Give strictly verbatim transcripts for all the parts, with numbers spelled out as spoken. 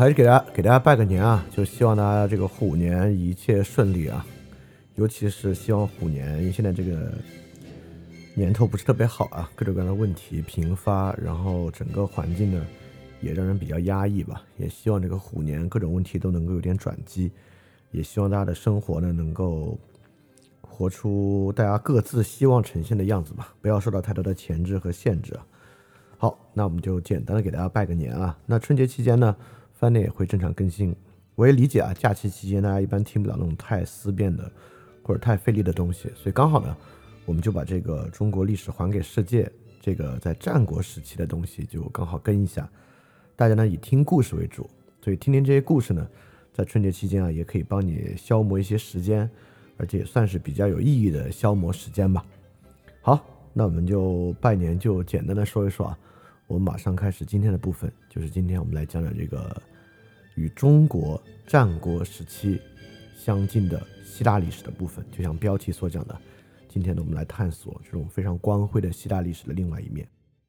还是给大家给大家拜个年啊，就希望大家这个虎年一切顺利啊，尤其是希望虎年，因为现在这个年头不是特别好啊，各种各样的问题频发，然后整个环境呢也让人比较压抑吧，也希望这个虎年各种问题都能够有点转机，也希望大家的生活呢能够活出大家各自希望呈现的样子吧，不要受到太多的钳制和限制啊。好，那我们就简单的给大家拜个年啊。那春节期间呢，饭店也会正常更新。我也理解啊，假期期间大家一般听不了那种太思辨的或者太费力的东西，所以刚好呢，我们就把这个中国历史还给世界，这个在战国时期的东西就刚好跟一下。大家呢以听故事为主，所以听听这些故事呢，在春节期间啊，也可以帮你消磨一些时间，而且也算是比较有意义的消磨时间吧。好，那我们就拜年就简单的说一说啊。我们马上开始今天的部分，就是今天我们来讲讲这个与中国战国时期相近的希腊历史的部分。就像标题所讲的，今天呢我们来探索这种非常光辉的希腊历史的另外一面。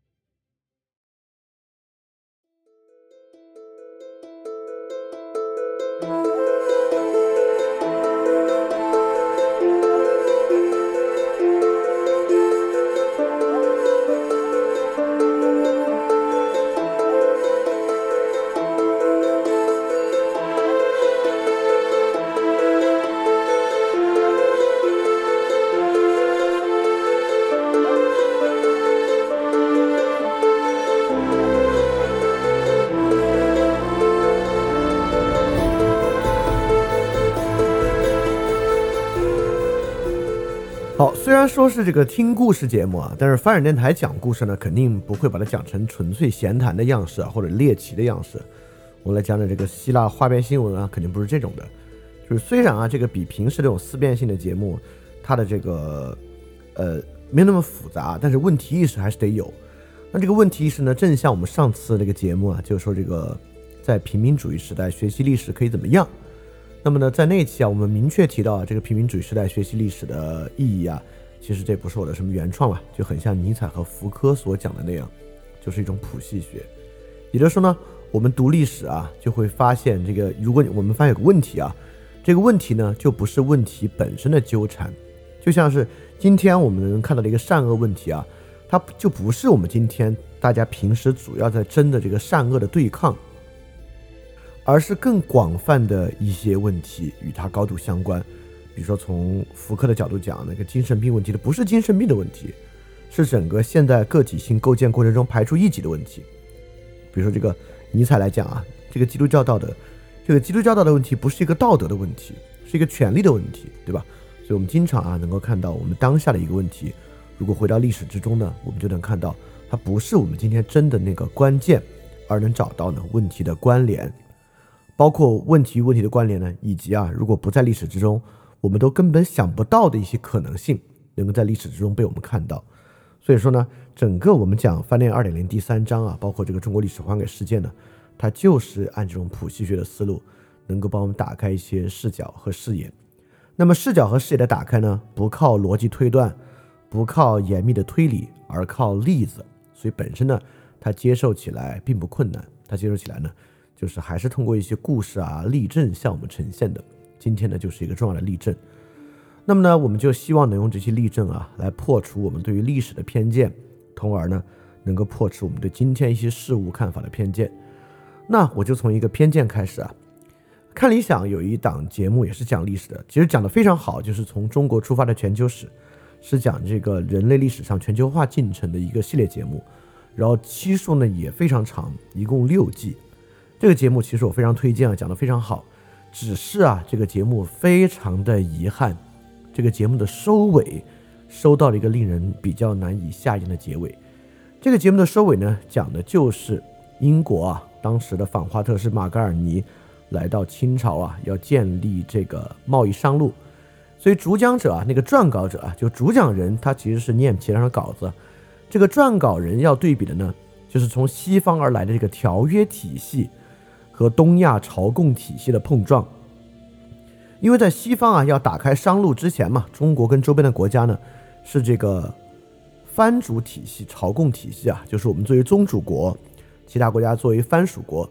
好，虽然说是这个听故事节目啊，但是翻转电台讲故事呢，肯定不会把它讲成纯粹闲谈的样式啊，或者猎奇的样式。我们来讲讲这个希腊花边新闻啊，肯定不是这种的。就是虽然啊，这个比平时这种思辨性的节目，它的这个呃没有那么复杂，但是问题意识还是得有。那这个问题意识呢，正像我们上次这个节目啊，就是说这个在平民主义时代学习历史可以怎么样。那么呢，在那一期啊，我们明确提到啊，这个平民主义时代学习历史的意义啊，其实这不是我的什么原创啊，就很像尼采和福柯所讲的那样，就是一种谱系学。也就是说呢，我们读历史啊，就会发现这个，如果我们发现有个问题啊，这个问题呢，就不是问题本身的纠缠，就像是今天我们能看到的一个善恶问题啊，它就不是我们今天大家平时主要在争的这个善恶的对抗。而是更广泛的一些问题与它高度相关，比如说从福柯的角度讲，那个精神病问题的不是精神病的问题，是整个现代个体性构建过程中排除异己的问题。比如说这个尼采来讲啊，这个基督教道德，这个基督教道德问题不是一个道德的问题，是一个权利的问题，对吧？所以我们经常啊能够看到我们当下的一个问题，如果回到历史之中呢，我们就能看到它不是我们今天真的那个关键，而能找到呢问题的关联。包括问题与问题的关联呢，以及啊，如果不在历史之中，我们都根本想不到的一些可能性，能够在历史之中被我们看到。所以说呢，整个我们讲翻恋 二点零 第三章啊，包括这个中国历史还给世界呢，它就是按这种谱系学的思路，能够帮我们打开一些视角和视野。那么视角和视野的打开呢，不靠逻辑推断，不靠严密的推理，而靠例子。所以本身呢，它接受起来并不困难，它接受起来呢，就是还是通过一些故事啊例证向我们呈现的。今天呢就是一个重要的例证。那么呢我们就希望能用这些例证啊来破除我们对于历史的偏见，从而呢能够破除我们对今天一些事物看法的偏见。那我就从一个偏见开始啊。看理想有一档节目也是讲历史的，其实讲得非常好，就是从中国出发的全球史，是讲这个人类历史上全球化进程的一个系列节目，然后期数呢也非常长，一共六季。这个节目其实我非常推荐啊，讲得非常好。只是啊，这个节目非常的遗憾，这个节目的收尾收到了一个令人比较难以下咽的结尾。这个节目的收尾呢，讲的就是英国啊，当时的访华特使马格尔尼来到清朝啊，要建立这个贸易商路。所以主讲者啊，那个撰稿者啊，就主讲人，他其实是念其他的稿子。这个撰稿人要对比的呢，就是从西方而来的这个条约体系和东亚朝贡体系的碰撞。因为在西方啊要打开商路之前嘛，中国跟周边的国家呢是这个藩主体系朝贡体系啊，就是我们作为宗主国，其他国家作为藩属国，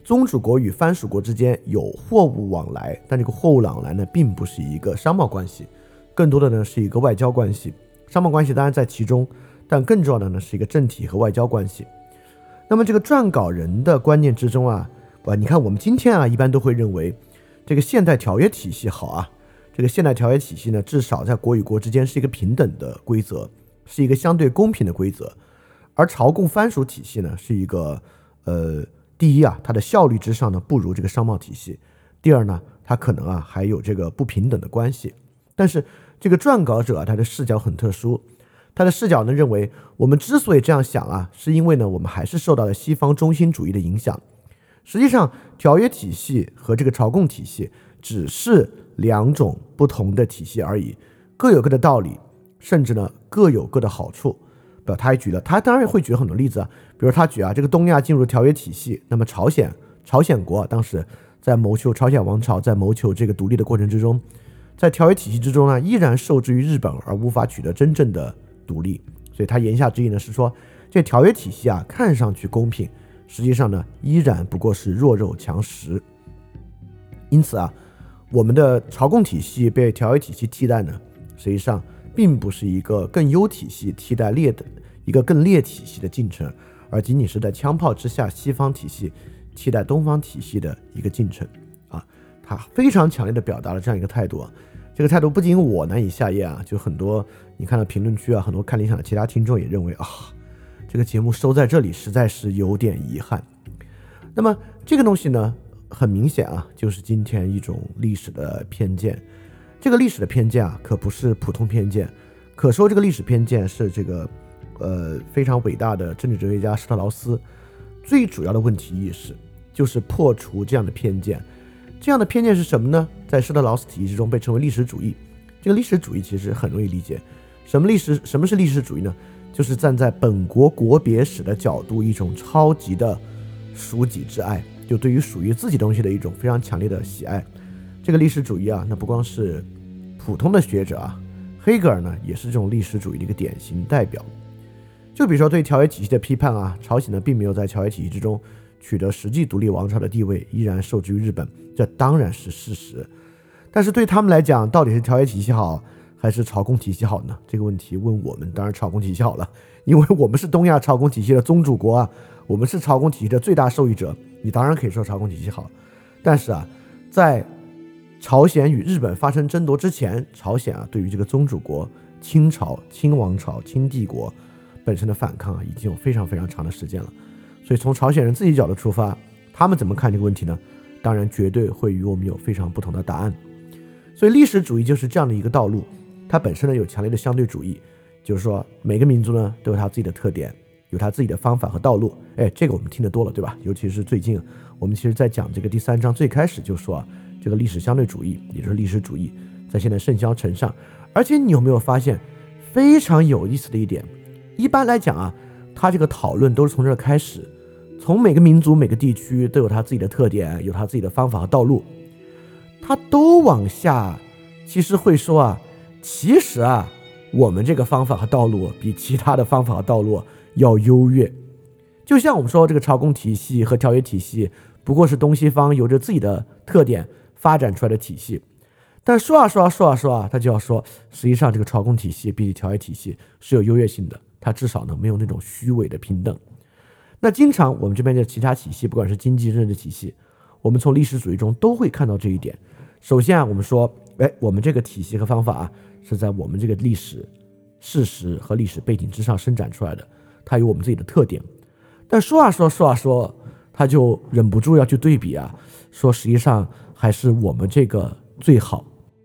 宗主国与藩属国之间有货物往来，但这个货物往来呢，并不是一个商贸关系，更多的呢是一个外交关系。商贸关系当然在其中，但更重要的呢是一个政体和外交关系。那么这个撰稿人的观念之中啊，啊，你看我们今天啊，一般都会认为这个现代条约体系好啊，这个现代条约体系呢，至少在国与国之间是一个平等的规则，是一个相对公平的规则。而朝贡藩属体系呢，是一个呃，第一啊，它的效率之上呢不如这个商贸体系；第二呢，它可能啊还有这个不平等的关系。但是这个撰稿者啊，他的视角很特殊，他的视角呢认为，我们之所以这样想啊，是因为呢我们还是受到了西方中心主义的影响。实际上，条约体系和这个朝贡体系只是两种不同的体系而已，各有各的道理，甚至呢各有各的好处。不，他还举了，他当然会举很多例子啊，比如他举啊，这个东亚进入条约体系，那么朝鲜朝鲜国、啊、当时在谋求朝鲜王朝在谋求这个独立的过程之中，在条约体系之中呢，依然受制于日本而无法取得真正的独立。所以他言下之意呢是说，这条约体系啊看上去公平，实际上呢依然不过是弱肉强食。因此啊，我们的朝贡体系被条约体系替代呢，实际上并不是一个更优体系替代劣的一个更劣体系的进程，而仅仅是在枪炮之下西方体系替代东方体系的一个进程啊。他非常强烈的表达了这样一个态度啊，这个态度不仅我难以下咽啊，就很多你看到评论区啊，很多看理想的其他听众也认为啊，这个节目收在这里实在是有点遗憾。那么这个东西呢，很明显啊，就是今天一种历史的偏见。这个历史的偏见啊，可不是普通偏见，可说这个历史偏见是这个呃非常伟大的政治哲学家施特劳斯最主要的问题意识，就是破除这样的偏见。这样的偏见是什么呢？在施特劳斯体系之中被称为历史主义。这个历史主义其实很容易理解，什么历史什么是历史主义呢？就是站在本国国别史的角度，一种超级的属己之爱，就对于属于自己东西的一种非常强烈的喜爱。这个历史主义啊，那不光是普通的学者啊，黑格尔呢也是这种历史主义的一个典型代表。就比如说对条约体系的批判啊，朝鲜呢并没有在条约体系之中取得实际独立王朝的地位，依然受制于日本，这当然是事实。但是对他们来讲，到底是条约体系好还是朝贡体系好呢？这个问题问我们，当然朝贡体系好了，因为我们是东亚朝贡体系的宗主国啊，我们是朝贡体系的最大受益者，你当然可以说朝贡体系好。但是啊，在朝鲜与日本发生争夺之前，朝鲜啊对于这个宗主国清朝、清王朝、清帝国本身的反抗啊，已经有非常非常长的时间了。所以从朝鲜人自己角度出发，他们怎么看这个问题呢？当然绝对会与我们有非常不同的答案。所以历史主义就是这样的一个道路，它本身呢有强烈的相对主义，就是说每个民族呢都有他自己的特点，有他自己的方法和道路。哎，这个我们听得多了，对吧？尤其是最近我们其实在讲这个第三章最开始就说啊，这个历史相对主义，也就是历史主义在现在甚嚣尘上。而且你有没有发现非常有意思的一点，一般来讲啊，他这个讨论都是从这儿开始，从每个民族每个地区都有他自己的特点，有他自己的方法和道路，他都往下其实会说啊，其实啊我们这个方法和道路比其他的方法和道路要优越。就像我们说这个朝贡体系和条约体系不过是东西方有着自己的特点发展出来的体系，但说啊说啊说啊说啊，他就要说实际上这个朝贡体系比起条约体系是有优越性的，它至少呢没有那种虚伪的平等。那经常我们这边的其他体系，不管是经济政治体系，我们从历史主义中都会看到这一点。首先啊，我们说哎，我们这个体系和方法啊，是在我们这个历史事实和历史背景之上生长出来的，它有我们自己的特点。但说啊说说啊说，他就忍不住要去对比啊，说实际上还是我们这个最好。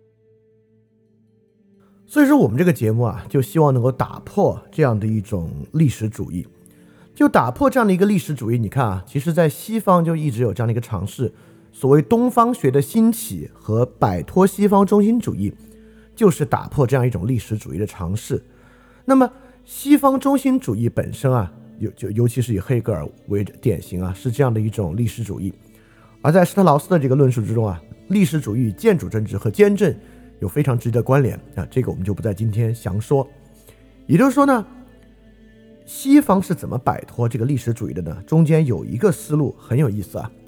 所以说我们这个节目啊，就希望能够打破这样的一种历史主义，就打破这样的一个历史主义。你看啊，其实在西方就一直有这样的一个尝试，所谓东方学的兴起和摆脱西方中心主义，就是打破这样一种历史主义的尝试。那么西方中心主义本身啊，尤就尤其是以黑格尔为典型啊，是这样的一种历史主义。而在施特劳斯的这个论述之中啊，历史主义与建主政治和监政有非常直接的关联啊，这个我们就不在今天详说。也就是说呢，西方是怎么摆脱这个历史主义的呢？中间有一个思路很有意思啊，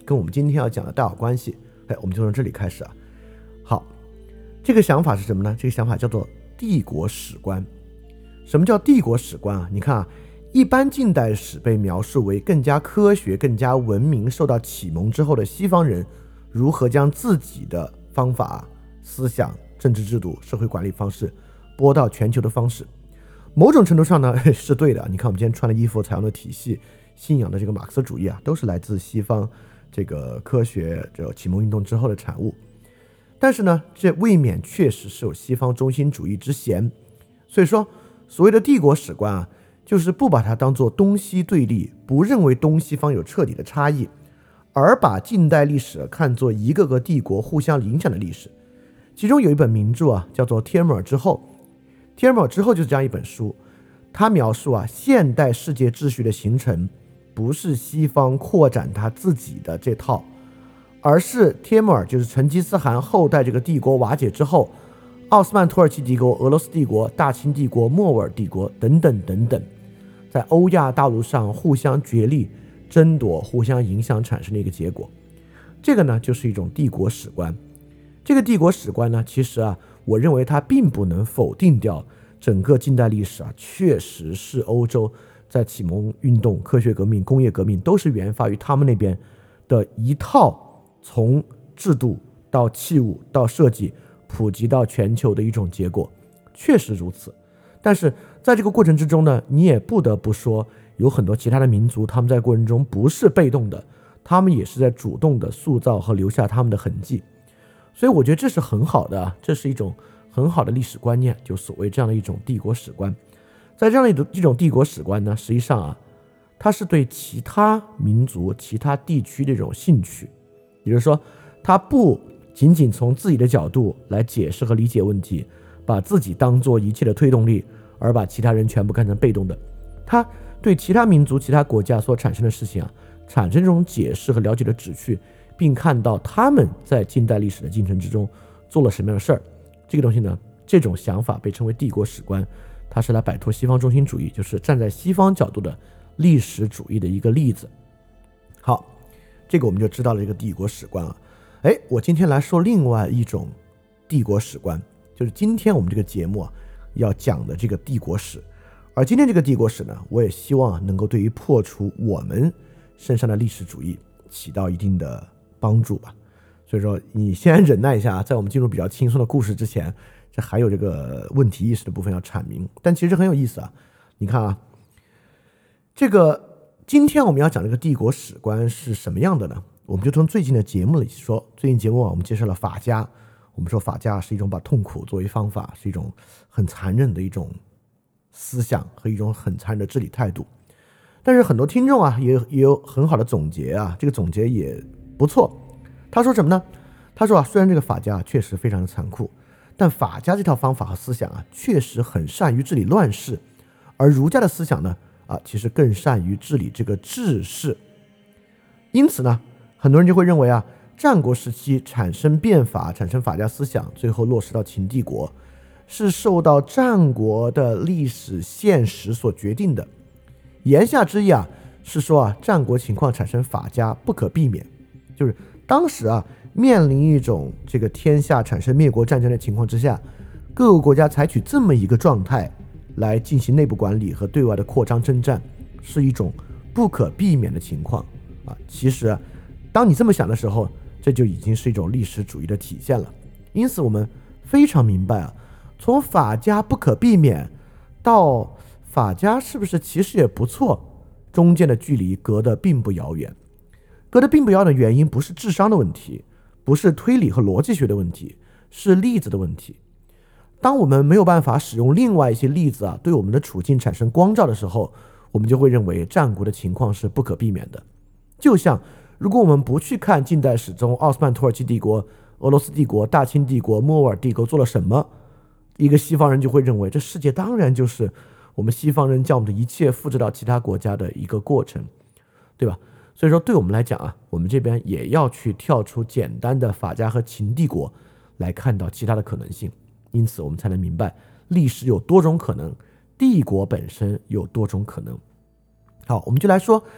跟我们今天要讲的大有关系。哎，我们就从这里开始啊。好，这个想法是什么呢？这个想法叫做帝国史观。什么叫帝国史观啊？你看啊，一般近代史被描述为更加科学、更加文明，受到启蒙之后的西方人如何将自己的方法、思想、政治制度、社会管理方式播到全球的方式。某种程度上呢是对的。你看我们今天穿的衣服、采用的体系、信仰的这个马克思主义啊，都是来自西方这个科学这个启蒙运动之后的产物。但是呢，这未免确实是有西方中心主义之嫌。所以说，所谓的帝国史观啊，就是不把它当作东西对立，不认为东西方有彻底的差异，而把近代历史看作一个个帝国互相影响的历史。其中有一本名著啊，叫做《天母尔之后》。天母尔之后就是这样一本书，它描述啊，现代世界秩序的形成不是西方扩展它自己的这套，而是天母尔就是成吉思汗后代这个帝国瓦解之后，奥斯曼土耳其帝国、俄罗斯帝国、大清帝国、莫卧儿帝国等等等等，在欧亚大陆上互相角力、争夺、互相影响产生的一个结果。这个呢，就是一种帝国史观。这个帝国史观呢，其实啊，我认为它并不能否定掉整个近代历史啊，确实是欧洲在启蒙运动、科学革命、工业革命都是源发于他们那边的一套从制度到器物到设计普及到全球的一种结果，确实如此。但是在这个过程之中呢，你也不得不说，有很多其他的民族，他们在过程中不是被动的，他们也是在主动的塑造和留下他们的痕迹。所以我觉得这是很好的，这是一种很好的历史观念，就所谓这样的一种帝国史观。在这样的一种帝国史观呢，实际上啊，它是对其他民族、其他地区的一种兴趣，也就是说，它不仅仅从自己的角度来解释和理解问题，把自己当做一切的推动力，而把其他人全部看成被动的。它对其他民族、其他国家所产生的事情啊，产生这种解释和了解的旨趣，并看到他们在近代历史的进程之中做了什么样的事儿。这个东西呢，这种想法被称为帝国史观，它是来摆脱西方中心主义，就是站在西方角度的历史主义的一个例子。好，这个我们就知道了这个帝国史观啊。哎，我今天来说另外一种帝国史观，就是今天我们这个节目啊要讲的这个帝国史。而今天这个帝国史呢，我也希望能够对于破除我们身上的历史主义起到一定的帮助吧。所以说你先忍耐一下，在我们进入比较轻松的故事之前，这还有这个问题意识的部分要阐明。但其实很有意思啊，你看啊，这个今天我们要讲这个帝国史观是什么样的呢？我们就从最近的节目里说。最近节目啊，我们介绍了法家，我们说法家是一种把痛苦作为方法，是一种很残忍的一种思想和一种很残忍的治理态度。但是很多听众啊也也有很好的总结啊，这个总结也不错。他说什么呢？他说啊，虽然这个法家确实非常的残酷，但法家这套方法和思想啊，确实很善于治理乱世，而儒家的思想呢，啊，其实更善于治理这个治世。因此呢，很多人就会认为啊，战国时期产生变法、产生法家思想，最后落实到秦帝国，是受到战国的历史现实所决定的。言下之意啊，是说啊，战国情况产生法家不可避免，就是当时啊，面临一种这个天下产生灭国战争的情况之下，各个国家采取这么一个状态来进行内部管理和对外的扩张征战，是一种不可避免的情况啊。其实啊，当你这么想的时候，这就已经是一种历史主义的体现了。因此我们非常明白啊，从法家不可避免到法家是不是其实也不错，中间的距离隔得并不遥远。隔得并不遥远的原因不是智商的问题，不是推理和逻辑学的问题，是例子的问题。当我们没有办法使用另外一些例子啊，对我们的处境产生光照的时候，我们就会认为战国的情况是不可避免的。就像如果我们不去看近代史中奥斯曼土耳其帝国、俄罗斯帝国、大清帝国、莫卧儿帝国做了什么，一个西方人就会认为这世界当然就是我们西方人将我们的一切复制到其他国家的一个过程，对吧？所以说对我们来讲啊，我们这边也要去跳出简单的法家和秦帝国来看到其他的可能性。因此我们才能明白历史有多种可能，帝国本身有多种可能。好，我们就来说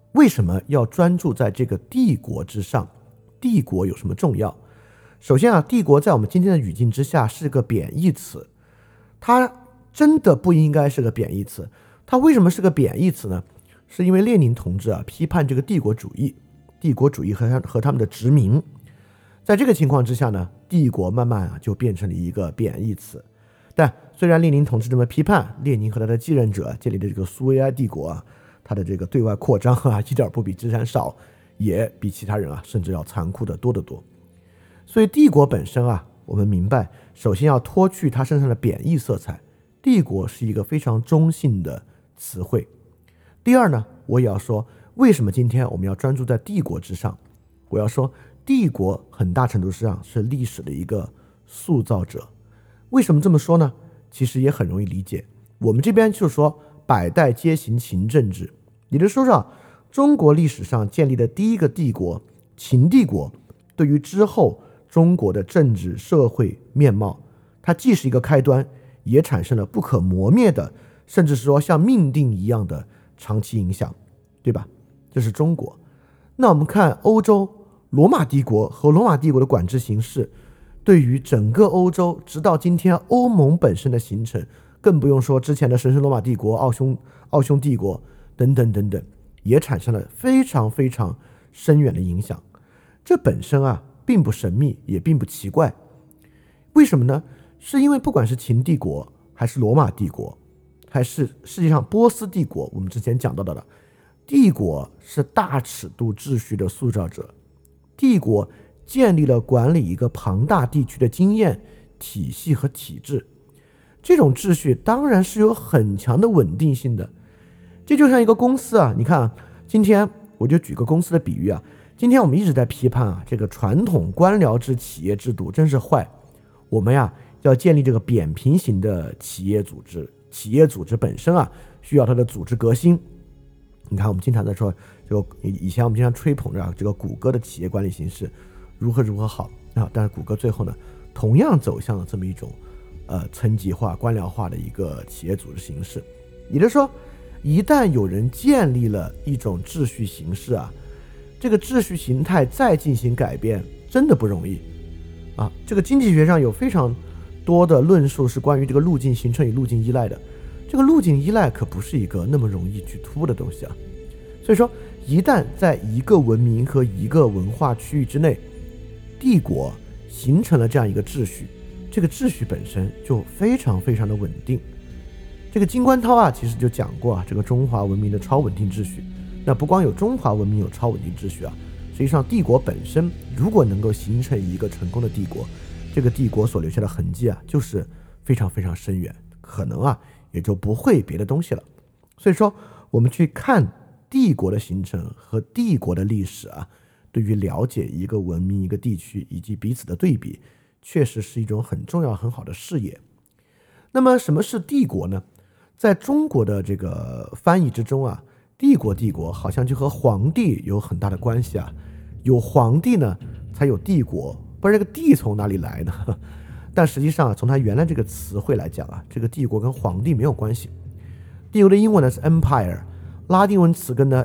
为什么要专注在这个帝国之上？帝国有什么重要？首先啊，帝国在我们今天的语境之下是个贬义词，它真的不应该是个贬义词。它为什么是个贬义词呢？是因为列宁同志啊批判这个帝国主义，帝国主义和他和他们的殖民，在这个情况之下呢，帝国慢慢啊就变成了一个贬义词。但虽然列宁同志这么批判，列宁和他的继任者建立的这个苏维埃帝国啊，它的这个对外扩张啊，一点不比之前少，也比其他人啊甚至要残酷的多得多。所以帝国本身啊，我们明白，首先要脱去它身上的贬义色彩，帝国是一个非常中性的词汇。第二呢，我也要说，为什么今天我们要专注在帝国之上？我要说，帝国很大程度上是历史的一个塑造者。为什么这么说呢？其实也很容易理解。我们这边就是说，百代皆行秦政治，也就是说啊，中国历史上建立的第一个帝国秦帝国，对于之后中国的政治社会面貌，它既是一个开端，也产生了不可磨灭的，甚至是说像命定一样的长期影响，对吧？这是中国。那我们看欧洲，罗马帝国和罗马帝国的管制形式，对于整个欧洲直到今天欧盟本身的形成，更不用说之前的神圣罗马帝国、奥匈奥匈帝国等等等等，也产生了非常非常深远的影响。这本身啊并不神秘，也并不奇怪。为什么呢？是因为不管是秦帝国还是罗马帝国，还是世界上波斯帝国，我们之前讲到的了，帝国是大尺度秩序的塑造者，帝国建立了管理一个庞大地区的经验、体系和体制。这种秩序当然是有很强的稳定性的。这就像一个公司啊，你看啊，今天我就举个公司的比喻啊，今天我们一直在批判啊，这个传统官僚制企业制度真是坏，我们呀要建立这个扁平型的企业组织。企业组织本身啊，需要它的组织革新。你看，我们经常在说，这个以前我们经常吹捧着、啊、这个谷歌的企业管理形式如何如何好啊，但是谷歌最后呢，同样走向了这么一种呃层级化、官僚化的一个企业组织形式。也就是说，一旦有人建立了一种秩序形式啊，这个秩序形态再进行改变，真的不容易啊。这个经济学上有非常多的论述是关于这个路径形成与路径依赖的，这个路径依赖可不是一个那么容易去突的东西啊。所以说，一旦在一个文明和一个文化区域之内，帝国形成了这样一个秩序，这个秩序本身就非常非常的稳定。这个金观涛啊，其实就讲过啊，这个中华文明的超稳定秩序。那不光有中华文明有超稳定秩序啊，实际上帝国本身如果能够形成一个成功的帝国，这个帝国所留下的痕迹啊，就是非常非常深远，可能啊也就不会别的东西了。所以说，我们去看帝国的形成和帝国的历史啊，对于了解一个文明、一个地区以及彼此的对比，确实是一种很重要、很好的视野。那么，什么是帝国呢？在中国的这个翻译之中啊，帝国帝国好像就和皇帝有很大的关系啊，有皇帝呢才有帝国。不知道这个帝从哪里来呢？但实际上从它原来这个词汇来讲啊，这个帝国跟皇帝没有关系。帝国的英文呢是 empire， 拉丁文词根呢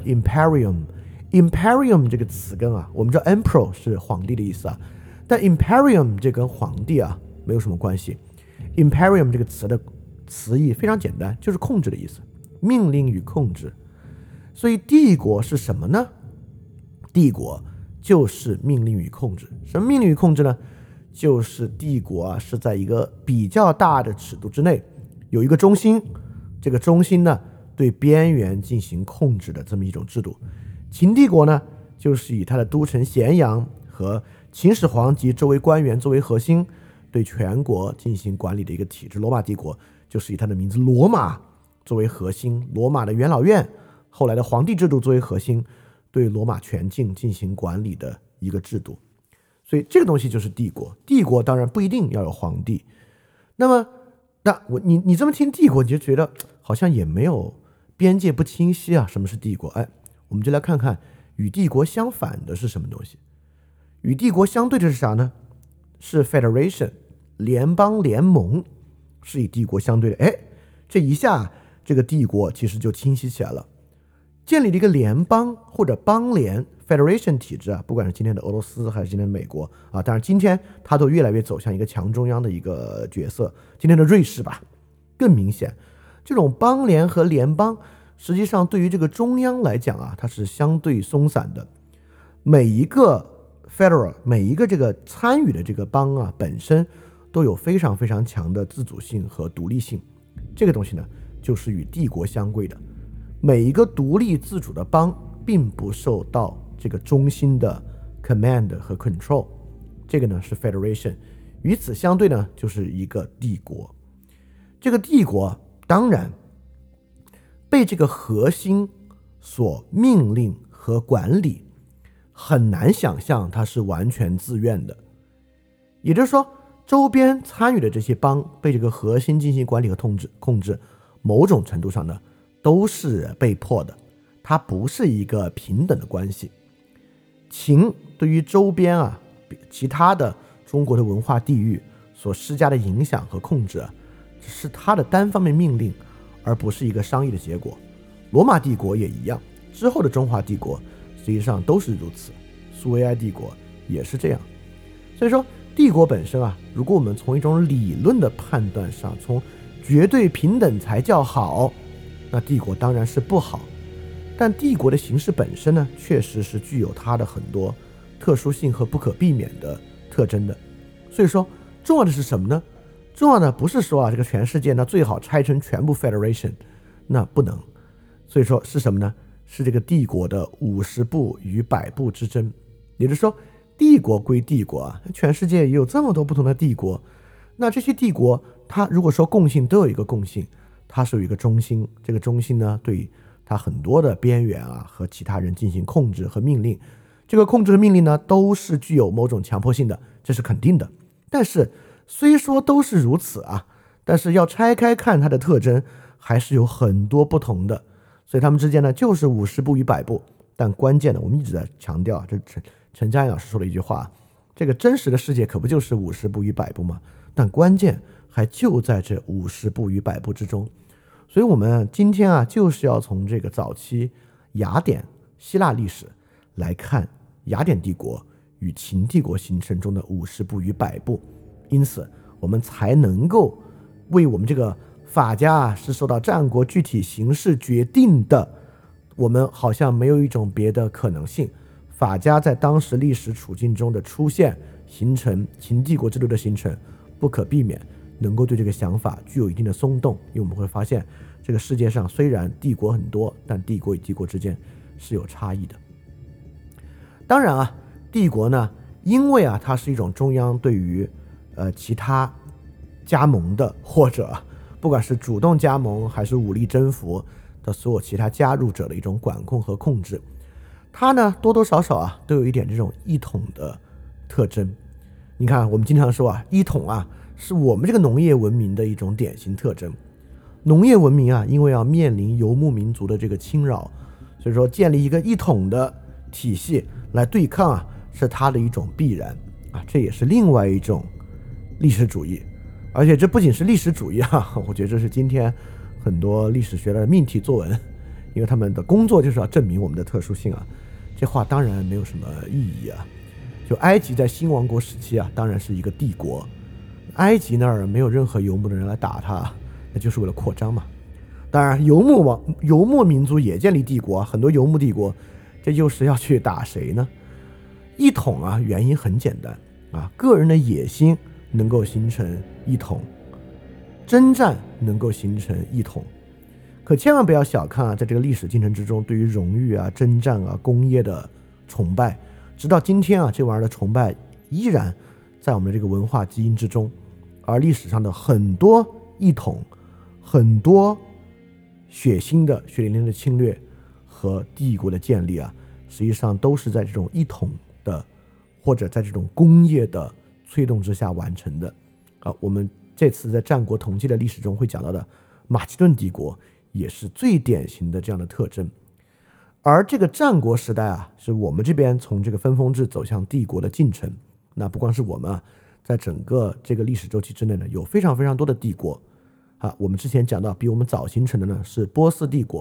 imperium。imperium 这个词根啊，我们知道 emperor 是皇帝的意思啊，但 imperium 这跟皇帝啊没有什么关系。imperium 这个词的词义非常简单，就是控制的意思，命令与控制。所以帝国是什么呢？帝国就是命令与控制。什么命令与控制呢？就是帝国啊是在一个比较大的尺度之内，有一个中心，这个中心呢对边缘进行控制的这么一种制度。秦帝国呢，就是以它的都城咸阳和秦始皇及周围官员作为核心，对全国进行管理的一个体制。罗马帝国就是以它的名字罗马作为核心，罗马的元老院后来的皇帝制度作为核心，对罗马全境进行管理的一个制度。所以这个东西就是帝国。帝国当然不一定要有皇帝。那么那我你你这么听帝国，你就觉得好像也没有边界不清晰啊。什么是帝国？哎，我们就来看看与帝国相反的是什么东西。与帝国相对的是啥呢？是 federation， 联邦联盟是与帝国相对的。哎，这一下这个帝国其实就清晰起来了。 建立了一个联邦或者邦联 federation 体制啊，不管是今天的俄罗斯还是今天的美国啊，当然今天它都越来越走向一个强中央的一个角色。今天的瑞士吧，更明显，这种邦联和联邦实际上对于这个中央来讲啊，它是相对松散的。每一个 federal 每一个这个参与的这个邦啊，本身都有非常非常强的自主性和独立性。这个东西呢，就是与帝国相贵的。每一个独立自主的邦并不受到这个中心的 command 和 control， 这个呢是 federation。 与此相对呢，就是一个帝国。这个帝国当然被这个核心所命令和管理，很难想象它是完全自愿的。也就是说，周边参与的这些邦被这个核心进行管理和控制，控制某种程度上呢都是被迫的，它不是一个平等的关系。秦对于周边啊其他的中国的文化地域所施加的影响和控制啊，只是它的单方面命令，而不是一个商议的结果。罗马帝国也一样，之后的中华帝国实际上都是如此，苏维埃帝国也是这样。所以说帝国本身啊，如果我们从一种理论的判断上，从绝对平等才叫好，那帝国当然是不好。但帝国的形式本身呢，确实是具有它的很多特殊性和不可避免的特征的。所以说重要的是什么呢？重要的不是说啊，这个全世界呢最好拆成全部 federation， 那不能。所以说是什么呢？是这个帝国的五十步与百步之争。也就是说，帝国归帝国啊，全世界也有这么多不同的帝国，那这些帝国它如果说共性都有一个共性，它是有一个中心，这个中心呢对它很多的边缘啊和其他人进行控制和命令，这个控制和命令呢都是具有某种强迫性的，这是肯定的。但是虽说都是如此啊，但是要拆开看它的特征还是有很多不同的。所以他们之间呢就是五十步与百步。但关键的我们一直在强调啊，这陈陈嘉映老师说了一句话，这个真实的世界可不就是五十步与百步吗？但关键还就在这五十步与百步之中。所以我们今天啊，就是要从这个早期雅典希腊历史来看雅典帝国与秦帝国形成中的五十步与百步，因此我们才能够为我们这个法家啊是受到战国具体形势决定的，我们好像没有一种别的可能性。法家在当时历史处境中的出现、形成，秦帝国制度的形成，不可避免能够对这个想法具有一定的松动。因为我们会发现，这个世界上虽然帝国很多，但帝国与帝国之间是有差异的。当然啊，帝国呢，因为啊它是一种中央对于呃其他加盟的，或者、啊、不管是主动加盟还是武力征服的所有其他加入者的一种管控和控制，它呢多多少少啊都有一点这种一统的特征。你看我们经常说啊，一统啊是我们这个农业文明的一种典型特征。农业文明啊，因为要面临游牧民族的这个侵扰，所以说建立一个一统的体系来对抗啊，是它的一种必然啊，这也是另外一种历史主义。而且这不仅是历史主义啊，我觉得这是今天很多历史学的命题作文，因为他们的工作就是要证明我们的特殊性啊。这话当然没有什么意义啊。就埃及在新王国时期啊，当然是一个帝国，埃及那儿没有任何游牧的人来打他，那就是为了扩张嘛。当然游牧王游牧民族也建立帝国，很多游牧帝国，这又是要去打谁呢？一统啊，原因很简单啊，个人的野心能够形成一统，征战能够形成一统。可千万不要小看啊，在这个历史进程之中，对于荣誉啊、征战啊、功业的崇拜，直到今天啊，这玩意儿的崇拜依然在我们的这个文化基因之中。而历史上的很多一统，很多血腥的血淋淋的侵略和帝国的建立啊，实际上都是在这种一统的或者在这种工业的推动之下完成的。啊，我们这次在战国统计的历史中会讲到的马其顿帝国也是最典型的这样的特征。而这个战国时代啊，是我们这边从这个分封制走向帝国的进程。那不光是我们啊，在整个这个历史周期之内呢，有非常非常多的帝国啊。我们之前讲到比我们早形成的呢是波斯帝国，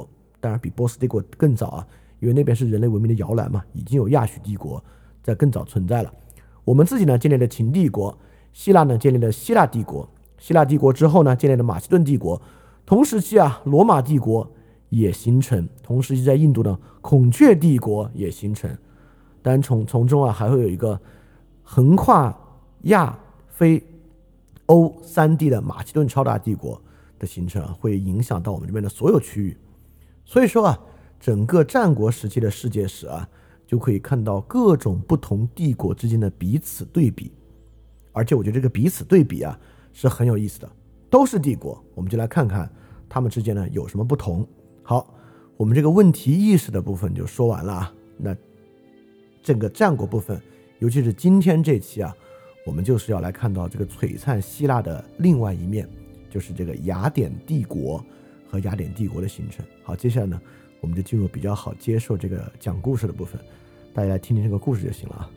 当然比波斯帝国更早啊，因为那边是人类文明的摇篮嘛，已经有亚述帝国在更早存在了。我们自己呢建立了秦帝国，希腊呢建立了希腊帝国，希腊帝国之后呢建立了马其顿帝国，同时期啊罗马帝国也形成，同时期在印度呢孔雀帝国也形成。当然从从中啊还会有一个横跨亚非欧三地的马其顿超大帝国的形成啊，会影响到我们这边的所有区域。所以说啊，整个战国时期的世界史啊，就可以看到各种不同帝国之间的彼此对比。而且我觉得这个彼此对比啊是很有意思的，都是帝国，我们就来看看他们之间呢有什么不同。好，我们这个问题意识的部分就说完了啊。那整个战国部分，尤其是今天这期啊，我们就是要来看到这个璀璨希腊的另外一面，就是这个雅典帝国和雅典帝国的形成。好，接下来呢，我们就进入比较好接受这个讲故事的部分，大家来听听这个故事就行了啊。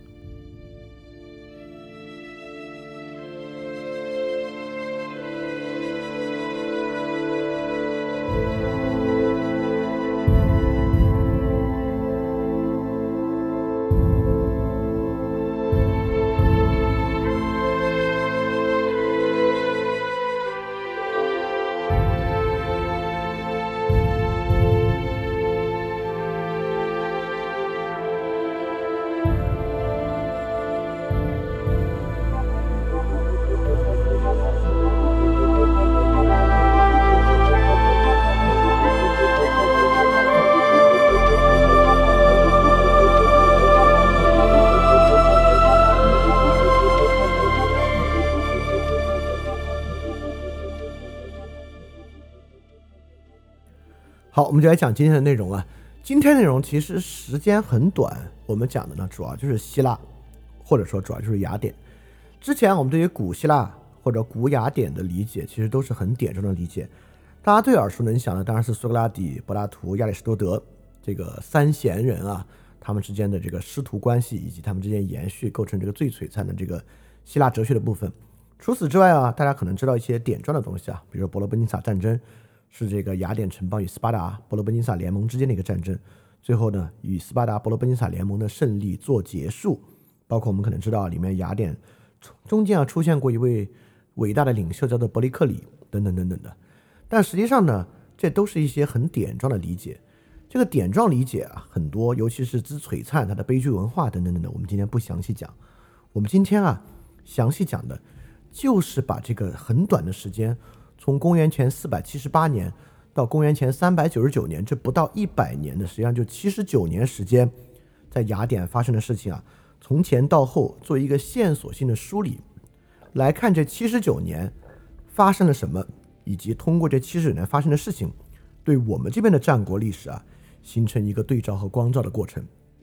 好，我们就来讲今天的内容啊。今天内容其实时间很短，我们讲的呢主要就是希腊，或者说主要就是雅典。之前我们对于古希腊或者古雅典的理解，其实都是很点中的理解。大家最耳熟能详的当然是苏格拉底、柏拉图、亚里士多德这个三贤人啊，他们之间的这个师徒关系以及他们之间延续，构成这个最璀璨的这个希腊哲学的部分。除此之外啊，大家可能知道一些点状的东西啊，比如说伯罗奔尼撒战争。是这个雅典城邦与斯巴达伯罗奔尼撒联盟之间的一个战争，最后呢以斯巴达伯罗奔尼撒联盟的胜利做结束。包括我们可能知道里面雅典中间啊出现过一位伟大的领袖叫做伯利克里等等等等的。但实际上呢，这都是一些很点状的理解。这个点状理解啊很多，尤其是之璀璨它的悲剧文化等等等等，我们今天不详细讲。我们今天啊详细讲的就是把这个很短的时间，从公元前四百七十八年到公元前三百九十九年，这不到一百年的，实际上就七十九年时间，在雅典发生的事情啊，从前到后做一个线索性的梳理，来看这七十九年发生了什么，以及通过这七十九年发生的事情，对我们这边的战国历史啊，形成一个对照和光照的过程。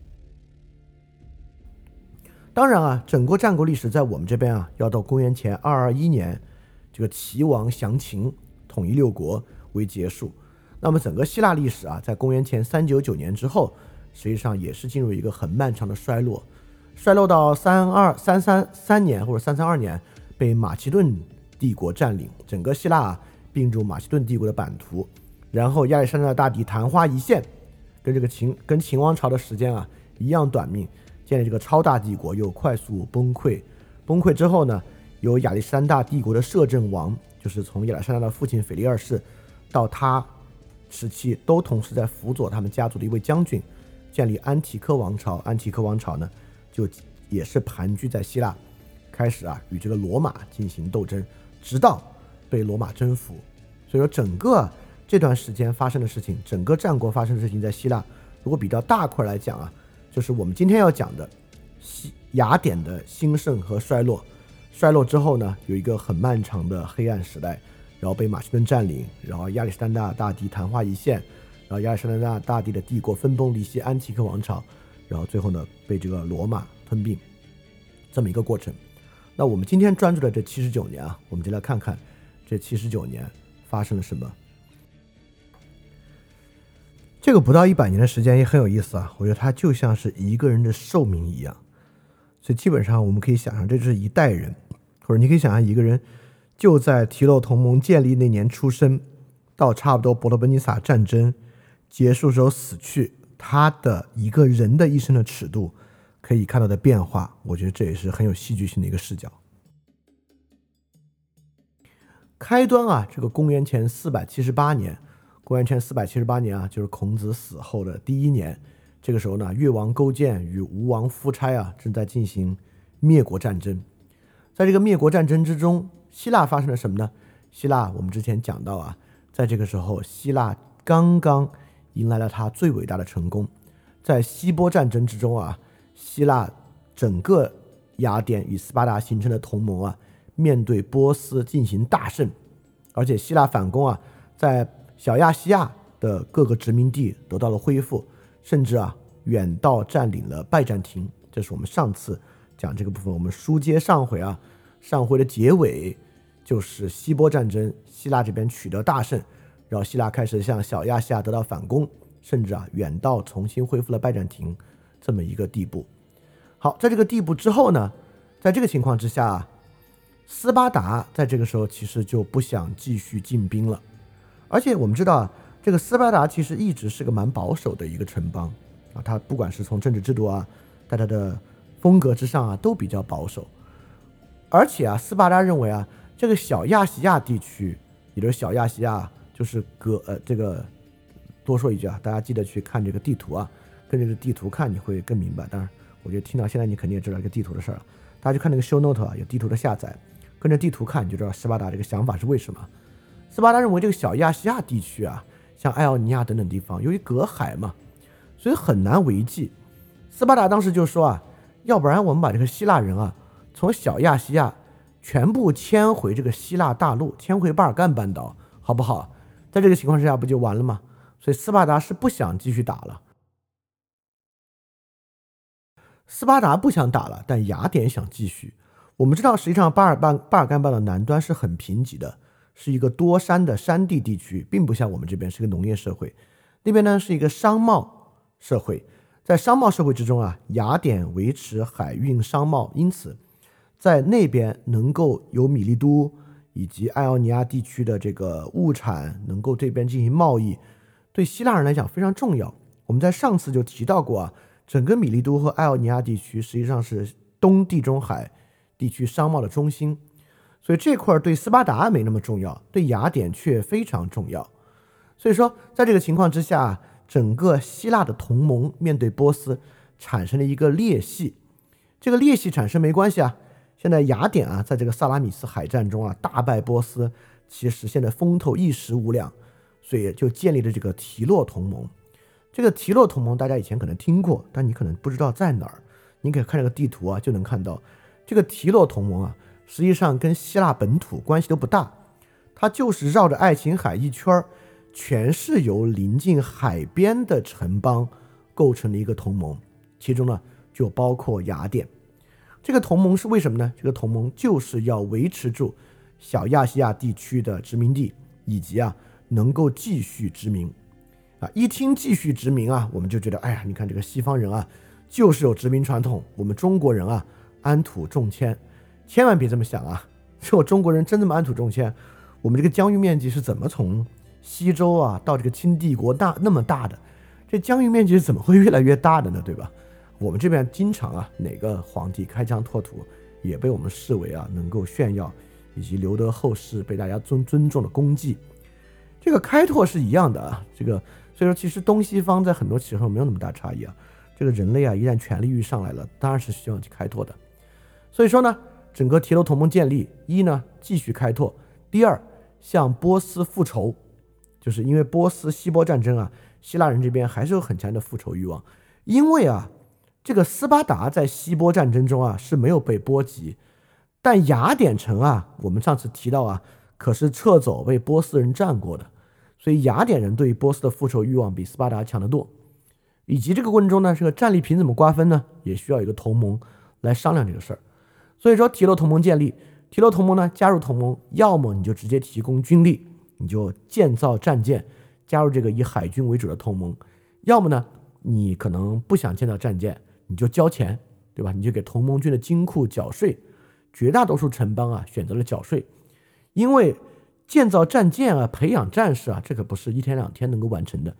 当然啊，整个战国历史在我们这边啊，要到公元前二二一年。这个齐王降秦统一六国为结束。那么整个希腊历史啊，在公元前三九九年之后，实际上也是进入一个很漫长的衰落，衰落到三二三三三年或者三三二年被马其顿帝国占领，整个希腊啊并入马其顿帝国的版图。然后亚历山大大帝昙花一现，跟这个秦跟秦王朝的时间啊一样短命，建立这个超大帝国又快速崩溃。崩溃之后呢，由亚历山大帝国的摄政王，就是从亚历山大的父亲腓力二世到他时期，都同时在辅佐他们家族的一位将军，建立安提柯王朝。安提柯王朝呢，就也是盘踞在希腊，开始啊与这个罗马进行斗争，直到被罗马征服。所以说，整个这段时间发生的事情，整个战国发生的事情，在希腊，如果比较大块来讲啊，就是我们今天要讲的西雅典的兴盛和衰落。衰落之后呢，有一个很漫长的黑暗时代，然后被马其顿占领，然后亚历山大大帝昙花一现，然后亚历山大大帝的帝国分崩离析，安提柯王朝，然后最后呢被这个罗马吞并，这么一个过程。那我们今天专注的这七十九年啊，我们就来看看这七十九年发生了什么。这个不到一百年的时间也很有意思啊，我觉得它就像是一个人的寿命一样。所以基本上我们可以想象，这就是一代人，或者你可以想象一个人就在提洛同盟建立那年出生，到差不多伯罗奔尼撒战争结束之后死去，他的一个人的一生的尺度可以看到的变化，我觉得这也是很有戏剧性的一个视角。开端啊，这个公元前四百七十八年，公元前四百七十八年啊，就是孔子死后的第一年。这个时候呢，越王勾践与吴王夫差啊正在进行灭国战争。在这个灭国战争之中，希腊发生了什么呢？希腊我们之前讲到啊，在这个时候，希腊刚刚迎来了他最伟大的成功。在希波战争之中啊，希腊整个雅典与斯巴达形成的同盟啊，面对波斯进行大胜，而且希腊反攻啊，在小亚细亚的各个殖民地得到了恢复，甚至啊远道占领了拜占庭。这是我们上次讲这个部分，我们书接上回啊，上回的结尾就是希波战争，希腊这边取得大胜，然后希腊开始向小亚细亚得到反攻，甚至啊远道重新恢复了拜占庭这么一个地步。好，在这个地步之后呢，在这个情况之下啊，斯巴达在这个时候其实就不想继续进兵了。而且我们知道啊，这个斯巴达其实一直是个蛮保守的一个城邦啊，它不管是从政治制度啊，在它的风格之上啊，都比较保守。而且啊，斯巴达认为啊，这个小亚细亚地区，也就是小亚细亚，就是隔呃这个多说一句啊，大家记得去看这个地图啊，跟这个地图看你会更明白。当然，我觉得听到现在你肯定也知道一个地图的事儿了。大家去看那个 show note 啊，有地图的下载，跟着地图看你就知道斯巴达这个想法是为什么。斯巴达认为这个小亚细亚地区啊，像艾奥尼亚等等地方，由于隔海嘛，所以很难为继。斯巴达当时就说啊，要不然我们把这个希腊人啊，从小亚细亚全部迁回这个希腊大陆，迁回巴尔干半岛，好不好？在这个情况之下不就完了吗？所以斯巴达是不想继续打了。斯巴达不想打了，但雅典想继续。我们知道，实际上巴尔干巴尔干半岛南端是很贫瘠的，是一个多山的山地地区，并不像我们这边是个农业社会。那边呢是一个商贸社会，在商贸社会之中啊，雅典维持海运商贸，因此在那边能够有米利都以及艾奥尼亚地区的这个物产能够这边进行贸易，对希腊人来讲非常重要。我们在上次就提到过啊，整个米利都和艾奥尼亚地区实际上是东地中海地区商贸的中心，所以这块对斯巴达没那么重要，对雅典却非常重要。所以说在这个情况之下，整个希腊的同盟面对波斯产生了一个裂隙。这个裂隙产生没关系啊，现在雅典啊在这个萨拉米斯海战中啊大败波斯，其实现在风头一时无两，所以就建立了这个提洛同盟。这个提洛同盟大家以前可能听过，但你可能不知道在哪儿。你可以看这个地图啊，就能看到这个提洛同盟啊，实际上跟希腊本土关系都不大，它就是绕着爱琴海一圈，全是由临近海边的城邦构成的一个同盟，其中呢就包括雅典。这个同盟是为什么呢？这个同盟就是要维持住小亚细亚地区的殖民地，以及啊能够继续殖民。啊，一听继续殖民啊，我们就觉得，哎呀，你看这个西方人啊，就是有殖民传统，我们中国人啊，安土重迁。千万别这么想啊！如果中国人真这么安土重迁，我们这个疆域面积是怎么从西周啊到这个清帝国大那么大的？这疆域面积是怎么会越来越大的呢？对吧？我们这边经常啊，哪个皇帝开疆拓土，也被我们视为啊能够炫耀以及留得后世被大家尊尊重的功绩。这个开拓是一样的啊，这个所以说其实东西方在很多时候没有那么大差异啊。这个人类啊，一旦权力欲上来了，当然是希望去开拓的。所以说呢，整个提洛同盟建立，一呢继续开拓，第二向波斯复仇，就是因为波斯希波战争啊，希腊人这边还是有很强的复仇欲望。因为啊，这个斯巴达在希波战争中啊是没有被波及，但雅典城啊，我们上次提到啊，可是撤走被波斯人占过的，所以雅典人对于波斯的复仇欲望比斯巴达强得多。以及这个过程中呢，这个战利品怎么瓜分呢？也需要一个同盟来商量这个事儿。所以说提洛同盟建立，提洛同盟呢加入同盟，要么你就直接提供军力，你就建造战舰，加入这个以海军为主的同盟；要么呢，你可能不想建造战舰，你就交钱，对吧？你就给同盟军的金库缴税。绝大多数城邦啊选择了缴税，因为建造战舰啊、培养战士啊，这可不是一天两天能够完成的。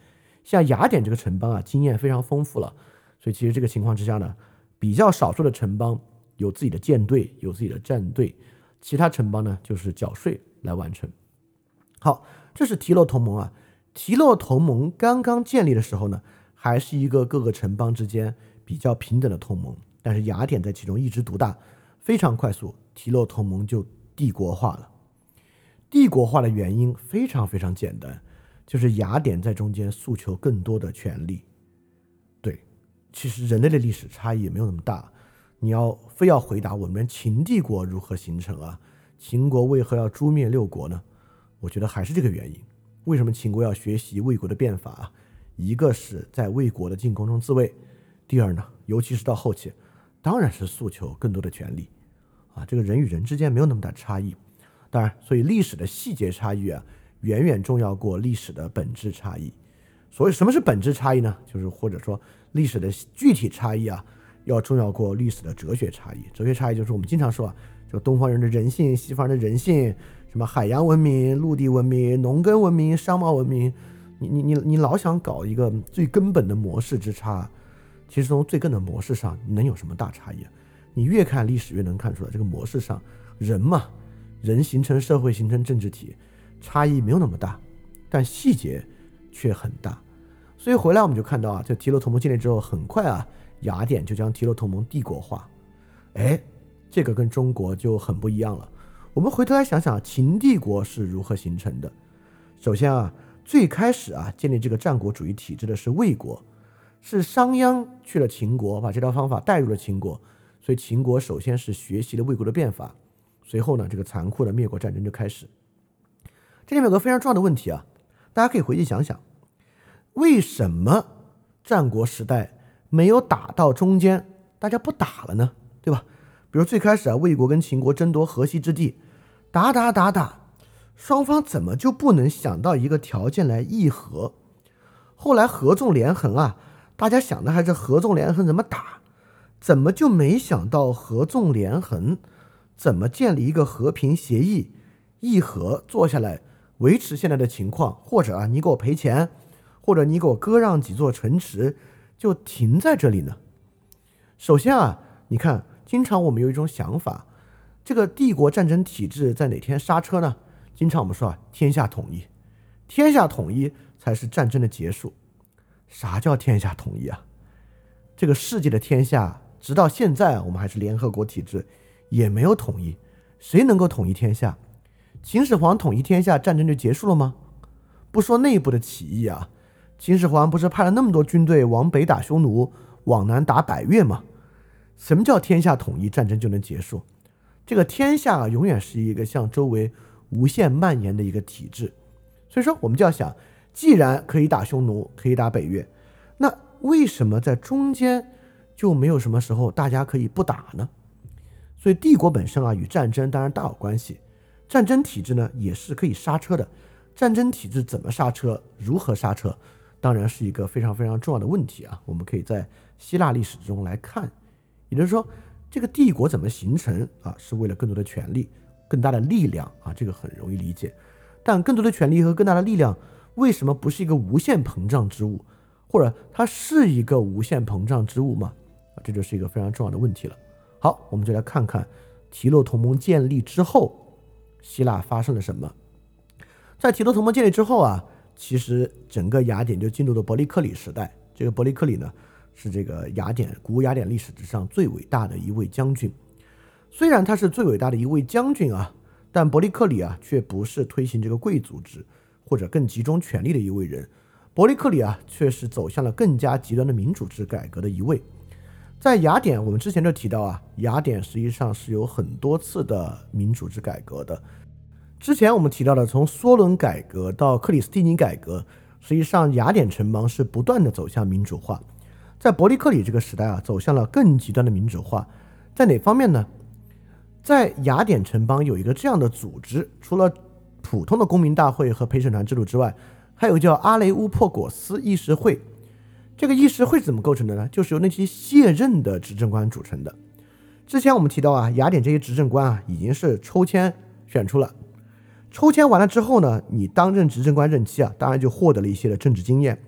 像雅典这个城邦啊，经验非常丰富了，所以其实这个情况之下呢，比较少数的城邦有自己的舰队，有自己的战队，其他城邦呢就是缴税来完成。好，这是提洛同盟啊。提洛同盟刚刚建立的时候呢，还是一个各个城邦之间比较平等的同盟，但是雅典在其中一枝独大，非常快速，提洛同盟就帝国化了。帝国化的原因非常非常简单，就是雅典在中间诉求更多的权利。对，其实人类的历史差异也没有那么大，你要非要回答我们秦帝国如何形成啊，秦国为何要诛灭六国呢？我觉得还是这个原因。为什么秦国要学习魏国的变法啊？一个是在魏国的进攻中自卫，第二呢，尤其是到后期，当然是诉求更多的权利啊。这个人与人之间没有那么大差异，当然，所以历史的细节差异啊，远远重要过历史的本质差异。所以什么是本质差异呢？就是或者说历史的具体差异啊，要重要过历史的哲学差异。哲学差异就是我们经常说啊，就东方人的人性，西方人的人性。什么海洋文明、陆地文明、农耕文明、商贸文明，你你你你老想搞一个最根本的模式之差，其实从最根本的模式上能有什么大差异啊？你越看历史越能看出来，这个模式上人嘛，人形成社会形成政治体，差异没有那么大，但细节却很大。所以回来我们就看到啊，这提洛同盟建立之后，很快啊，雅典就将提洛同盟帝国化。哎，这个跟中国就很不一样了。我们回头来想想，秦帝国是如何形成的？首先啊，最开始啊，建立这个战国主义体制的是魏国，是商鞅去了秦国，把这套方法带入了秦国，所以秦国首先是学习了魏国的变法，随后呢，这个残酷的灭国战争就开始。这里面有个非常重要的问题啊，大家可以回去想想，为什么战国时代没有打到中间，大家不打了呢？对吧？比如最开始啊，魏国跟秦国争夺河西之地，打打打打，双方怎么就不能想到一个条件来议和？后来合纵连横啊，大家想的还是合纵连横怎么打，怎么就没想到合纵连横怎么建立一个和平协议，议和坐下来维持现在的情况，或者啊你给我赔钱，或者你给我割让几座城池，就停在这里呢？首先啊，你看经常我们有一种想法，这个帝国战争体制在哪天刹车呢？经常我们说啊，天下统一，天下统一才是战争的结束。啥叫天下统一啊？这个世界的天下，直到现在我们还是联合国体制，也没有统一。谁能够统一天下？秦始皇统一天下，战争就结束了吗？不说内部的起义啊，秦始皇不是派了那么多军队往北打匈奴，往南打百越吗？什么叫天下统一，战争就能结束？这个天下永远是一个向周围无限蔓延的一个体制。所以说我们就要想，既然可以打匈奴，可以打北越，那为什么在中间就没有什么时候大家可以不打呢？所以帝国本身啊，与战争当然大有关系，战争体制呢也是可以刹车的。战争体制怎么刹车，如何刹车，当然是一个非常非常重要的问题啊。我们可以在希腊历史中来看，也就是说，这个帝国怎么形成啊，是为了更多的权力、更大的力量啊，这个很容易理解。但更多的权力和更大的力量，为什么不是一个无限膨胀之物，或者它是一个无限膨胀之物吗？啊，这就是一个非常重要的问题了。好，我们就来看看提洛同盟建立之后，希腊发生了什么。在提洛同盟建立之后啊，其实整个雅典就进入了伯利克里时代。这个伯利克里呢，是这个雅典古雅典历史之上最伟大的一位将军。虽然他是最伟大的一位将军啊，但伯利克里啊却不是推行这个贵族制或者更集中权力的一位人。伯利克里啊却是走向了更加极端的民主制改革的一位。在雅典，我们之前就提到啊，雅典实际上是有很多次的民主制改革的。之前我们提到的从梭伦改革到克里斯蒂尼改革，实际上雅典城邦是不断的走向民主化。在伯利克里这个时代啊，走向了更极端的民主化。在哪方面呢？在雅典城邦有一个这样的组织，除了普通的公民大会和陪审团制度之外，还有叫阿雷乌珀果斯议事会。这个议事会是怎么构成的呢？就是由那些卸任的执政官组成的。之前我们提到啊，雅典这些执政官啊已经是抽签选出了，抽签完了之后呢，你当任执政官任期啊，当然就获得了一些的政治经验。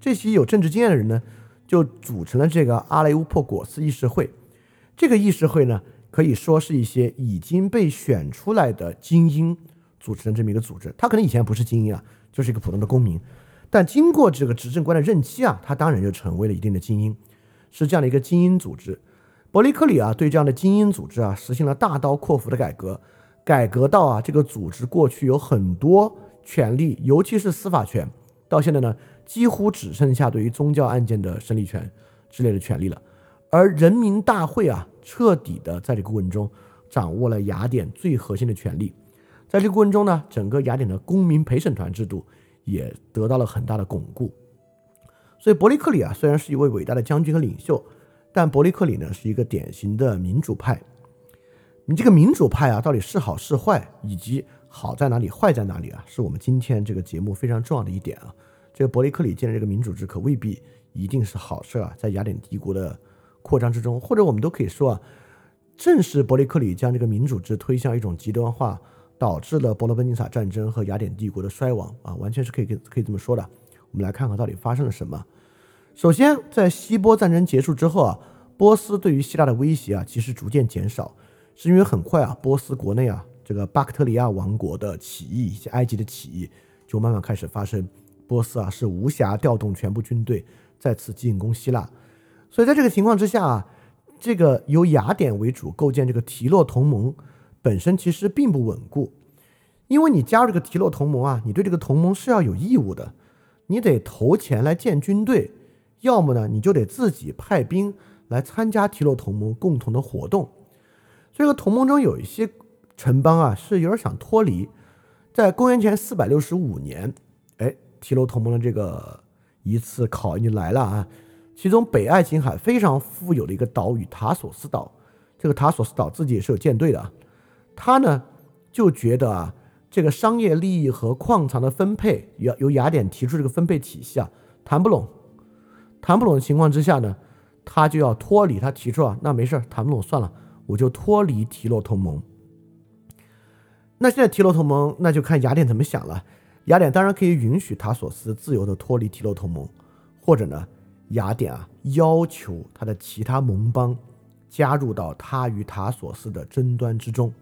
这些有政治经验的人呢，就组成了这个阿雷乌珀果斯议事会。这个议事会呢，可以说是一些已经被选出来的精英组成的这么一个组织。他可能以前不是精英啊，就是一个普通的公民，但经过这个执政官的任期啊，他当然就成为了一定的精英，是这样的一个精英组织。伯利克里啊，对这样的精英组织啊，实行了大刀阔斧的改革，改革到啊，这个组织过去有很多权利，尤其是司法权，到现在呢，几乎只剩下对于宗教案件的审理权之类的权利了。而人民大会啊，彻底的在这个过程中掌握了雅典最核心的权利。在这个过程中呢，整个雅典的公民陪审团制度也得到了很大的巩固。所以伯利克里啊，虽然是一位伟大的将军和领袖，但伯利克里呢是一个典型的民主派。你这个民主派啊，到底是好是坏，以及好在哪里，坏在哪里啊，是我们今天这个节目非常重要的一点啊。这个伯利克里建立这个民主制，可未必一定是好事啊，在雅典帝国的扩张之中，或者我们都可以说啊，正是伯利克里将这个民主制推向一种极端化，导致了伯罗奔尼撒战争和雅典帝国的衰亡啊，完全是可以可以这么说的。我们来看看到底发生了什么。首先，在希波战争结束之后啊，波斯对于希腊的威胁啊，其实逐渐减少，是因为很快啊，波斯国内啊，这个巴克特里亚王国的起义以及埃及的起义就慢慢开始发生，波斯啊是无暇调动全部军队再次进攻希腊。所以在这个情况之下啊，这个由雅典为主构建这个提洛同盟本身其实并不稳固，因为你加入这个提洛同盟啊，你对这个同盟是要有义务的，你得投钱来建军队，要么呢你就得自己派兵来参加提洛同盟共同的活动。这个同盟中有一些城邦啊是有点想脱离。在公元前四百六十五年，哎，提洛同盟的这个一次考验就来了啊。其中北爱琴海非常富有的一个岛屿塔索斯岛，这个塔索斯岛自己也是有舰队的啊，他呢就觉得啊，这个商业利益和矿藏的分配，由雅典提出这个分配体系啊，谈不拢，谈不拢的情况之下呢，他就要脱离，他提出啊，那没事，谈不拢算了，我就脱离提洛同盟。那现在提洛同盟，那就看雅典怎么想了。雅典当然可以允许塔索斯自由的脱离提洛同盟，或者呢，雅典啊要求他的其他盟邦加入到他与塔索斯的争端之中。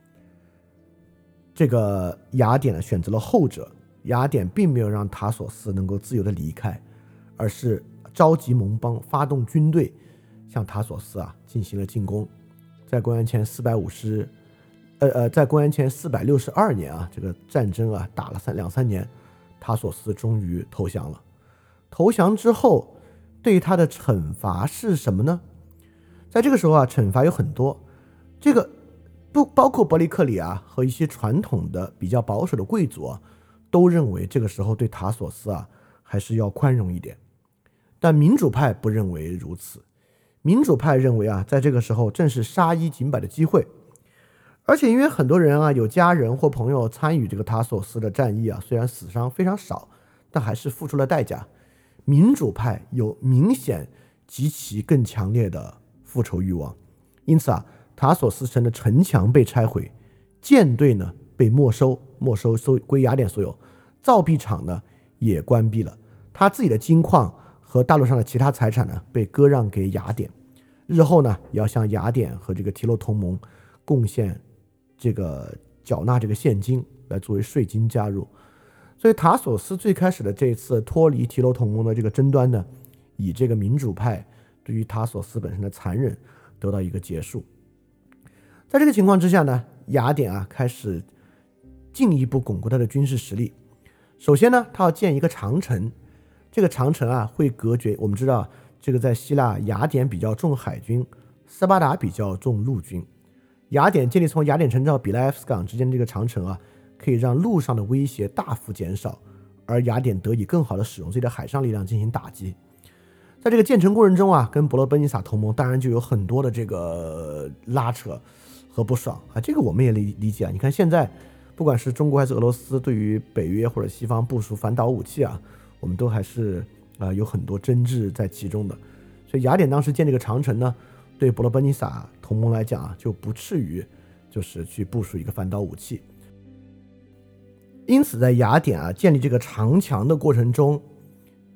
这个雅典呢选择了后者，雅典并没有让塔索斯能够自由的离开，而是召集盟邦发动军队向塔索斯啊进行了进攻。在公元前四百五十呃呃在公元前四百六十二年啊，这个战争啊打了三两三年，塔索斯终于投降了。投降之后对他的惩罚是什么呢？在这个时候啊，惩罚有很多，这个不包括伯利克里啊和一些传统的比较保守的贵族啊，都认为这个时候对塔索斯啊还是要宽容一点。但民主派不认为如此，民主派认为啊，在这个时候正是杀一儆百的机会。而且因为很多人啊有家人或朋友参与这个塔索斯的战役啊，虽然死伤非常少，但还是付出了代价。民主派有明显极其更强烈的复仇欲望，因此啊，塔索斯城的城墙被拆毁，舰队呢被没收，没收收归雅典所有，造币厂呢也关闭了，他自己的金矿和大陆上的其他财产呢被割让给雅典，日后呢也要向雅典和这个提洛同盟贡献这个缴纳这个现金来作为税金加入。所以塔索斯最开始的这次脱离提洛同盟的这个争端呢，以这个民主派对于塔索斯本身的残忍得到一个结束。在这个情况之下呢，雅典啊开始进一步巩固它的军事实力。首先呢，它要建一个长城，这个长城啊会隔绝，我们知道这个在希腊雅典比较重海军，斯巴达比较重陆军。雅典建立从雅典城到比莱夫斯港之间的这个长城啊，可以让陆上的威胁大幅减少，而雅典得以更好的使用自己的海上力量进行打击。在这个建成过程中啊，跟伯罗奔尼撒同盟当然就有很多的这个拉扯和不爽啊，这个我们也理理解啊。你看现在不管是中国还是俄罗斯对于北约或者西方部署反导武器啊，我们都还是啊、呃、有很多争执在其中的。所以雅典当时建这个长城呢，对伯罗奔尼撒同盟来讲啊，就不至于就是去部署一个反导武器。因此在雅典啊建立这个长墙的过程中，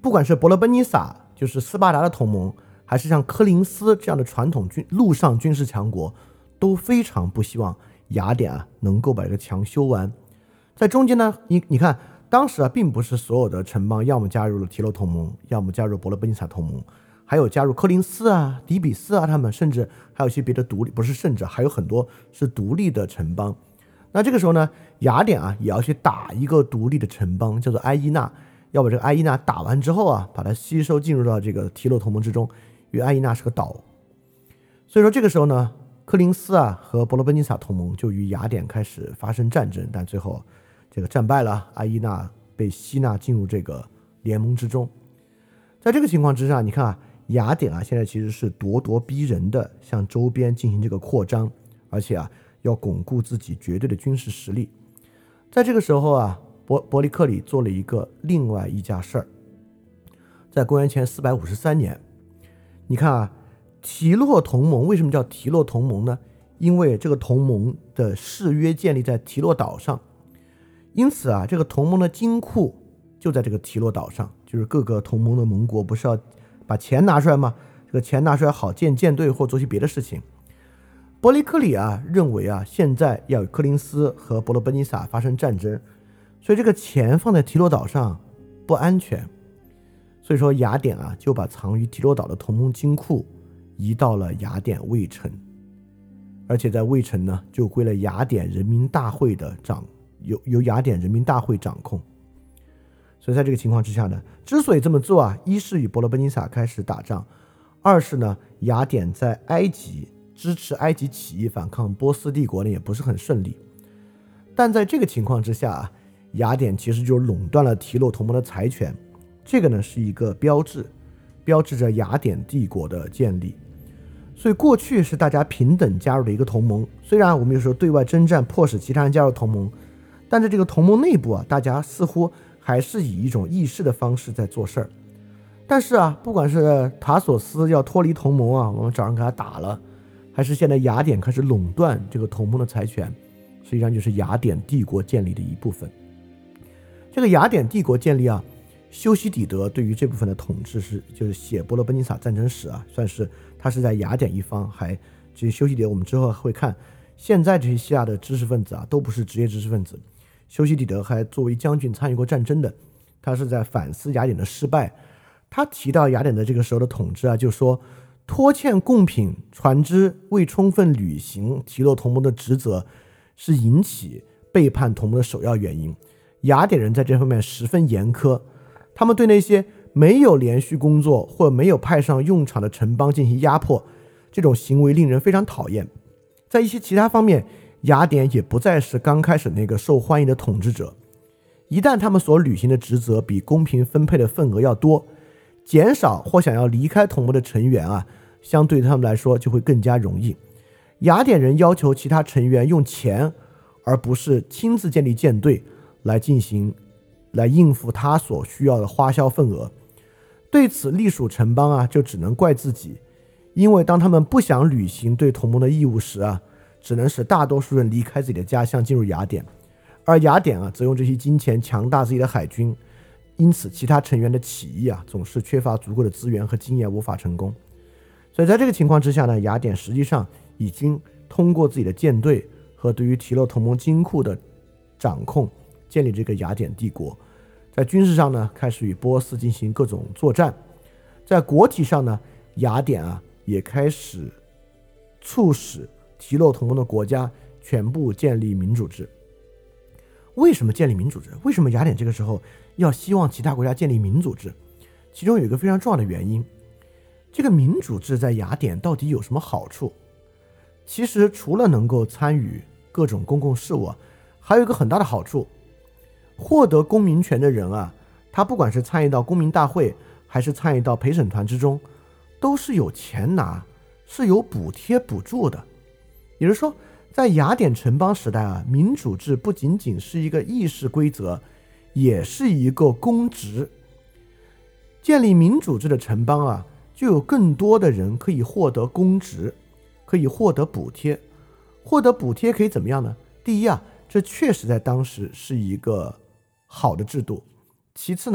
不管是伯罗奔尼撒，就是斯巴达的同盟，还是像柯林斯这样的传统军陆上军事强国，都非常不希望雅典啊能够把这个墙修完。在中间呢，你你看当时啊，并不是所有的城邦要么加入了提洛同盟，要么加入伯罗奔尼撒同盟，还有加入柯林斯啊、底比斯啊，他们甚至还有一些别的独立，不是甚至还有很多是独立的城邦。那这个时候呢，雅典啊也要去打一个独立的城邦，叫做埃伊纳，要把这个埃伊纳打完之后啊，把它吸收进入到这个提洛同盟之中，因为埃伊纳是个岛。所以说这个时候呢，柯林斯啊和伯罗奔尼撒同盟就与雅典开始发生战争，但最后这个战败了，埃伊纳被吸纳进入这个联盟之中。在这个情况之下，你看啊，雅典啊现在其实是咄咄逼人的向周边进行这个扩张，而且啊要巩固自己绝对的军事实力。在这个时候啊，伯伯利克里做了一个另外一家事儿。在公元前四百五十三年，你看啊，提洛同盟为什么叫提洛同盟呢？因为这个同盟的誓约建立在提洛岛上，因此啊，这个同盟的金库就在这个提洛岛上，就是各个同盟的盟国不是要把钱拿出来吗？这个钱拿出来好建舰队或做些别的事情。伯利克里啊认为啊，现在要与柯林斯和伯罗奔尼撒发生战争，所以这个钱放在提洛岛上不安全，所以说雅典啊就把藏于提洛岛的同盟金库移到了雅典卫城，而且在卫城呢就归了雅典人民大会的掌由由雅典人民大会掌控。所以在这个情况之下呢，之所以这么做啊，一是与伯罗奔尼撒开始打仗，二是呢雅典在埃及支持埃及起义反抗波斯帝国呢也不是很顺利。但在这个情况之下啊，雅典其实就垄断了提洛同盟的财权，这个呢是一个标志，标志着雅典帝国的建立。所以过去是大家平等加入的一个同盟，虽然我们有时候对外征战迫使其他人加入同盟，但在这个同盟内部啊，大家似乎还是以一种议事的方式在做事儿。但是啊，不管是塔索斯要脱离同盟啊，我们找人给他打了，还是现在雅典开始垄断这个同盟的财权，实际上就是雅典帝国建立的一部分。这个雅典帝国建立啊，修昔底德对于这部分的统治是就是写伯罗奔尼撒战争史啊，算是他是在雅典一方，还这些修昔底德我们之后会看，现在这些希腊的知识分子啊都不是职业知识分子，修昔底德还作为将军参与过战争的，他是在反思雅典的失败。他提到雅典的这个时候的统治啊，就说拖欠贡品船只未充分履行提洛同盟的职责，是引起背叛同盟的首要原因。雅典人在这方面十分严苛，他们对那些没有连续工作或没有派上用场的城邦进行压迫，这种行为令人非常讨厌。在一些其他方面，雅典也不再是刚开始那个受欢迎的统治者。一旦他们所履行的职责比公平分配的份额要多，减少或想要离开同盟的成员啊，相对他们来说就会更加容易。雅典人要求其他成员用钱而不是亲自建立舰队来进行来应付他所需要的花销份额。对此隶属城邦啊就只能怪自己，因为当他们不想履行对同盟的义务时啊，只能使大多数人离开自己的家乡进入雅典，而雅典啊则用这些金钱强大自己的海军，因此其他成员的起义啊总是缺乏足够的资源和经验，无法成功。所以在这个情况之下呢，雅典实际上已经通过自己的舰队和对于提洛同盟金库的掌控，建立这个雅典帝国。在军事上呢，开始与波斯进行各种作战。在国体上呢，雅典啊也开始促使提洛同盟的国家全部建立民主制。为什么建立民主制？为什么雅典这个时候要希望其他国家建立民主制？其中有一个非常重要的原因，这个民主制在雅典到底有什么好处？其实除了能够参与各种公共事务，还有一个很大的好处，获得公民权的人啊，他不管是参与到公民大会还是参与到陪审团之中，都是有钱拿，是有补贴补助的。也就是说，在雅典城邦时代啊，民主制不仅仅是一个议事规则，也是一个公职。建立民主制的城邦啊，就有更多的人可以获得公职，可以获得补贴。获得补贴可以怎么样呢？第一啊，这确实在当时是一个好的制度。其次呢，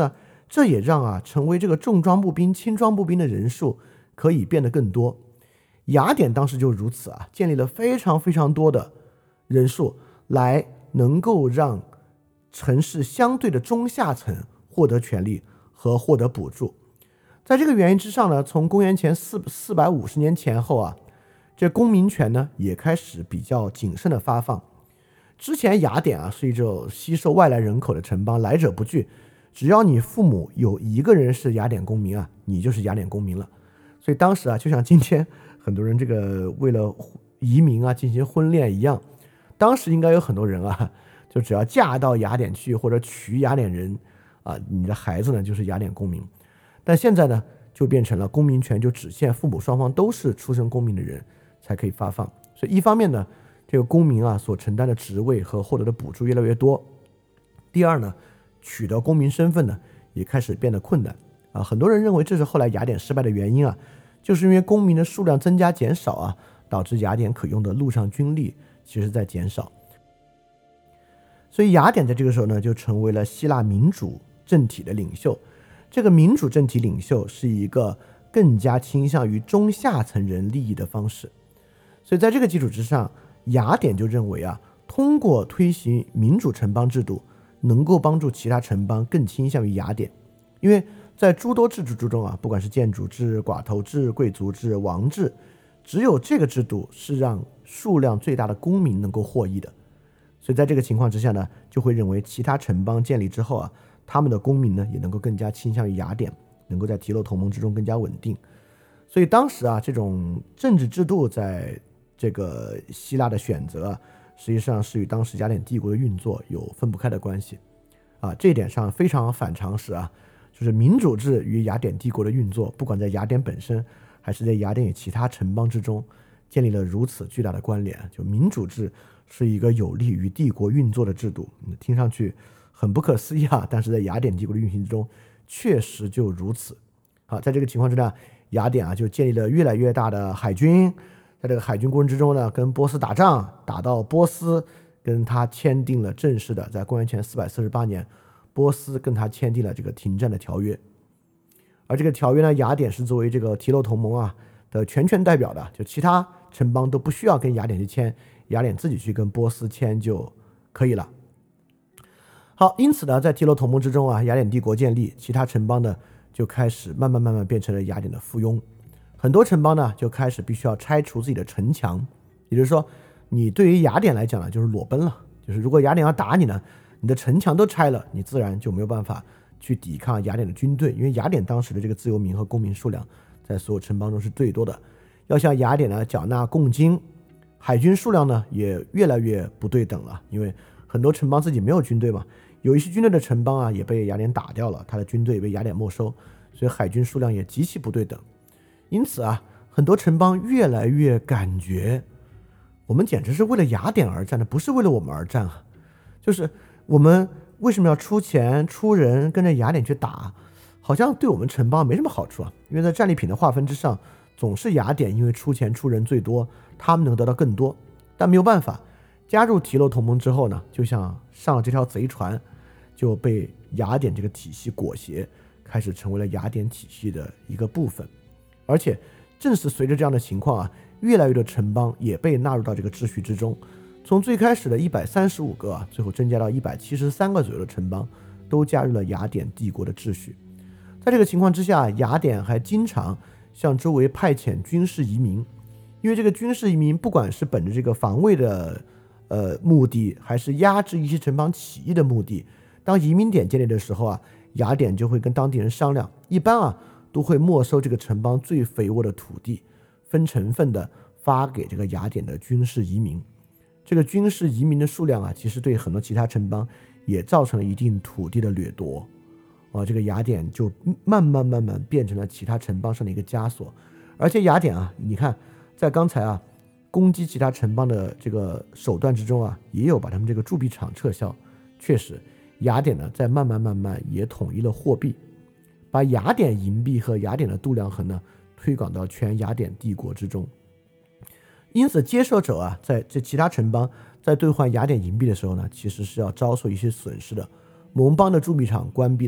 这也让啊成为这个重装步兵、轻装步兵的人数可以变得更多。雅典当时就如此啊，建立了非常非常多的人数，来能够让城市相对的中下层获得权利和获得补助。在这个原因之上呢，从公元前四四百五十年前后啊，这公民权呢也开始比较谨慎的发放。之前雅典啊是一种吸收外来人口的城邦，来者不拒，只要你父母有一个人是雅典公民啊，你就是雅典公民了。所以当时啊，就像今天很多人这个为了移民啊进行婚恋一样，当时应该有很多人啊，就只要嫁到雅典去或者娶雅典人啊，你的孩子呢就是雅典公民。但现在呢，就变成了公民权就只限父母双方都是出生公民的人才可以发放。所以一方面呢，这个公民啊所承担的职位和获得的补助越来越多。第二呢，取得公民身份呢也开始变得困难啊。很多人认为这是后来雅典失败的原因啊，就是因为公民的数量增加减少啊，导致雅典可用的陆上军力其实在减少。所以雅典在这个时候呢，就成为了希腊民主政体的领袖。这个民主政体领袖是一个更加倾向于中下层人利益的方式。所以在这个基础之上，雅典就认为啊，通过推行民主城邦制度，能够帮助其他城邦更倾向于雅典。因为在诸多制度之中啊，不管是建主制、寡头制、贵族制、王制，只有这个制度是让数量最大的公民能够获益的。所以在这个情况之下呢，就会认为其他城邦建立之后啊，他们的公民呢也能够更加倾向于雅典，能够在提洛同盟之中更加稳定。所以当时啊，这种政治制度在这个希腊的选择啊，实际上是与当时雅典帝国的运作有分不开的关系啊。这一点上非常反常识啊，就是民主制与雅典帝国的运作，不管在雅典本身还是在雅典与其他城邦之中，建立了如此巨大的关联。就民主制是一个有利于帝国运作的制度，听上去很不可思议啊，但是在雅典帝国的运行之中确实就如此。好，在这个情况之下，雅典啊就建立了越来越大的海军，在这个海军过程之中呢，跟波斯打仗，打到波斯跟他签订了正式的，在公元前四百四十八年，波斯跟他签订了这个停战的条约。而这个条约呢，雅典是作为这个提洛同盟啊的全权代表的，就其他城邦都不需要跟雅典去签，雅典自己去跟波斯签就可以了。好，因此呢，在提洛同盟之中啊，雅典帝国建立，其他城邦呢就开始慢慢慢慢变成了雅典的附庸。很多城邦呢就开始必须要拆除自己的城墙，也就是说，你对于雅典来讲呢，就是裸奔了。就是如果雅典要打你呢，你的城墙都拆了，你自然就没有办法去抵抗雅典的军队，因为雅典当时的这个自由民和公民数量在所有城邦中是最多的。要向雅典呢缴纳贡金，海军数量呢也越来越不对等了，因为很多城邦自己没有军队嘛。有一些军队的城邦啊也被雅典打掉了，他的军队也被雅典没收，所以海军数量也极其不对等。因此啊，很多城邦越来越感觉我们简直是为了雅典而战的，不是为了我们而战啊。就是我们为什么要出钱出人跟着雅典去打，好像对我们城邦没什么好处啊。因为在战利品的划分之上，总是雅典因为出钱出人最多，他们能得到更多。但没有办法，加入提洛同盟之后呢，就像上了这条贼船，就被雅典这个体系裹挟，开始成为了雅典体系的一个部分。而且正是随着这样的情况啊，越来越多城邦也被纳入到这个秩序之中。从最开始的一百三十五个啊，最后增加到一百七十三个左右的城邦，都加入了雅典帝国的秩序。在这个情况之下，雅典还经常向周围派遣军事移民，因为这个军事移民不管是本着这个防卫的呃目的，还是压制一些城邦起义的目的，当移民点建立的时候啊，雅典就会跟当地人商量，一般啊都会没收这个城邦最肥沃的土地，分成分的发给这个雅典的军事移民。这个军事移民的数量啊，其实对很多其他城邦也造成了一定土地的掠夺。啊，这个雅典就慢慢慢慢变成了其他城邦上的一个枷锁。而且雅典啊，你看在刚才啊攻击其他城邦的这个手段之中啊，也有把他们这个铸币厂撤销。确实，雅典呢在慢慢慢慢也统一了货币，把雅典银币和雅典的度量衡呢推广到全雅典帝国之中。因此接受者啊，在这其他城邦在兑换雅典银币的时候呢，其实是要遭受一些损失的。盟邦的铸币厂关闭的，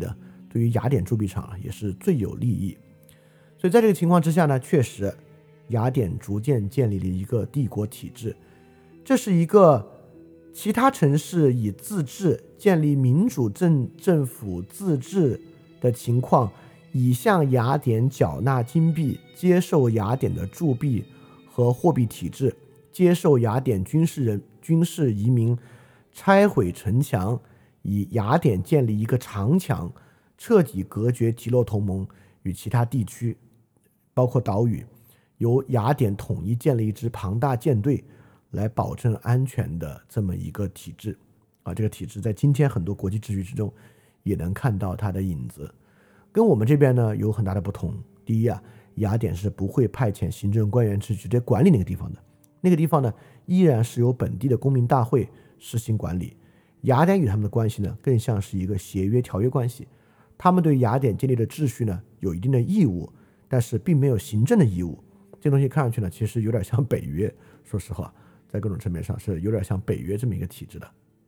对于雅典铸币厂啊也是最有利益。所以在这个情况之下呢，确实雅典逐渐建立了一个帝国体制，这是一个其他城市以自治建立民主政政府自治的情况，以向雅典缴纳金币，接受雅典的铸币和货币体制，接受雅典军事人军事移民，拆毁城墙，以雅典建立一个长墙，彻底隔绝提洛同盟与其他地区，包括岛屿，由雅典统一建立一支庞大舰队来保证安全的这么一个体制啊，这个体制在今天很多国际秩序之中也能看到它的影子。跟我们这边呢有很大的不同。第一啊，雅典是不会派遣行政官员去直接管理那个地方的，那个地方呢依然是由本地的公民大会实行管理。雅典与他们的关系呢更像是一个协约条约关系，他们对雅典建立的秩序呢有一定的义务，但是并没有行政的义务。这东西看上去呢其实有点像北约，说实话在各种层面上是有点像北约这么一个体制的。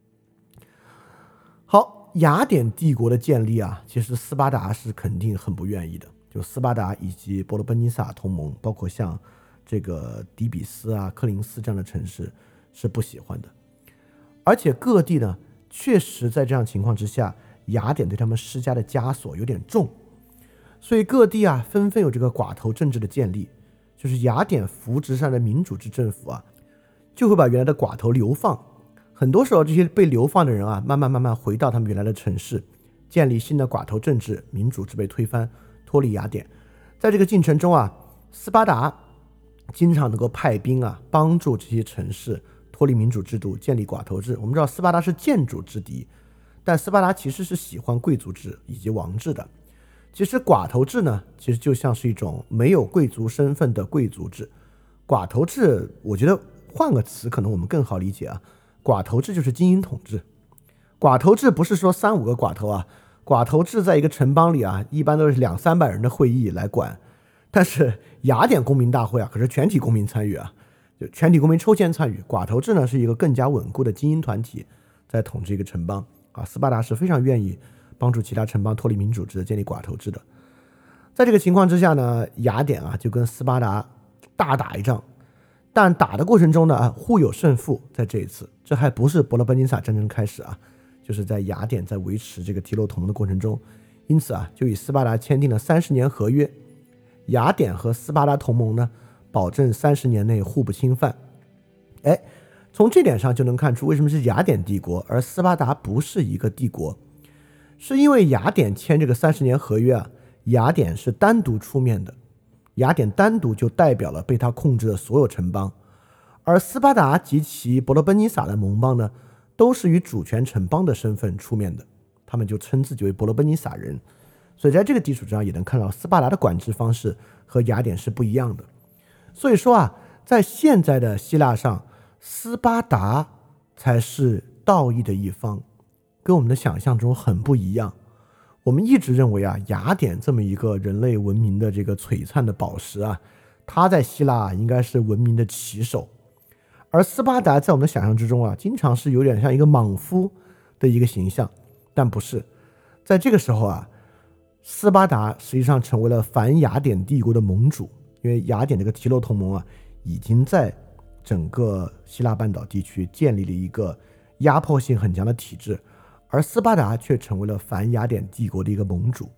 好，雅典帝国的建立啊，其实斯巴达是肯定很不愿意的，就斯巴达以及伯罗奔尼撒同盟，包括像这个底比斯啊、科林斯这样的城市是不喜欢的。而且各地呢确实在这样情况之下，雅典对他们施加的枷锁有点重，所以各地啊纷纷有这个寡头政治的建立，就是雅典扶植上的民主制政府啊就会把原来的寡头流放，很多时候这些被流放的人啊慢慢慢慢回到他们原来的城市，建立新的寡头政治，民主制被推翻，脱离雅典。在这个进程中啊，斯巴达经常能够派兵啊帮助这些城市脱离民主制度，建立寡头制。我们知道斯巴达是建主之敌，但斯巴达其实是喜欢贵族制以及王制的。其实寡头制呢其实就像是一种没有贵族身份的贵族制。寡头制我觉得换个词可能我们更好理解啊，寡头制就是精英统治。寡头制不是说三五个寡头啊，寡头制在一个城邦里啊一般都是两三百人的会议来管，但是雅典公民大会啊可是全体公民参与啊，就全体公民抽签参与。寡头制呢是一个更加稳固的精英团体在统治一个城邦啊，斯巴达是非常愿意帮助其他城邦脱离民主制，建立寡头制的。在这个情况之下呢，雅典啊就跟斯巴达大打一仗，但打的过程中呢啊互有胜负。在这一次这还不是伯罗奔尼撒战争开始啊，就是在雅典在维持这个提洛同盟的过程中，因此啊就与斯巴达签订了三十年合约。雅典和斯巴达同盟呢保证三十年内互不侵犯。哎，从这点上就能看出为什么是雅典帝国而斯巴达不是一个帝国，是因为雅典签这个三十年合约啊，雅典是单独出面的，雅典单独就代表了被他控制的所有城邦，而斯巴达及其伯罗奔尼撒的盟邦呢都是以主权城邦的身份出面的，他们就称自己为伯罗奔尼撒人。所以在这个基础上也能看到斯巴达的管制方式和雅典是不一样的。所以说啊，在现在的希腊上，斯巴达才是道义的一方，跟我们的想象中很不一样。我们一直认为啊，雅典这么一个人类文明的这个璀璨的宝石啊，它在希腊、啊、应该是文明的旗手，而斯巴达在我们的想象之中啊，经常是有点像一个莽夫的一个形象，但不是。在这个时候啊，斯巴达实际上成为了反雅典帝国的盟主，因为雅典这个提洛同盟啊，已经在整个希腊半岛地区建立了一个压迫性很强的体制，而斯巴达却成为了反雅典帝国的一个盟主。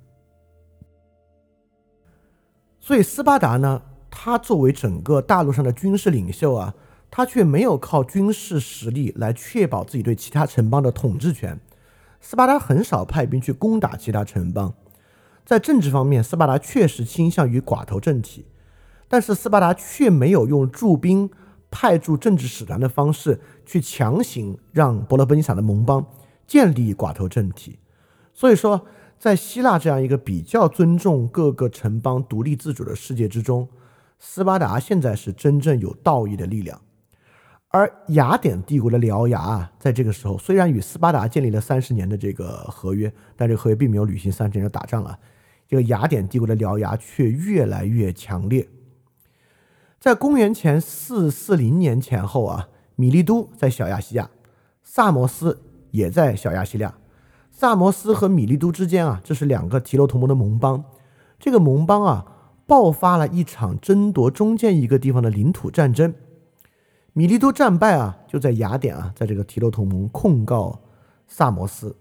所以斯巴达呢，他作为整个大陆上的军事领袖啊，他却没有靠军事实力来确保自己对其他城邦的统治权。斯巴达很少派兵去攻打其他城邦。在政治方面，斯巴达确实倾向于寡头政体，但是斯巴达却没有用驻兵派驻政治使团的方式去强行让伯罗奔尼撒的盟邦建立寡头政体。所以说在希腊这样一个比较尊重各个城邦独立自主的世界之中，斯巴达现在是真正有道义的力量。而雅典帝国的獠牙啊，在这个时候虽然与斯巴达建立了三十年的这个合约，但这个合约并没有履行三十年就打仗了，这个雅典帝国的獠牙却越来越强烈。在公元前四四零年前后啊，米利都在小亚细亚，萨摩斯也在小亚细亚， 萨摩斯和米利都之间啊，这是两个提罗同盟的盟邦。这个盟邦啊，爆发了一场争夺中间一个地方的领土战争。米利都战败啊，就在雅典啊，在这个提罗同盟控告萨摩斯。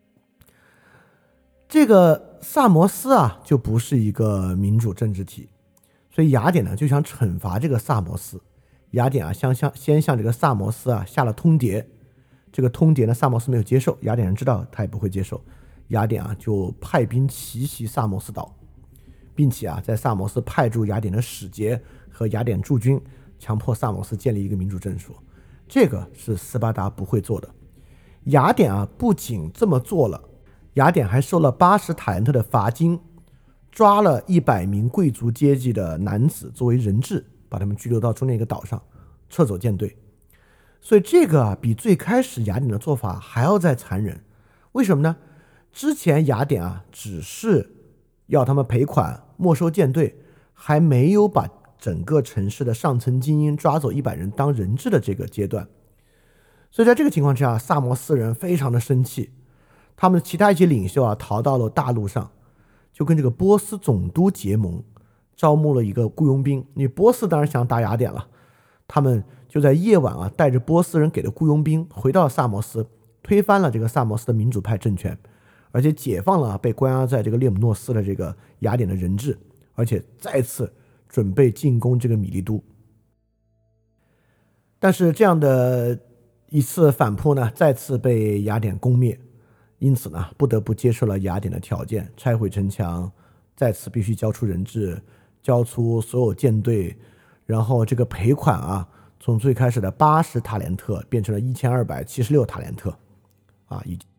这个萨摩斯啊，就不是一个民主政治体，所以雅典呢就想惩罚这个萨摩斯。雅典啊，先向先向这个萨摩斯啊下了通牒。这个通牒呢，萨摩斯没有接受，雅典人知道他也不会接受，雅典啊就派兵奇袭萨摩斯岛，并且啊在萨摩斯派驻雅典的使节和雅典驻军，强迫萨摩斯建立一个民主政府。这个是斯巴达不会做的。雅典啊不仅这么做了，雅典还收了八十塔兰特的罚金，抓了一百名贵族阶级的男子作为人质，把他们拘留到中间一个岛上，撤走舰队。所以这个啊，比最开始雅典的做法还要再残忍。为什么呢？之前雅典啊，只是要他们赔款、没收舰队，还没有把整个城市的上层精英抓走一百人当人质的这个阶段。所以在这个情况之下，萨摩斯人非常的生气，他们的其他一些领袖啊，逃到了大陆上，就跟这个波斯总督结盟，招募了一个雇佣兵。因为波斯当然想打雅典了，他们就在夜晚啊，带着波斯人给的雇佣兵回到萨摩斯，推翻了这个萨摩斯的民主派政权，而且解放了被关押在这个列姆诺斯的这个雅典的人质，而且再次准备进攻这个米利都。但是这样的一次反扑呢，再次被雅典攻灭，因此呢，不得不接受了雅典的条件，拆毁城墙，再次必须交出人质，交出所有舰队，然后这个赔款啊，从最开始的八十塔连特变成了一千二百七十六塔连特啊。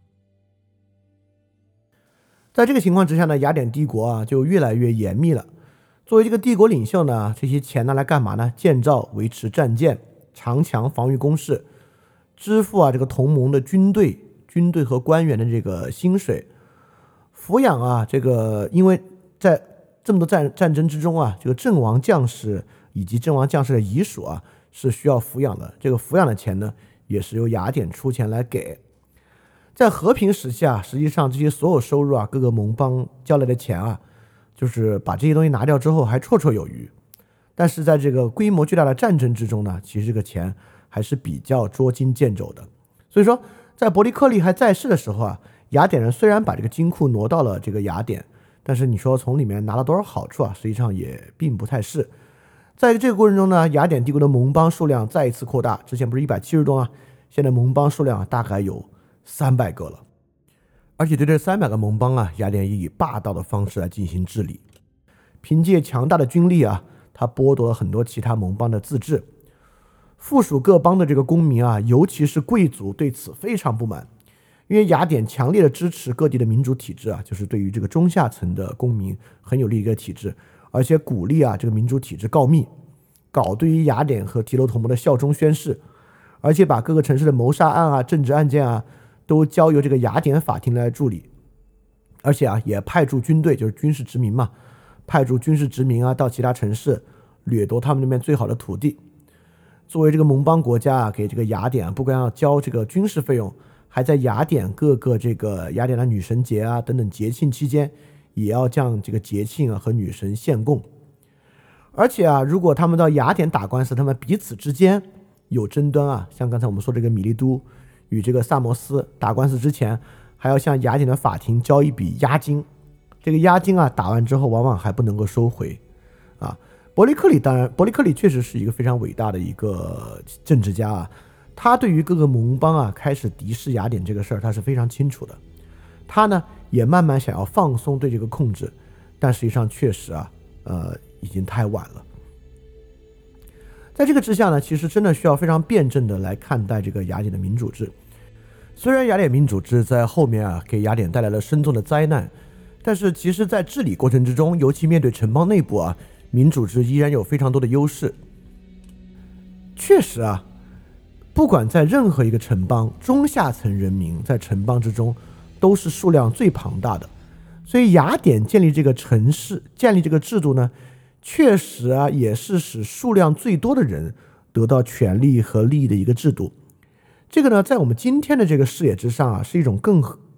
在这个情况之下呢，雅典帝国啊就越来越严密了。作为这个帝国领袖呢，这些钱拿来干嘛呢？建造、维持战舰、长墙、防御工事，支付啊这个同盟的军队、军队和官员的这个薪水，抚养啊这个，因为在这么多战战争之中啊，这个阵亡将士以及阵亡将士的遗属啊是需要抚养的。这个抚养的钱呢，也是由雅典出钱来给。在和平时期啊，实际上这些所有收入啊，各个盟邦交来的钱啊，就是把这些东西拿掉之后还绰绰有余。但是在这个规模巨大的战争之中呢，其实这个钱还是比较捉襟见肘的。所以说，在伯利克利还在世的时候啊，雅典人虽然把这个金库挪到了这个雅典，但是你说从里面拿了多少好处啊，实际上也并不太是。在这个过程中呢，雅典帝国的盟邦数量再一次扩大，之前不是一百七十多啊，现在盟邦数量啊大概有三百个了。而且对这三百个盟邦啊，雅典以霸道的方式来进行治理，凭借强大的军力啊，他剥夺了很多其他盟邦的自治。附属各邦的这个公民啊，尤其是贵族对此非常不满，因为雅典强烈的支持各地的民主体制啊，就是对于这个中下层的公民很有利的一个体制，而且鼓励啊这个民主体制告密，搞对于雅典和提罗同盟的效忠宣誓，而且把各个城市的谋杀案啊、政治案件啊都交由这个雅典法庭来处理，而且啊也派驻军队，就是军事殖民嘛，派驻军事殖民啊到其他城市掠夺他们那边最好的土地。作为这个盟邦国家啊，给这个雅典啊，不光要交这个军事费用，还在雅典各个这个雅典的女神节啊等等节庆期间，也要将这个节庆啊和女神献贡。而且啊，如果他们到雅典打官司，他们彼此之间有争端啊，像刚才我们说这个米利都与这个萨摩斯打官司之前，还要向雅典的法庭交一笔押金。这个押金啊，打完之后往往还不能够收回啊。伯利克里当然，伯利克里确实是一个非常伟大的一个政治家啊，他对于各个盟邦啊开始敌视雅典这个事儿，他是非常清楚的。他呢也慢慢想要放松对这个控制，但实际上确实啊，呃，已经太晚了。在这个之下呢，其实真的需要非常辩证的来看待这个雅典的民主制。虽然雅典民主制在后面啊给雅典带来了深重的灾难，但是其实在治理过程之中，尤其面对城邦内部啊，民主制依然有非常多的优势。确实啊，不管在任何一个城邦，中下层人民在城邦之中都是数量最庞大的，所以雅典建立这个城市、建立这个制度呢，确实啊也是使数量最多的人得到权利和利益的一个制度。这个呢，在我们今天的这个视野之上啊，是一种更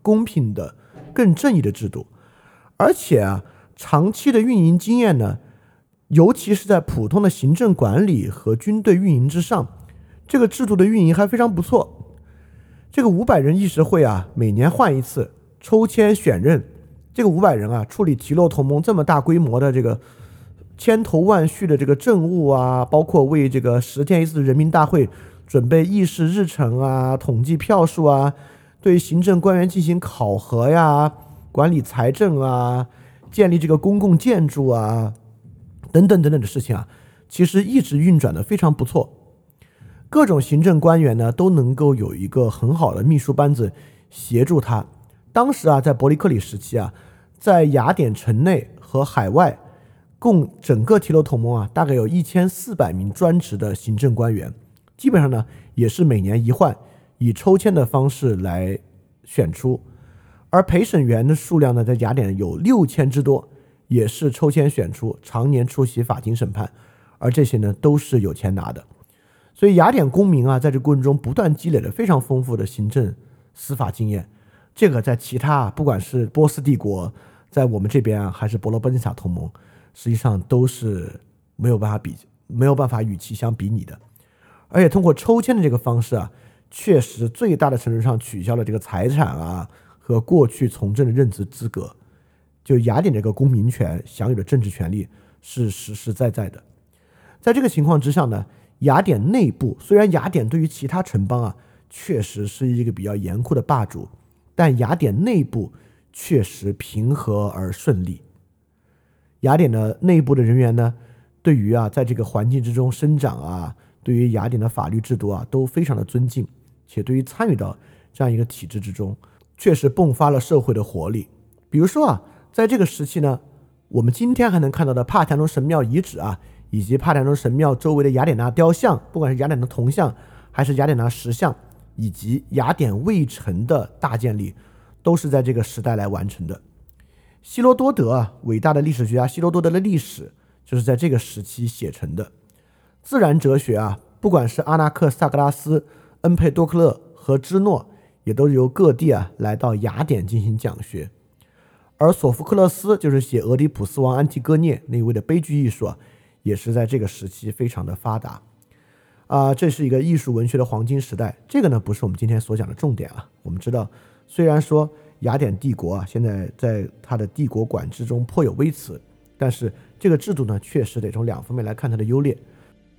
公平的、更正义的制度。而且啊，长期的运营经验呢，尤其是在普通的行政管理和军队运营之上，这个制度的运营还非常不错。这个五百人议事会啊，每年换一次，抽签选任。这个五百人啊，处理提洛同盟这么大规模的这个千头万绪的这个政务啊，包括为这个十天一次的人民大会准备议事日程啊，统计票数啊，对行政官员进行考核呀，管理财政啊，建立这个公共建筑啊，等等等等的事情啊，其实一直运转的非常不错。各种行政官员呢，都能够有一个很好的秘书班子协助他。当时啊，在伯利克里时期啊，在雅典城内和海外，共整个提洛同盟啊，大概有一千四百名专职的行政官员，基本上呢也是每年一换，以抽签的方式来选出。而陪审员的数量呢，在雅典有六千之多，也是抽签选出，常年出席法庭审判，而这些呢都是有钱拿的。所以雅典公民啊，在这个过程中不断积累了非常丰富的行政司法经验。这个在其他不管是波斯帝国，在我们这边啊，还是伯罗奔尼撒同盟，实际上都是没有办法比没有办法与其相比拟的。而且通过抽签的这个方式啊，确实最大的程度上取消了这个财产啊和过去从政的任职资格。就雅典这个公民权享有的政治权利是实实在在的。在这个情况之上呢，雅典内部虽然雅典对于其他城邦啊确实是一个比较严酷的霸主，但雅典内部确实平和而顺利。雅典的内部的人员呢，对于啊在这个环境之中生长啊，对于雅典的法律制度啊都非常的尊敬，且对于参与到这样一个体制之中，确实迸发了社会的活力。比如说啊，在这个时期呢，我们今天还能看到的帕台农神庙遗址啊，以及帕台农神庙周围的雅典娜雕像，不管是雅典的铜像还是雅典娜石像，以及雅典卫城的大建立，都是在这个时代来完成的。希罗多德啊，伟大的历史学家希罗多德的历史就是在这个时期写成的。自然哲学啊，不管是阿纳克萨格拉斯、恩佩多克勒和芝诺，也都是由各地啊来到雅典进行讲学。而索福克勒斯就是写俄狄浦斯王安提戈涅那一位的悲剧艺术啊，也是在这个时期非常的发达。啊、呃，这是一个艺术文学的黄金时代。这个呢，不是我们今天所讲的重点啊。我们知道，虽然说雅典帝国啊，现在在它的帝国管制中颇有微词，但是这个制度呢，确实得从两方面来看它的优劣。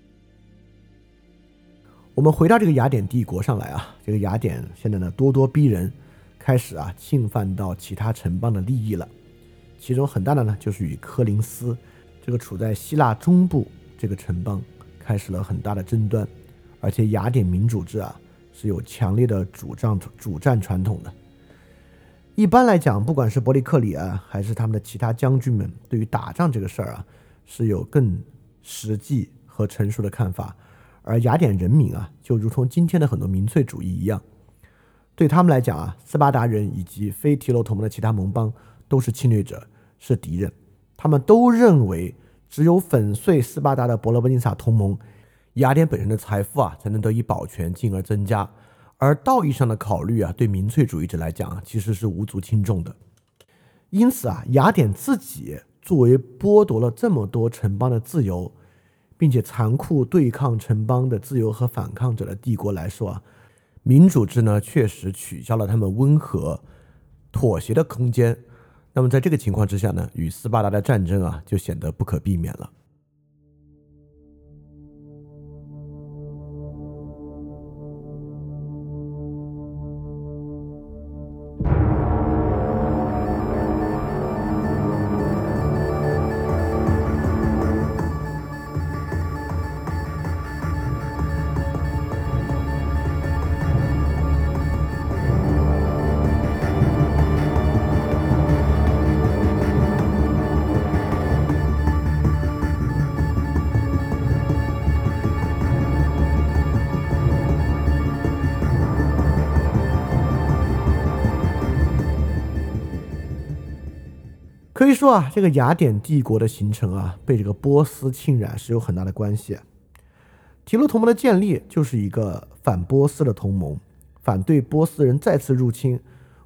我们回到这个雅典帝国上来啊，这个雅典现在呢咄咄逼人，开始啊侵犯到其他城邦的利益了。其中很大的呢，就是与科林斯这个处在希腊中部这个城邦开始了很大的争端，而且雅典民主制啊是有强烈的主战主战传统的。一般来讲，不管是伯利克里啊，还是他们的其他将军们，对于打仗这个事儿啊，是有更实际和成熟的看法。而雅典人民啊，就如同今天的很多民粹主义一样，对他们来讲啊，斯巴达人以及非提洛同盟的其他盟邦都是侵略者，是敌人。他们都认为，只有粉碎斯巴达的伯罗奔尼撒同盟，雅典本身的财富啊才能得以保全，进而增加。而道义上的考虑啊，对民粹主义者来讲啊，其实是无足轻重的。因此啊，雅典自己作为剥夺了这么多城邦的自由，并且残酷对抗城邦的自由和反抗者的帝国来说啊，民主制呢确实取消了他们温和妥协的空间。那么在这个情况之下呢，与斯巴达的战争啊就显得不可避免了。可以说啊，这个雅典帝国的形成啊，被这个波斯侵染是有很大的关系。提洛同盟的建立就是一个反波斯的同盟，反对波斯人再次入侵，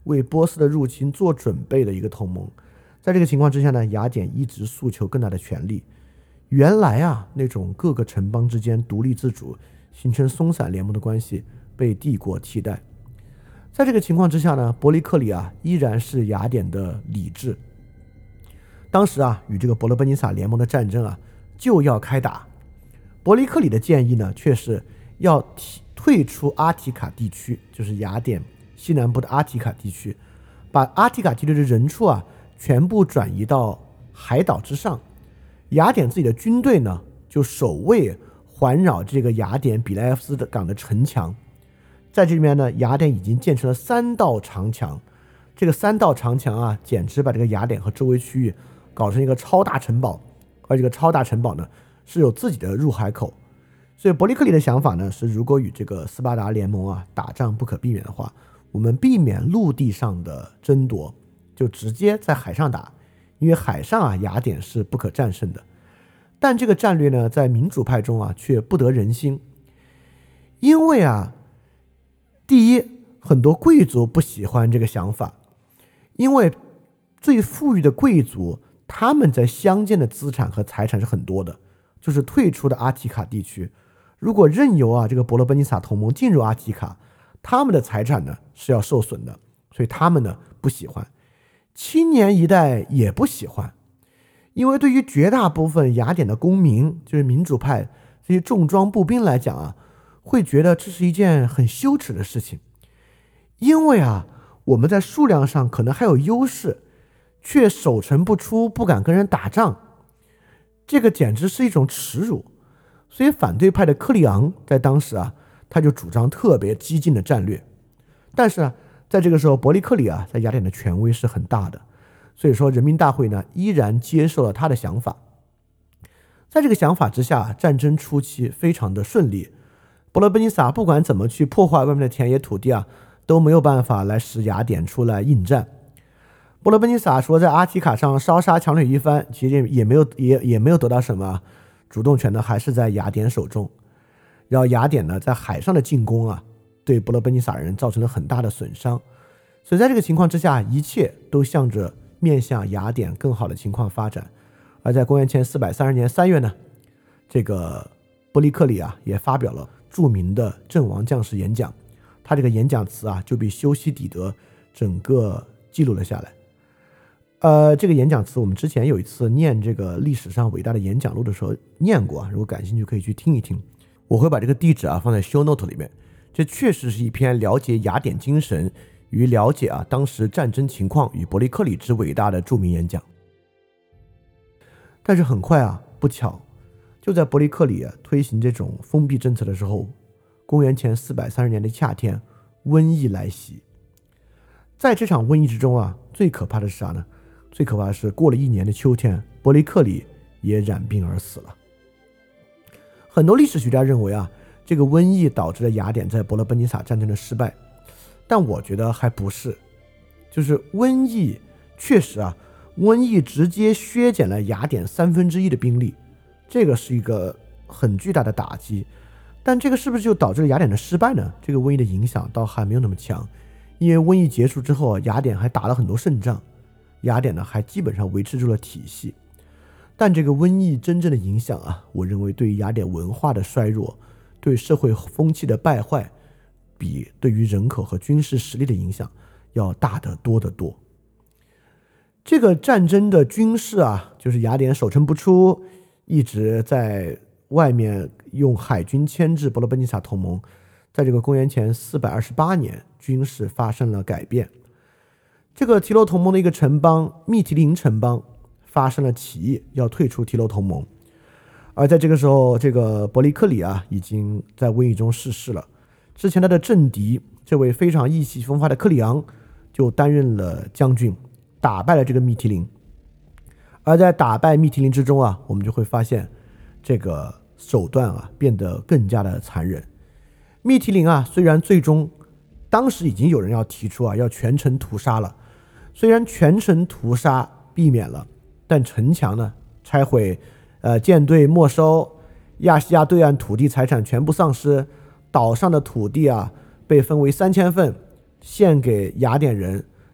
为波斯的入侵做准备的一个同盟。在这个情况之下呢，雅典一直诉求更大的权利。原来啊，那种各个城邦之间独立自主、形成松散联盟的关系被帝国替代。在这个情况之下呢，伯利克里啊依然是雅典的理智。当时啊，与这个伯罗奔尼撒联盟的战争啊就要开打。伯利克里的建议呢，却是要退出阿提卡地区，就是雅典西南部的阿提卡地区，把阿提卡地区的人畜啊全部转移到海岛之上。雅典自己的军队呢，就守卫环绕这个雅典比莱夫斯的港的城墙。在这里面呢，雅典已经建成了三道长墙。这个三道长墙啊，简直把这个雅典和周围区域搞成一个超大城堡，而这个超大城堡呢是有自己的入海口。所以伯利克里的想法呢是，如果与这个斯巴达联盟啊打仗不可避免的话，我们避免陆地上的争夺，就直接在海上打，因为海上啊雅典是不可战胜的。但这个战略呢，在民主派中啊却不得人心，因为啊，第一，很多贵族不喜欢这个想法，因为最富裕的贵族他们在乡间的资产和财产是很多的，就是退出的阿提卡地区。如果任由啊这个伯罗奔尼撒同盟进入阿提卡，他们的财产呢是要受损的，所以他们呢不喜欢。青年一代也不喜欢，因为对于绝大部分雅典的公民，就是民主派这些重装步兵来讲啊，会觉得这是一件很羞耻的事情。因为啊，我们在数量上可能还有优势，却守城不出，不敢跟人打仗，这个简直是一种耻辱。所以反对派的克里昂在当时啊，他就主张特别激进的战略。但是啊，在这个时候，伯利克里啊，在雅典的权威是很大的，所以说人民大会呢依然接受了他的想法。在这个想法之下，战争初期非常的顺利。伯罗奔尼撒不管怎么去破坏外面的田野土地啊，都没有办法来使雅典出来应战。伯罗奔尼撒说在阿提卡上烧杀抢掠一番，其实也没有也也没有得到什么，主动权呢还是在雅典手中。然后雅典呢在海上的进攻啊，对伯罗奔尼撒人造成了很大的损伤。所以在这个情况之下，一切都向着面向雅典更好的情况发展。而在公元前四百三十年三月呢，这个伯利克里啊也发表了著名的阵亡将士演讲。他这个演讲词啊就被修昔底德整个记录了下来。呃，这个演讲词我们之前有一次念这个历史上伟大的演讲录的时候念过啊，如果感兴趣可以去听一听。我会把这个地址啊放在 show note 里面。这确实是一篇了解雅典精神与了解啊当时战争情况与伯利克里之伟大的著名演讲。但是很快啊，不巧，就在伯利克里啊推行这种封闭政策的时候，公元前四百三十年的夏天，瘟疫来袭。在这场瘟疫之中啊，最可怕的是啥呢？最可怕的是过了一年的秋天，伯利克里也染病而死了。很多历史学家认为啊，这个瘟疫导致了雅典在伯罗奔尼撒战争的失败，但我觉得还不是。就是瘟疫确实啊，瘟疫直接削减了雅典三分之一的兵力，这个是一个很巨大的打击。但这个是不是就导致了雅典的失败呢？这个瘟疫的影响倒还没有那么强，因为瘟疫结束之后，雅典还打了很多胜仗，雅典呢还基本上维持住了体系。但这个瘟疫真正的影响啊，我认为对于雅典文化的衰弱，对社会风气的败坏，比对于人口和军事实力的影响要大得多得多。这个战争的军事啊，就是雅典守城不出，一直在外面用海军牵制伯罗奔尼撒同盟。在这个公元前四百二十八年，军事发生了改变。这个提洛同盟的一个城邦密提林城邦发生了起义，要退出提洛同盟。而在这个时候，这个伯利克里啊已经在瘟疫中逝世了。之前他的政敌这位非常意气风发的克里昂就担任了将军，打败了这个密提林。而在打败密提林之中啊，我们就会发现这个手段啊变得更加的残忍。密提林啊，虽然最终当时已经有人要提出啊要全城屠杀了，虽然全城屠杀避免了，但城墙呢拆毁，呃舰队没收，亚细亚对岸土地财产全部丧失，岛上的土地啊被分为三千份献给雅典人，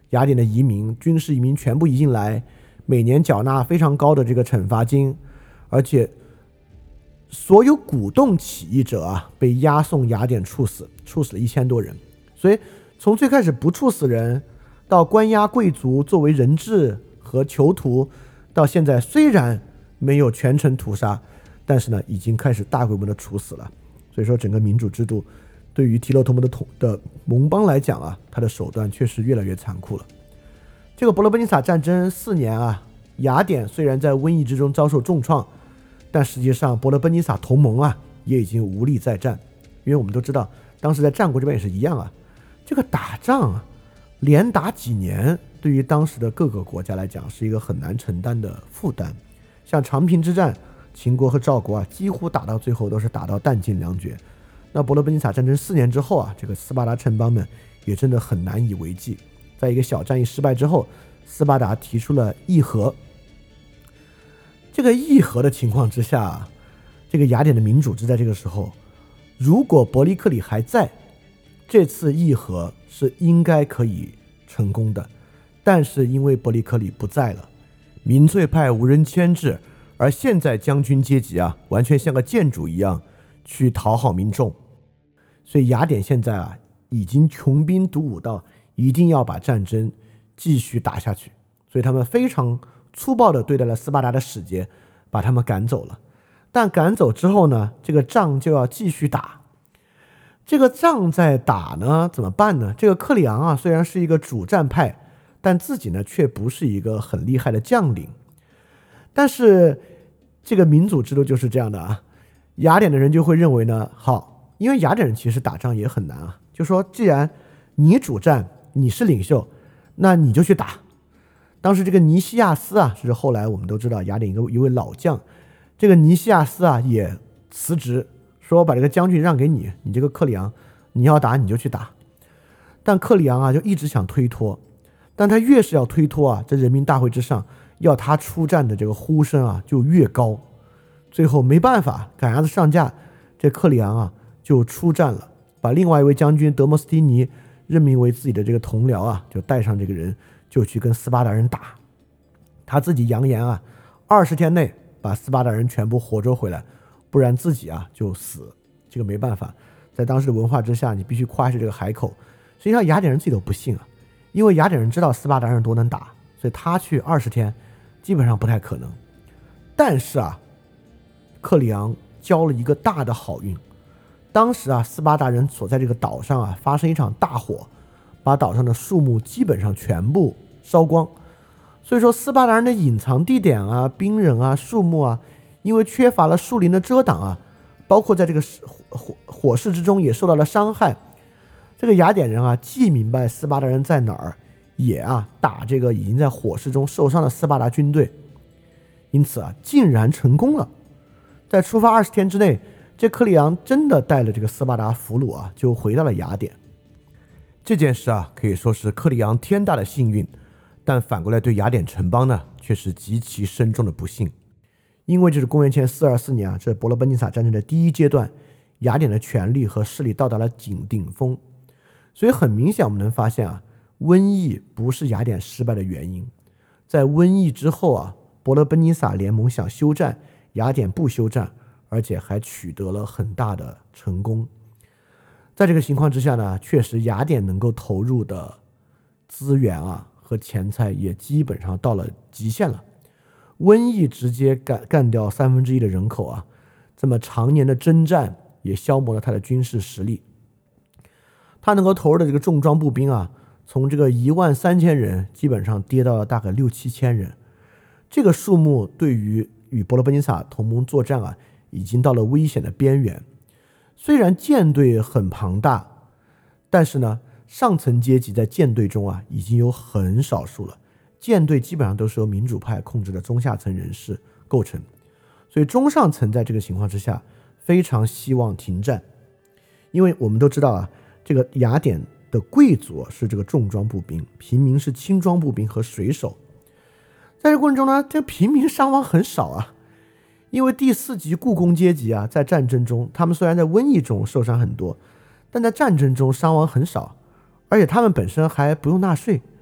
雅典的移民，军事移民全部移进来，每年缴纳非常高的这个惩罚金，而且所有鼓动起义者啊被押送雅典处死，处死了一千多人。所以从最开始不处死人，到关押贵族作为人质和囚徒，到现在虽然没有全城屠杀，但是呢已经开始大规模的处死了。所以说整个民主制度对于提洛同盟的统的盟邦来讲啊，它的手段确实越来越残酷了。这个伯罗奔尼撒战争四年啊，雅典虽然在瘟疫之中遭受重创，但实际上伯罗奔尼撒同盟啊也已经无力再战。因为我们都知道当时在战国这边也是一样啊，这个打仗啊连打几年，对于当时的各个国家来讲是一个很难承担的负担。像长平之战，秦国和赵国啊几乎打到最后都是打到弹尽粮绝。那伯罗奔尼撒战争四年之后啊，这个斯巴达城邦们也真的很难以为继。在一个小战役失败之后，斯巴达提出了议和。这个议和的情况之下，这个雅典的民主制在这个时候，如果伯利克里还在，这次议和是应该可以成功的。但是因为伯利克里不在了，民粹派无人牵制，而现在将军阶级啊完全像个建主一样去讨好民众，所以雅典现在啊已经穷兵黩武到一定要把战争继续打下去。所以他们非常粗暴地对待了斯巴达的使节，把他们赶走了。但赶走之后呢，这个仗就要继续打。这个仗在打呢，怎么办呢？这个克里昂啊，虽然是一个主战派，但自己呢却不是一个很厉害的将领。但是这个民主制度就是这样的啊，雅典的人就会认为呢，好，因为雅典人其实打仗也很难啊，就说既然你主战，你是领袖，那你就去打。当时这个尼西亚斯啊，是后来我们都知道雅典一个一位老将，这个尼西亚斯啊也辞职，说把这个将军让给你，你这个克里昂你要打你就去打。但克里昂啊就一直想推脱，但他越是要推脱啊，在人民大会之上要他出战的这个呼声啊就越高。最后没办法，赶鸭子上架，这克里昂啊就出战了，把另外一位将军德摩斯提尼任命为自己的这个同僚啊，就带上这个人就去跟斯巴达人打。他自己扬言啊，二十天内把斯巴达人全部活捉回来，不然自己啊就死。这个没办法，在当时的文化之下，你必须夸下这个海口。实际上雅典人自己都不信啊，因为雅典人知道斯巴达人多能打，所以他去二十天基本上不太可能。但是啊，克里昂交了一个大的好运。当时啊，斯巴达人所在这个岛上啊发生一场大火，把岛上的树木基本上全部烧光。所以说斯巴达人的隐藏地点啊、兵人啊、树木啊，因为缺乏了树林的遮挡啊，包括在这个火火势之中也受到了伤害。这个雅典人啊，既明白斯巴达人在哪儿，也啊打这个已经在火势中受伤的斯巴达军队，因此啊，竟然成功了。在出发二十天之内，这克里昂真的带了这个斯巴达俘虏啊，就回到了雅典。这件事啊，可以说是克里昂天大的幸运，但反过来对雅典城邦呢，却是极其深重的不幸。因为这是公元前四二四年啊，这伯罗奔尼撒战争的第一阶段，雅典的权力和势力到达了顶顶峰。所以很明显我们能发现啊，瘟疫不是雅典失败的原因。在瘟疫之后啊，伯罗奔尼撒联盟想休战，雅典不休战，而且还取得了很大的成功。在这个情况之下呢，确实雅典能够投入的资源啊和钱财也基本上到了极限了。瘟疫直接干干掉三分之一的人口啊，这么常年的征战也消磨了他的军事实力。他能够投入的这个重装步兵啊，从这个一万三千人基本上跌到了大概六七千人。这个数目对于与伯罗奔尼撒同盟作战啊，已经到了危险的边缘。虽然舰队很庞大，但是呢，上层阶级在舰队中啊，已经有很少数了。舰队基本上都是由民主派控制的中下层人士构成，所以中上层在这个情况之下非常希望停战。因为我们都知道啊，这个雅典的贵族是这个重装步兵，平民是轻装步兵和水手。在这个过程中呢，这个平民伤亡很少啊，因为第四级雇工阶级啊，在战争中他们虽然在瘟疫中受伤很多，但在战争中伤亡很少，而且他们本身还不用纳税，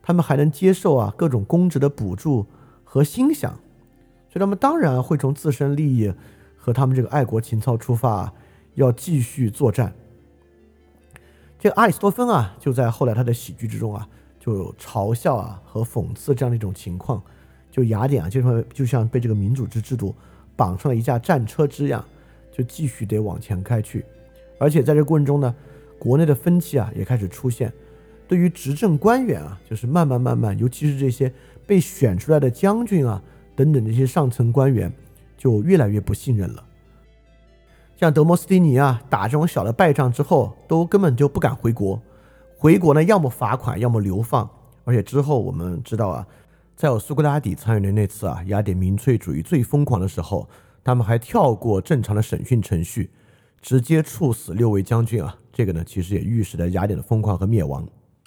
他们还能接受啊各种公职的补助和欣赏，所以他们当然会从自身利益和他们这个爱国情操出发、啊，要继续作战。这个阿里斯多芬啊，就在后来他的喜剧之中啊，就嘲笑啊和讽刺这样的一种情况，就雅典啊，就像就像被这个民主制制度绑上了一架战车之样，就继续得往前开去。而且在这个过程中呢，国内的分歧啊也开始出现，对于执政官员啊，就是慢慢慢慢，尤其是这些被选出来的将军啊等等这些上层官员，就越来越不信任了。像德摩斯蒂尼啊，打这种小的败仗之后，都根本就不敢回国。回国呢，要么罚款，要么流放。而且之后我们知道啊，在有苏格拉底参与的那次啊，雅典民粹主义最疯狂的时候，他们还跳过正常的审讯程序，直接处死六位将军啊。这个呢，其实也预示着雅典的疯狂和灭亡。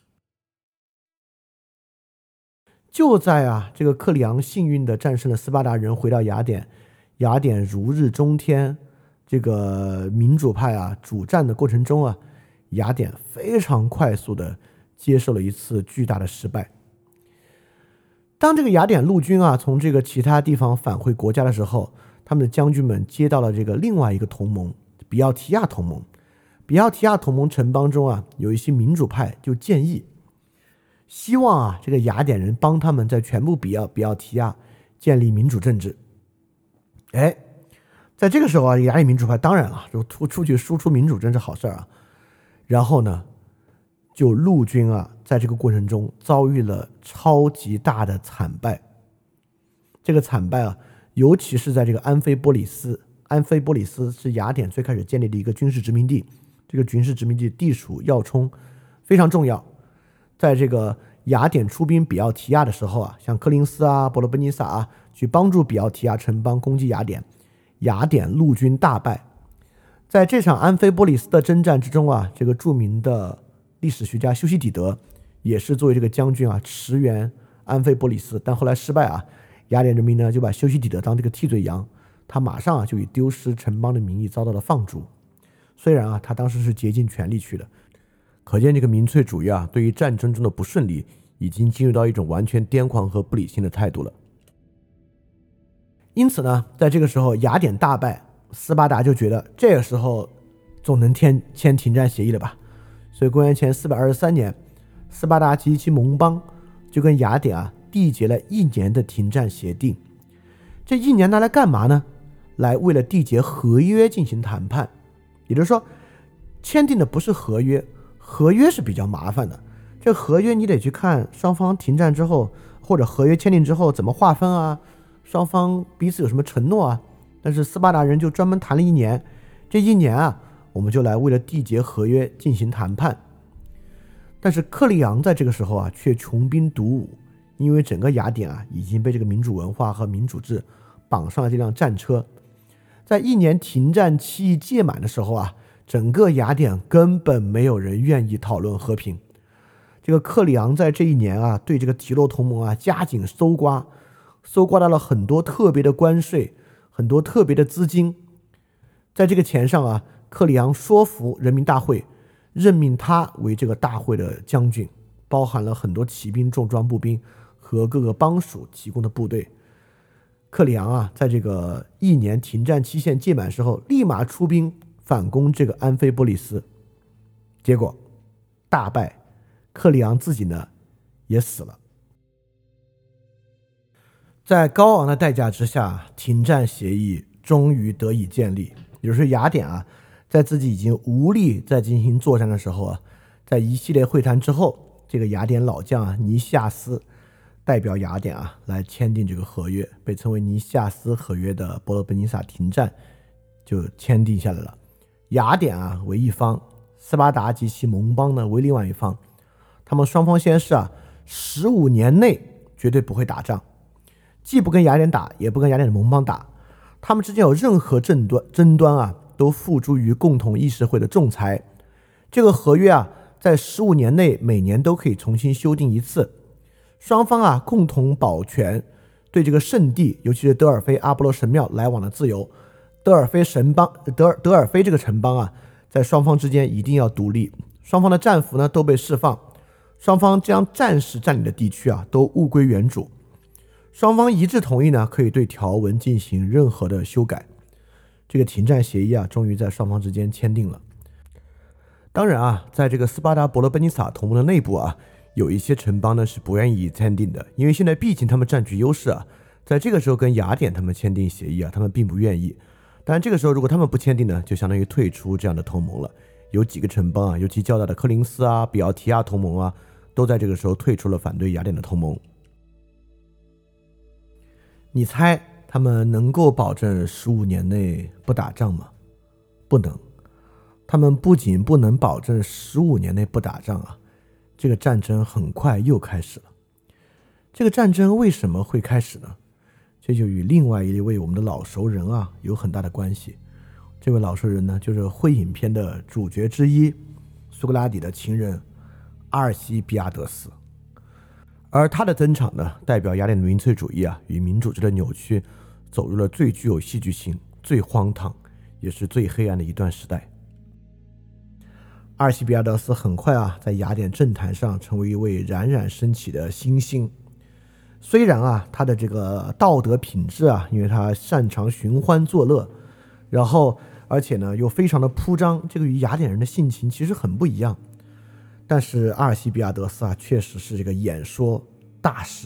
就在啊，这个克里昂幸运地战胜了斯巴达人，回到雅典，雅典如日中天。这个民主派啊主战的过程中啊，雅典非常快速的接受了一次巨大的失败。当这个雅典陆军啊从这个其他地方返回国家的时候，他们的将军们接到了这个另外一个同盟比奥提亚同盟。比奥提亚同盟城邦中啊，有一些民主派就建议，希望啊这个雅典人帮他们在全部比奥比奥提亚建立民主政治。哎。在这个时候啊，雅典民主派当然了，就出出去输出民主真是好事啊。然后呢，就陆军啊，在这个过程中遭遇了超级大的惨败。这个惨败啊，尤其是在这个安菲波里斯，安菲波里斯是雅典最开始建立的一个军事殖民地，这个军事殖民地地处要冲，非常重要。在这个雅典出兵比奥提亚的时候啊，像柯林斯啊、伯罗奔尼撒啊，去帮助比奥提亚城邦攻击雅典。雅典陆军大败。在这场安菲波里斯的征战之中啊，这个著名的历史学家修昔底德也是作为这个将军啊驰援安菲波里斯，但后来失败啊，雅典人民呢就把修昔底德当这个替罪羊，他马上啊就以丢失城邦的名义遭到了放逐。虽然啊他当时是竭尽全力去的，可见这个民粹主义啊对于战争中的不顺利已经进入到一种完全癫狂和不理性的态度了。因此呢，在这个时候雅典大败，斯巴达就觉得这个时候总能签签停战协议了吧。所以公元前四百二十三年，斯巴达及其盟邦就跟雅典啊缔结了一年的停战协定。这一年拿来干嘛呢？来为了缔结合约进行谈判。也就是说，签订的不是合约，合约是比较麻烦的。这合约你得去看双方停战之后，或者合约签订之后怎么划分啊，双方彼此有什么承诺啊？但是斯巴达人就专门谈了一年，这一年啊，我们就来为了缔结合约进行谈判。但是克里昂在这个时候啊，却穷兵黩武，因为整个雅典啊已经被这个民主文化和民主制绑上了这辆战车。在一年停战期届满的时候啊，整个雅典根本没有人愿意讨论和平。这个克里昂在这一年啊，对这个提洛同盟啊加紧搜刮。搜刮到了很多特别的关税，很多特别的资金。在这个钱上啊，克里昂说服人民大会任命他为这个大会的将军，包含了很多骑兵、重装步兵和各个邦属提供的部队。克里昂啊，在这个一年停战期限届满时候，立马出兵反攻这个安菲波里斯，结果大败，克里昂自己呢也死了。在高昂的代价之下，停战协议终于得以建立。也就是雅典啊，在自己已经无力再进行作战的时候啊，在一系列会谈之后，这个雅典老将啊尼西亚斯代表雅典啊来签订这个合约，被称为尼西亚斯合约的伯罗奔尼撒停战就签订下来了。雅典啊为一方，斯巴达及其盟邦呢为另外一方，他们双方先是啊十五年内绝对不会打仗。既不跟雅典打，也不跟雅典的盟邦打，他们之间有任何争端争端啊，都付诸于共同议事会的仲裁。这个合约啊，在十五年内每年都可以重新修订一次。双方啊，共同保全对这个圣地，尤其是德尔菲阿波罗神庙来往的自由。德尔菲神邦德尔德尔菲这个城邦啊，在双方之间一定要独立。双方的战俘呢都被释放， 双方将暂时占领的地区啊都物归原主。双方一致同意呢，可以对条文进行任何的修改。这个停战协议啊，终于在双方之间签订了。当然啊，在这个斯巴达伯罗奔尼撒同盟的内部啊，有一些城邦呢是不愿意签订的，因为现在毕竟他们占据优势啊，在这个时候跟雅典他们签订协议啊，他们并不愿意。当然这个时候如果他们不签订呢，就相当于退出这样的同盟了。有几个城邦啊，尤其较大的科林斯啊、比奥提亚同盟啊，都在这个时候退出了反对雅典的同盟。你猜他们能够保证十五年内不打仗吗？不能。他们不仅不能保证十五年内不打仗啊，这个战争很快又开始了。这个战争为什么会开始呢？这就与另外一位我们的老熟人啊有很大的关系。这位老熟人呢，就是会影片的主角之一，苏格拉底的情人阿尔西比亚德斯。而他的登场呢，代表雅典的民粹主义啊与民主制的扭曲，走入了最具有戏剧性、最荒唐，也是最黑暗的一段时代。阿尔西比亚德斯很快啊，在雅典政坛上成为一位冉冉升起的新星。虽然啊，他的这个道德品质啊，因为他擅长寻欢作乐，然后而且呢又非常的铺张，这个与雅典人的性情其实很不一样。但是阿尔西比亚德斯啊，确实是这个演说大师。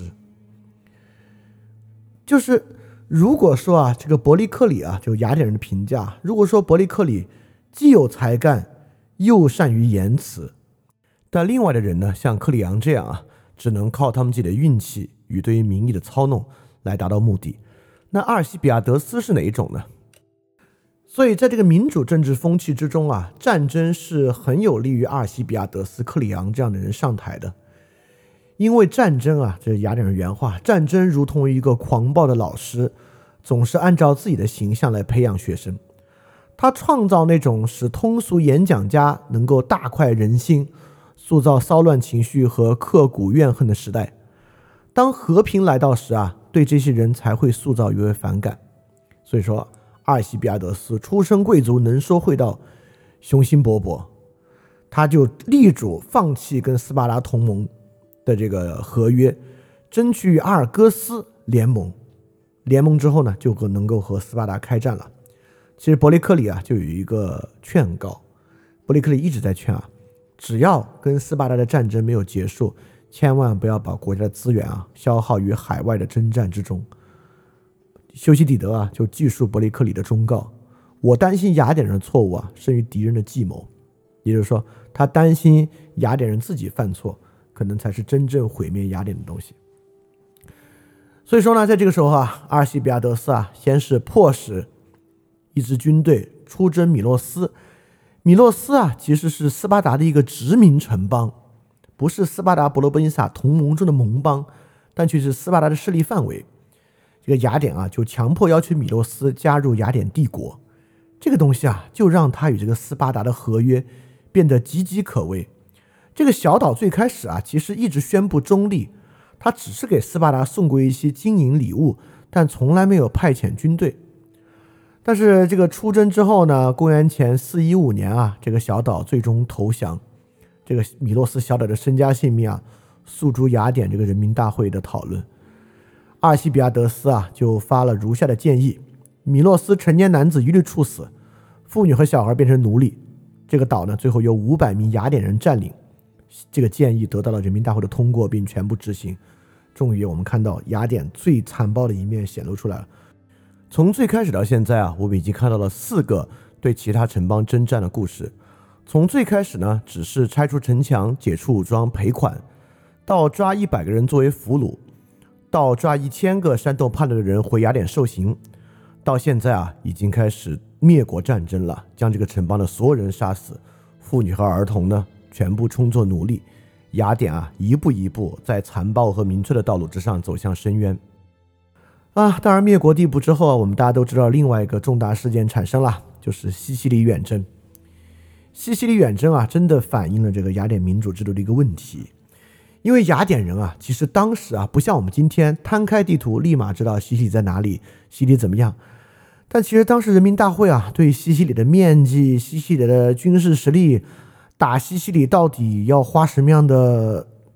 就是如果说啊，这个伯利克里啊，就雅典人的评价，如果说伯利克里既有才干又善于言辞，但另外的人呢，像克里昂这样啊，只能靠他们自己的运气与对于民意的操弄来达到目的。那阿尔西比亚德斯是哪一种呢？所以在这个民主政治风气之中啊，战争是很有利于阿尔西比亚德斯、克里昂这样的人上台的。因为战争啊，这是雅典人原话，战争如同一个狂暴的老师，总是按照自己的形象来培养学生。他创造那种使通俗演讲家能够大快人心，塑造骚乱情绪和刻骨怨恨的时代。当和平来到时啊，对这些人才会塑造尤为反感。所以说阿尔西比亚德斯出身贵族，能说会道，雄心勃勃，他就力主放弃跟斯巴达同盟的这个合约，争取与阿尔戈斯联盟。联盟之后呢，就能够和斯巴达开战了。其实伯利克里啊，就有一个劝告，伯利克里一直在劝啊，只要跟斯巴达的战争没有结束，千万不要把国家的资源啊消耗于海外的征战之中。修昔底德啊就记述伯利克里的忠告，我担心雅典人的错误啊胜于敌人的计谋。也就是说，他担心雅典人自己犯错，可能才是真正毁灭雅典的东西。所以说呢，在这个时候啊，阿尔西比亚德斯啊，先是迫使一支军队出征米洛斯。米洛斯啊，其实是斯巴达的一个殖民城邦，不是斯巴达伯罗奔尼撒同盟中的盟邦，但却是斯巴达的势力范围。这个雅典啊，就强迫要求米洛斯加入雅典帝国。这个东西啊，就让他与这个斯巴达的合约变得岌岌可危。这个小岛最开始啊，其实一直宣布中立，他只是给斯巴达送过一些金银礼物，但从来没有派遣军队。但是这个出征之后呢，公元前四一五年啊，这个小岛最终投降。这个米洛斯小岛的身家性命啊，诉诸雅典这个人民大会的讨论。阿尔西比亚德斯啊，就发了如下的建议：米洛斯成年男子一律处死，妇女和小孩变成奴隶。这个岛呢，最后由五百名雅典人占领。这个建议得到了人民大会的通过，并全部执行。终于，我们看到雅典最残暴的一面显露出来了。从最开始到现在啊，我们已经看到了四个对其他城邦征战的故事。从最开始呢，只是拆除城墙、解除武装、赔款，到抓一百个人作为俘虏，到抓一千个煽动叛乱的人回雅典受刑，到现在啊，已经开始灭国战争了，将这个城邦的所有人杀死，妇女和儿童呢，全部充作奴隶。雅典啊，一步一步在残暴和民粹的道路之上走向深渊。啊，当然灭国地步之后啊，我们大家都知道另外一个重大事件产生了，就是西西里远征。西西里远征啊，真的反映了这个雅典民主制度的一个问题。因为雅典人啊，其实当时啊，不像我们今天摊开地图立马知道西西里在哪里，西西里怎么样。但其实当时人民大会啊，对西西里的面积、西西里的军事实力，打西西里到底要花什么样的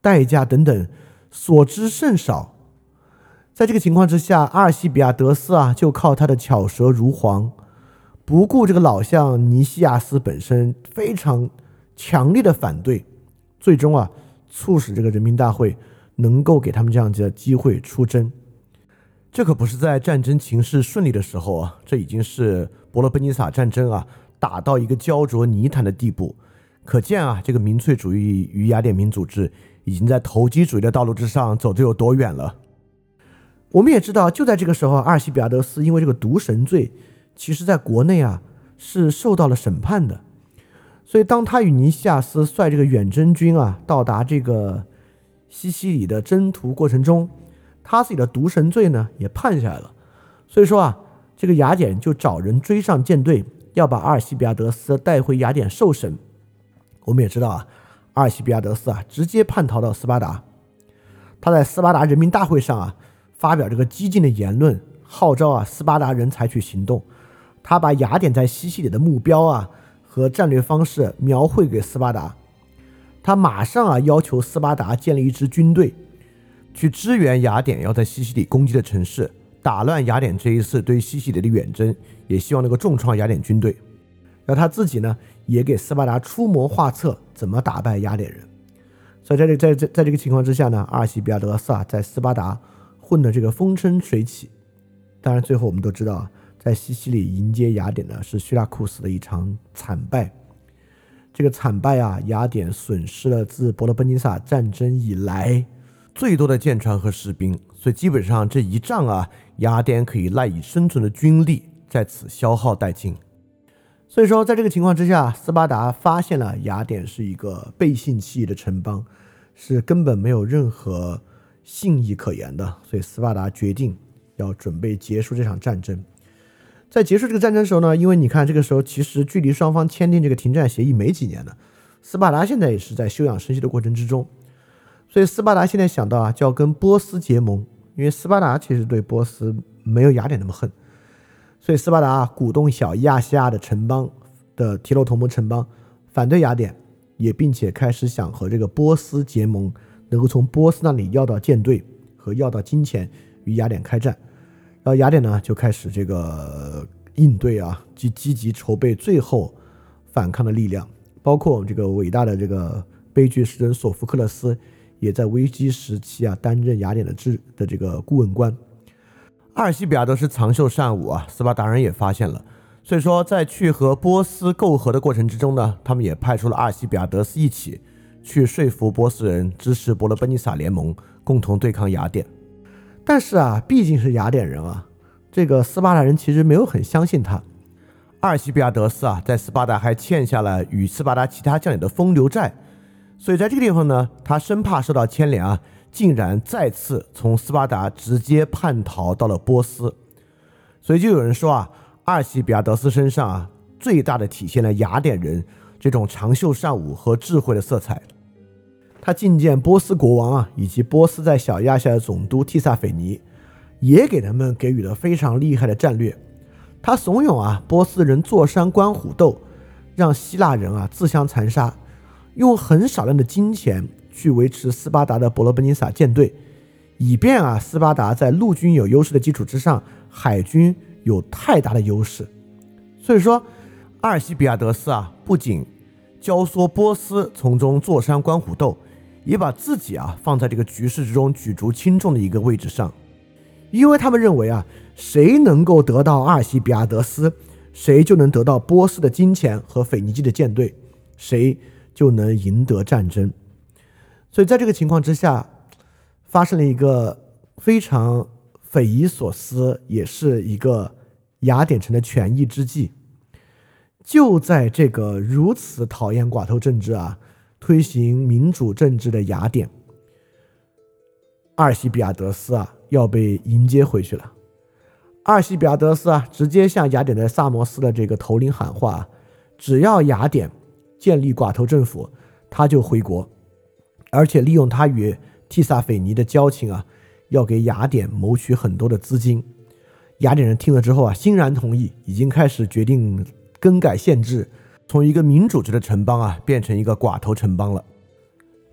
代价等等所知甚少。在这个情况之下，阿尔西比亚德斯啊就靠他的巧舌如簧，不顾这个老相尼西亚斯本身非常强烈的反对，最终啊促使这个人民大会能够给他们这样子的机会出征。这可不是在战争情势顺利的时候啊，这已经是伯罗奔尼撒战争啊打到一个焦灼泥潭的地步。可见啊，这个民粹主义与雅典民主制已经在投机主义的道路之上走得有多远了。我们也知道，就在这个时候，阿尔西比亚德斯因为这个渎神罪，其实在国内啊是受到了审判的。所以当他与尼西亚斯率这个远征军啊到达这个西西里的征途过程中，他自己的渎神罪呢也判下来了。所以说啊，这个雅典就找人追上舰队，要把阿尔西比亚德斯带回雅典受审。我们也知道啊，阿尔西比亚德斯啊直接叛逃到斯巴达。他在斯巴达人民大会上啊发表这个激进的言论，号召啊斯巴达人采取行动。他把雅典在西西里的目标啊和战略方式描绘给斯巴达。他马上啊要求斯巴达建立一支军队，去支援雅典要在西西里攻击的城市，打乱雅典这一次对西西里的远征，也希望能够重创雅典军队。然后他自己呢也给斯巴达出谋划策，怎么打败雅典人。所以在这在在在这个情况之下呢，阿尔西比亚德斯啊在斯巴达混的这个风生水起。当然最后我们都知道啊，在西西里迎接雅典的是叙拉库斯的一场惨败。这个惨败啊，雅典损失了自伯罗奔尼撒战争以来最多的舰船和士兵，所以基本上这一仗啊，雅典可以赖以生存的军力在此消耗殆尽。所以说在这个情况之下，斯巴达发现了雅典是一个背信弃义的城邦，是根本没有任何信义可言的，所以斯巴达决定要准备结束这场战争。在结束这个战争的时候呢，因为你看这个时候其实距离双方签订这个停战协议没几年了，斯巴达现在也是在休养生息的过程之中，所以斯巴达现在想到啊，就要跟波斯结盟，因为斯巴达其实对波斯没有雅典那么恨，所以斯巴达、啊、鼓动小亚细亚的城邦的提洛同盟城邦反对雅典，也并且开始想和这个波斯结盟，能够从波斯那里要到舰队和要到金钱与雅典开战。然后雅典呢就开始这个应对啊，积积极筹备最后反抗的力量，包括这个伟大的这个悲剧诗人索福克勒斯也在危机时期啊担任雅典的治的这个顾问官。阿尔西比亚德斯长袖善舞啊，斯巴达人也发现了，所以说在去和波斯媾和的过程之中呢，他们也派出了阿尔西比亚德斯一起去说服波斯人支持伯罗奔尼撒联盟，共同对抗雅典。但是啊，毕竟是雅典人啊，这个斯巴达人其实没有很相信他。阿尔西比亚德斯啊，在斯巴达还欠下了与斯巴达其他将领的风流债，所以在这个地方呢，他生怕受到牵连啊，竟然再次从斯巴达直接叛逃到了波斯。所以就有人说啊，阿尔西比亚德斯身上啊，最大的体现了雅典人这种长袖善舞和智慧的色彩。他觐见波斯国王啊，以及波斯在小亚细亚的总督替萨斐尼，也给他们给予了非常厉害的战略。他怂恿啊波斯人坐山观虎斗，让希腊人啊自相残杀，用很少量的金钱去维持斯巴达的伯罗奔尼撒舰队，以便啊斯巴达在陆军有优势的基础之上，海军有太大的优势。所以说阿尔西比亚德斯啊不仅教唆波斯从中坐山观虎斗，也把自己啊放在这个局势之中举足轻重的一个位置上。因为他们认为啊，谁能够得到阿尔西比亚德斯，谁就能得到波斯的金钱和腓尼基的舰队，谁就能赢得战争。所以在这个情况之下，发生了一个非常匪夷所思，也是一个雅典城的权宜之计。就在这个如此讨厌寡头政治啊，推行民主政治的雅典，阿尔西比亚德斯啊要被迎接回去了。阿尔西比亚德斯啊直接向雅典的萨摩斯的这个头领喊话，只要雅典建立寡头政府，他就回国，而且利用他与替萨斐尼的交情啊，要给雅典谋取很多的资金。雅典人听了之后啊，欣然同意，已经开始决定更改宪制，从一个民主制的城邦啊变成一个寡头城邦了。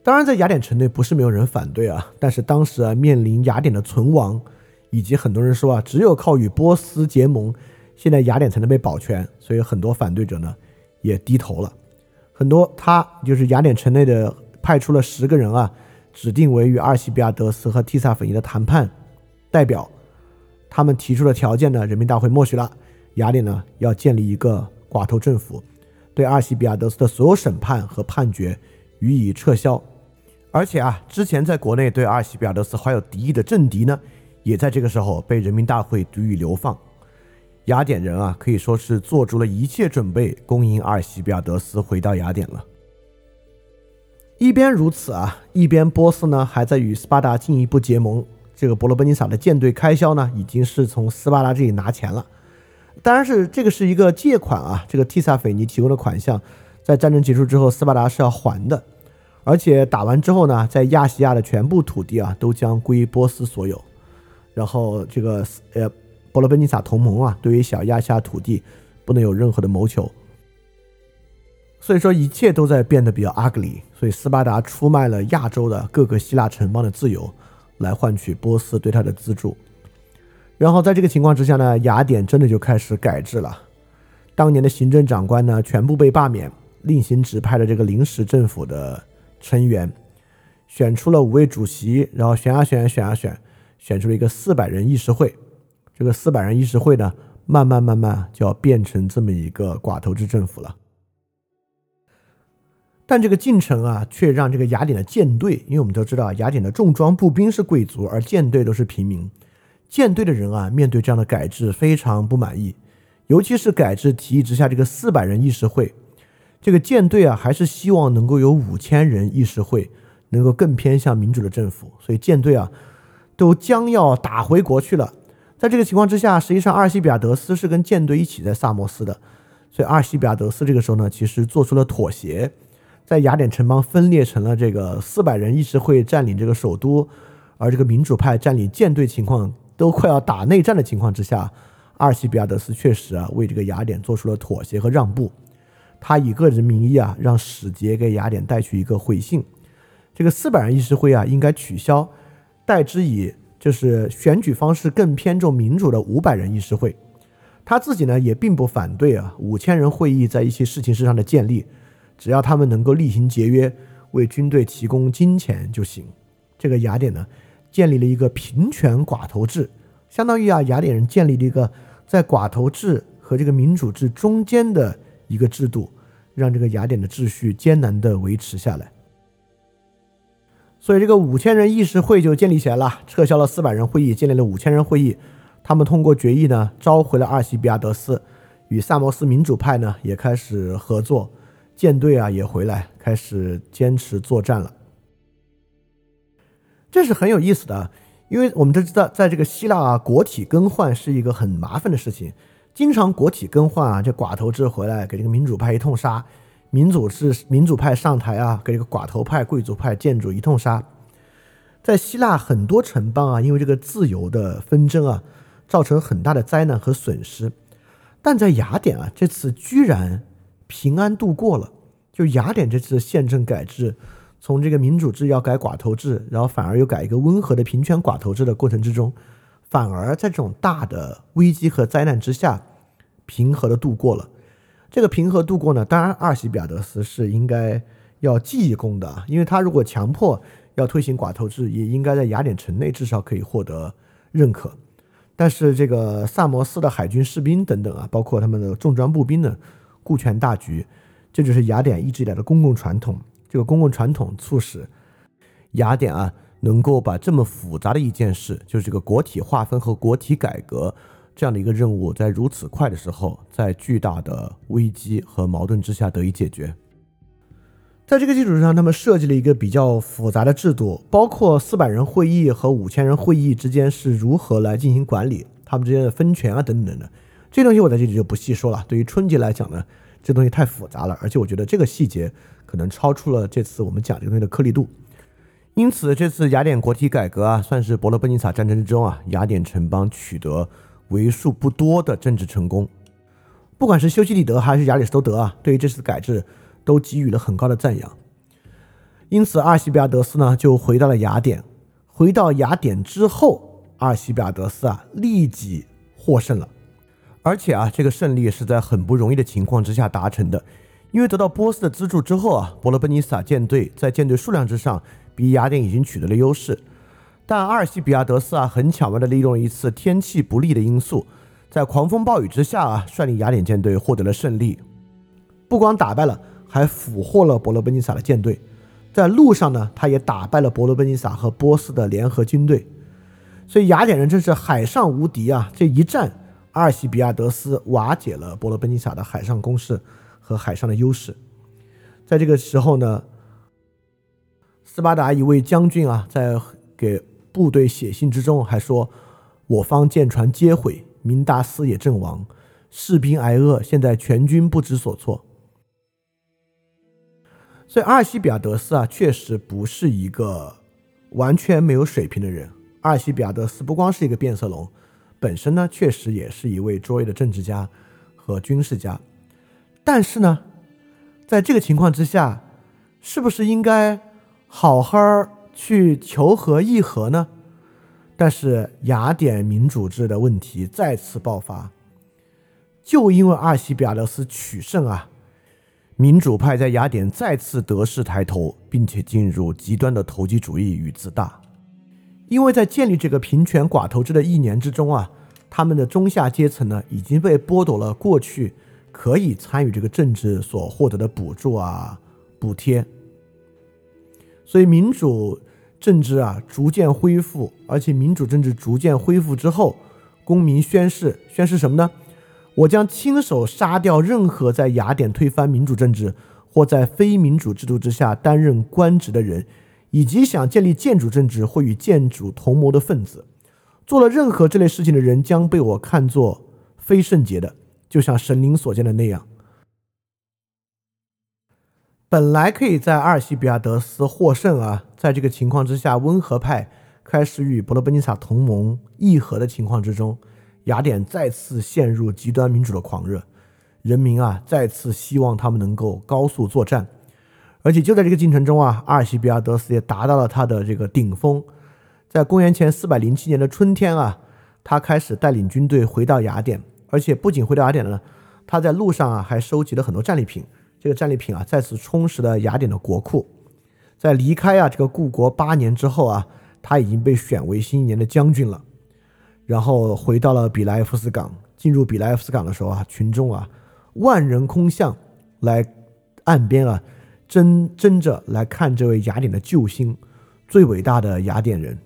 当然在雅典城内不是没有人反对啊，但是当时啊面临雅典的存亡，以及很多人说啊只有靠与波斯结盟，现在雅典才能被保全，所以很多反对者呢也低头了。很多他就是雅典城内的派出了十个人啊，指定为与阿尔西比亚德斯和提萨斐尼的谈判代表，他们提出的条件呢人民大会默许了，雅典呢要建立一个寡头政府，对阿尔西比亚德斯的所有审判和判决予以撤销。而且啊之前在国内对阿尔西比亚德斯怀有敌意的政敌呢也在这个时候被人民大会予以流放。雅典人啊可以说是做足了一切准备恭迎阿尔西比亚德斯回到雅典了。一边如此啊，一边波斯呢还在与斯巴达进一步结盟，这个伯罗奔尼撒的舰队开销呢已经是从斯巴达这里拿钱了。当然是这个是一个借款啊，这个提萨斐尼提供的款项在战争结束之后斯巴达是要还的，而且打完之后呢在亚细亚的全部土地啊都将归波斯所有。然后这个呃伯罗奔尼撒同盟啊对于小亚细亚土地不能有任何的谋求，所以说一切都在变得比较 ugly， 所以斯巴达出卖了亚洲的各个希腊城邦的自由来换取波斯对他的资助。然后在这个情况之下呢，雅典真的就开始改制了，当年的行政长官呢全部被罢免，另行指派了这个临时政府的成员，选出了五位主席，然后选啊选啊选啊选选出了一个四百人议事会。这个四百人议事会呢慢慢慢慢就要变成这么一个寡头制政府了。但这个进程啊却让这个雅典的舰队，因为我们都知道雅典的重装步兵是贵族，而舰队都是平民，舰队的人啊面对这样的改制非常不满意，尤其是改制提议之下这个四百人议事会，这个舰队啊还是希望能够有五千人议事会，能够更偏向民主的政府，所以舰队啊都将要打回国去了。在这个情况之下，实际上阿尔西比亚德斯是跟舰队一起在萨摩斯的，所以阿尔西比亚德斯这个时候呢其实做出了妥协，在雅典城邦分裂成了这个四百人议事会占领这个首都，而这个民主派占领舰队情况都快要打内战的情况之下，阿尔西比亚德斯确实啊为这个雅典做出了妥协和让步。他以个人名义啊让使节给雅典带去一个回信，这个四百人议事会啊应该取消，代之以就是选举方式更偏重民主的五百人议事会。他自己呢也并不反对啊五千人会议在一些事情上的建立，只要他们能够厉行节约，为军队提供金钱就行。这个雅典呢建立了一个平权寡头制，相当于啊雅典人建立了一个在寡头制和这个民主制中间的一个制度，让这个雅典的秩序艰难地维持下来。所以这个五千人议事会就建立起来了，撤销了四百人会议，建立了五千人会议。他们通过决议呢召回了阿尔西比亚德斯，与萨摩斯民主派呢也开始合作，舰队啊也回来开始坚持作战了。这是很有意思的，因为我们都知道在这个希腊啊国体更换是一个很麻烦的事情，经常国体更换啊，这寡头制回来给这个民主派一通杀，民主制民主派上台啊给这个寡头派贵族派建筑一通杀。在希腊很多城邦啊因为这个自由的纷争啊造成很大的灾难和损失，但在雅典啊这次居然平安度过了。就雅典这次宪政改制，从这个民主制要改寡头制，然后反而又改一个温和的平权寡头制的过程之中，反而在这种大的危机和灾难之下平和的度过了。这个平和度过呢，当然阿尔西比亚德斯是应该要记功的，因为他如果强迫要推行寡头制，也应该在雅典城内至少可以获得认可。但是这个萨摩斯的海军士兵等等啊，包括他们的重装步兵呢顾全大局，这就是雅典一直以来的公共传统。这个公共传统促使雅典啊能够把这么复杂的一件事，就是这个国体划分和国体改革这样的一个任务，在如此快的时候，在巨大的危机和矛盾之下得以解决。在这个基础上，他们设计了一个比较复杂的制度，包括四百人会议和五千人会议之间是如何来进行管理，他们之间的分权啊等等的，这东西我在这里就不细说了。对于春节来讲呢，这东西太复杂了，而且我觉得这个细节可能超出了这次我们讲这个东西的颗粒度。因此这次雅典国体改革啊，算是伯罗奔尼撒战争之中啊雅典城邦取得为数不多的政治成功。不管是修昔底德还是亚里士多德啊，对于这次改制都给予了很高的赞扬。 因此阿尔西比亚德斯呢就回到了雅典。回到雅典之后，阿尔西比亚德斯啊立即获胜了，而且啊这个胜利是在很不容易的情况之下达成的。因为得到波斯的资助之后啊，伯罗奔尼撒舰队在舰队数量之上比雅典已经取得了优势，但阿尔西比亚德斯啊很巧妙地利用了一次天气不利的因素，在狂风暴雨之下啊率领雅典舰队获得了胜利，不光打败了，还俘获了伯罗奔尼撒的舰队。在路上呢，他也打败了伯罗奔尼撒和波斯的联合军队。所以雅典人真是海上无敌啊！这一战，阿尔西比亚德斯瓦解了伯罗奔尼撒的海上攻势和海上的优势。在这个时候呢，斯巴达一位将军啊，在给部队写信之中还说：“我方舰船皆毁，明达斯也阵亡，士兵挨饿，现在全军不知所措。”所以阿尔西比亚德斯啊，确实不是一个完全没有水平的人。阿尔西比亚德斯不光是一个变色龙，本身呢，确实也是一位卓越的政治家和军事家。但是呢，在这个情况之下，是不是应该好好去求和议和呢？但是雅典民主制的问题再次爆发，就因为阿尔西比亚德斯取胜啊，民主派在雅典再次得势抬头，并且进入极端的投机主义与自大。因为在建立这个平权寡头制的一年之中啊，他们的中下阶层呢已经被剥夺了过去可以参与这个政治所获得的补助啊、补贴，所以民主政治啊逐渐恢复，而且民主政治逐渐恢复之后，公民宣誓，宣誓什么呢？我将亲手杀掉任何在雅典推翻民主政治或在非民主制度之下担任官职的人，以及想建立建主政治或与建主同谋的分子。做了任何这类事情的人将被我看作非圣洁的，就像神灵所见的那样。本来可以在阿尔西比亚德斯获胜啊，在这个情况之下，温和派开始与伯罗奔尼撒同盟议和的情况之中，雅典再次陷入极端民主的狂热，人民啊再次希望他们能够高速作战。而且就在这个进程中啊，阿尔西比亚德斯也达到了他的这个顶峰。在公元前四百零七年的春天啊，他开始带领军队回到雅典，而且不仅回到雅典了呢，他在路上啊还收集了很多战利品。这个战利品啊再次充实了雅典的国库。在离开啊这个故国八年之后啊，他已经被选为新一年的将军了。然后回到了比莱夫斯港，进入比莱夫斯港的时候啊，群众啊万人空巷来岸边啊争争着来看这位雅典的救星，最伟大的雅典人。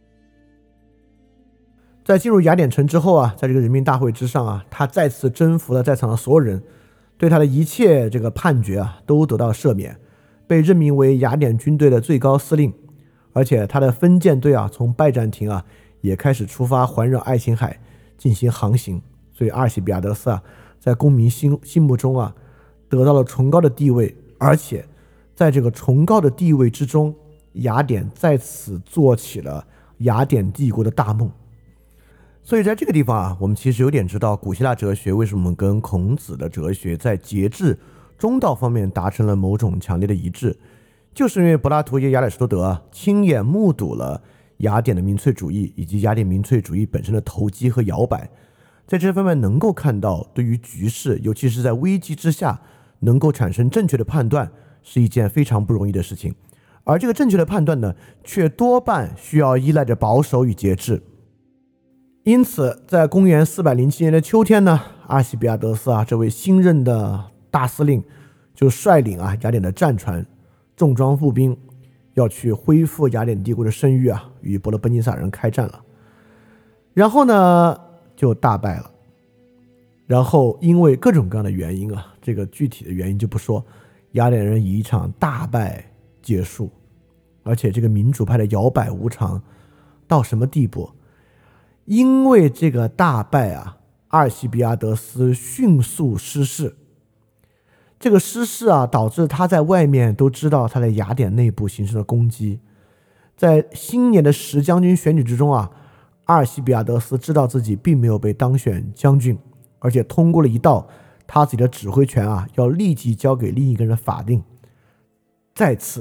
在进入雅典城之后啊，在这个人民大会之上啊，他再次征服了在场的所有人，对他的一切这个判决啊都得到赦免，被任命为雅典军队的最高司令。而且他的分舰队啊从拜占庭啊也开始出发环绕爱琴海进行航行。所以阿尔西比亚德斯啊在公民心心目中啊得到了崇高的地位，而且在这个崇高的地位之中，雅典在此做起了雅典帝国的大梦。所以在这个地方啊，我们其实有点知道古希腊哲学为什么跟孔子的哲学在节制中道方面达成了某种强烈的一致，就是因为柏拉图与亚里士多德啊亲眼目睹了雅典的民粹主义以及雅典民粹主义本身的投机和摇摆，在这方面能够看到对于局势，尤其是在危机之下能够产生正确的判断是一件非常不容易的事情。而这个正确的判断呢，却多半需要依赖着保守与节制。因此在公元四百零七年的秋天呢，阿尔西比亚德斯啊这位新任的大司令就率领啊雅典的战船重装步兵要去恢复雅典帝国的声誉啊，与伯罗奔尼撒人开战了。然后呢就大败了。然后因为各种各样的原因啊，这个具体的原因就不说，雅典人以一场大败结束。而且这个民主派的摇摆无常到什么地步？因为这个大败啊，阿尔西比亚德斯迅速失势。这个失势啊，导致他在外面都知道他在雅典内部形成了攻击。在新年的十将军选举之中啊，阿尔西比亚德斯知道自己并没有被当选将军，而且通过了一道他自己的指挥权啊，要立即交给另一个人的法令，再次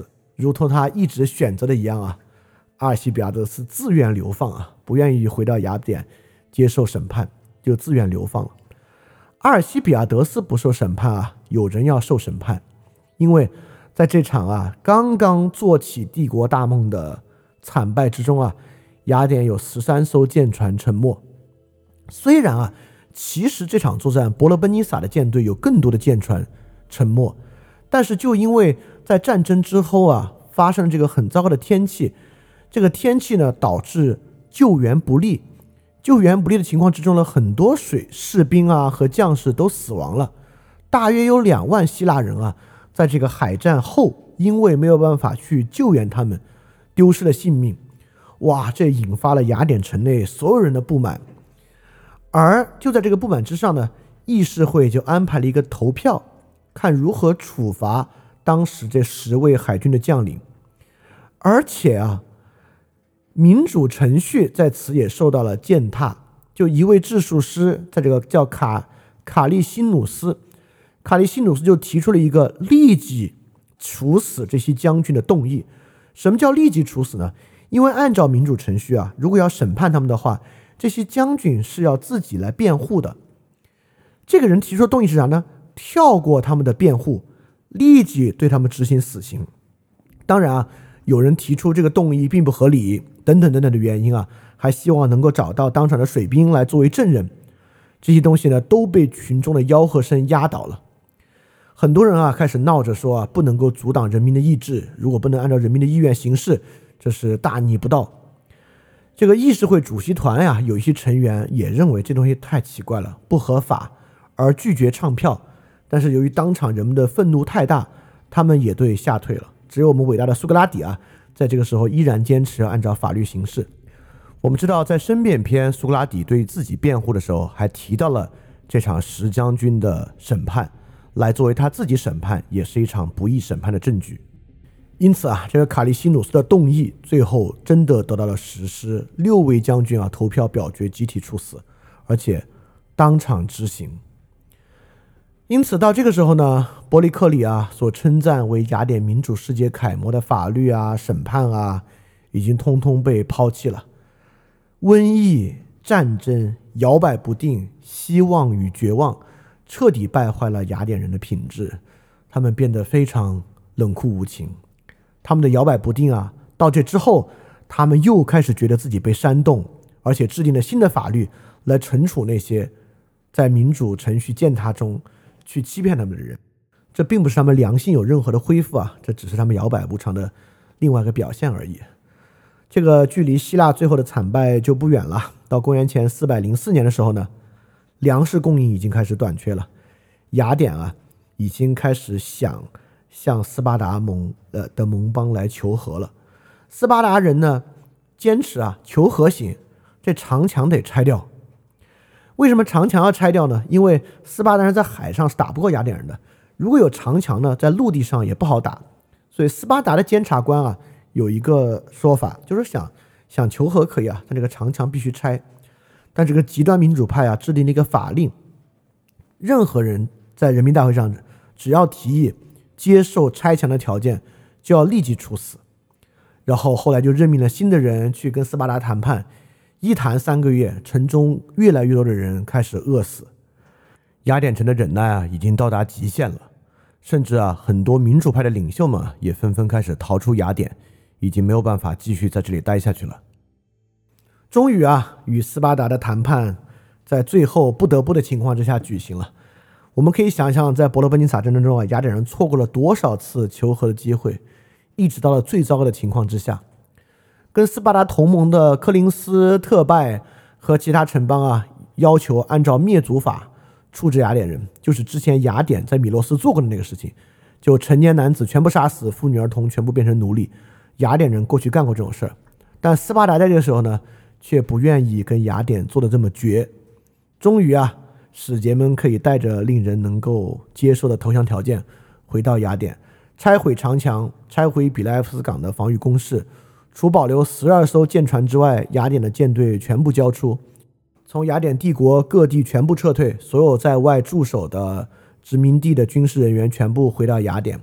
如同他一直选择的一样啊，阿尔西比亚德斯自愿流放啊，不愿意回到雅典接受审判，就自愿流放了。阿尔西比亚德斯不受审判啊，有人要受审判，因为在这场啊刚刚做起帝国大梦的惨败之中啊，雅典有十三艘舰船沉没。虽然啊，其实这场作战伯罗奔尼撒的舰队有更多的舰船沉没，但是就因为在战争之后啊，发生了这个很糟糕的天气，这个天气呢导致救援不利，救援不利的情况之中呢，很多水士兵啊和将士都死亡了，大约有两万希腊人啊，在这个海战后，因为没有办法去救援他们，丢失了性命。哇，这引发了雅典城内所有人的不满。而就在这个不满之上呢，议事会就安排了一个投票，看如何处罚当时这十位海军的将领。而且啊，民主程序在此也受到了践踏。就一位治术师，在这个叫卡卡利辛努斯，卡利辛努斯就提出了一个立即处死这些将军的动议。什么叫立即处死呢？因为按照民主程序啊，如果要审判他们的话，这些将军是要自己来辩护的。这个人提出的动议是啥呢？跳过他们的辩护，立即对他们执行死刑。当然啊，有人提出这个动议并不合理，等等等等的原因啊，还希望能够找到当场的水兵来作为证人。这些东西呢，都被群众的吆喝声压倒了。很多人啊，开始闹着说啊，不能够阻挡人民的意志，如果不能按照人民的意愿行事，这是大逆不道。这个议事会主席团呀、啊，有一些成员也认为这东西太奇怪了，不合法，而拒绝唱票。但是由于当场人们的愤怒太大，他们也对下退了。只有我们伟大的苏格拉底啊，在这个时候依然坚持要按照法律行事。我们知道，在申辩篇，苏格拉底对自己辩护的时候，还提到了这场十将军的审判，来作为他自己审判，也是一场不义审判的证据。因此啊，这个卡利西努斯的动议最后真的得到了实施，六位将军啊投票表决集体处死，而且当场执行。因此到这个时候呢，伯利克里啊所称赞为雅典民主世界楷模的法律啊、审判啊，已经通通被抛弃了。瘟疫、战争、摇摆不定、希望与绝望，彻底败坏了雅典人的品质，他们变得非常冷酷无情。他们的摇摆不定啊，到这之后，他们又开始觉得自己被煽动，而且制定了新的法律来惩处那些在民主程序践踏中去欺骗他们的人。这并不是他们良心有任何的恢复啊，这只是他们摇摆无常的另外一个表现而已。这个距离希腊最后的惨败就不远了。到公元前四百零四年的时候呢，粮食供应已经开始短缺了，雅典啊已经开始想向斯巴达盟呃的盟邦来求和了。斯巴达人呢坚持啊求和行，这长墙得拆掉。为什么长墙要拆掉呢？因为斯巴达人在海上是打不过雅典人的，如果有长墙呢，在陆地上也不好打。所以斯巴达的监察官啊有一个说法，就是想想求和可以啊，但这个长墙必须拆。但这个极端民主派啊制定了一个法令，任何人在人民大会上只要提议接受拆墙的条件，就要立即处死。然后后来就任命了新的人去跟斯巴达谈判，一谈三个月，城中越来越多的人开始饿死。雅典城的忍耐啊已经到达极限了，甚至啊很多民主派的领袖们也纷纷开始逃出雅典，已经没有办法继续在这里待下去了。终于啊，与斯巴达的谈判在最后不得不的情况之下举行了。我们可以想象，在伯罗奔尼撒战争中啊，雅典人错过了多少次求和的机会，一直到了最糟糕的情况之下。跟斯巴达同盟的科林斯、特拜和其他城邦啊，要求按照灭族法处置雅典人，就是之前雅典在米洛斯做过的那个事情，就成年男子全部杀死，妇女儿童全部变成奴隶。雅典人过去干过这种事儿，但斯巴达在这个时候呢，却不愿意跟雅典做的这么绝。终于啊，使节们可以带着令人能够接受的投降条件回到雅典，拆毁长墙，拆毁比莱夫斯港的防御工事，除保留十二艘舰船之外，雅典的舰队全部交出，从雅典帝国各地全部撤退，所有在外驻守的殖民地的军事人员全部回到雅典，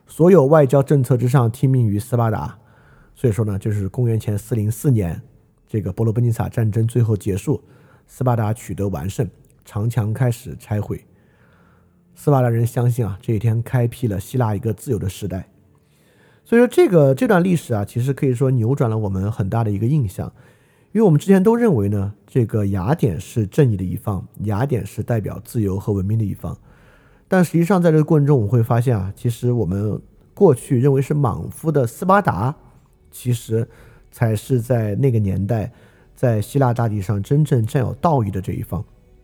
所有外交政策之上听命于斯巴达。所以说呢，就是公元前四零四年，这个伯罗奔尼撒战争最后结束，斯巴达取得完胜，长墙开始拆毁。斯巴达人相信啊，这一天开辟了希腊一个自由的时代。所以说这个这段历史啊，其实可以说扭转了我们很大的一个印象。因为我们之前都认为呢，这个雅典是正义的一方，雅典是代表自由和文明的一方。但实际上在这个过程中，我们会发现啊，其实我们过去认为是莽夫的斯巴达，其实才是在那个年代在希腊大地上真正占有道义的这一方。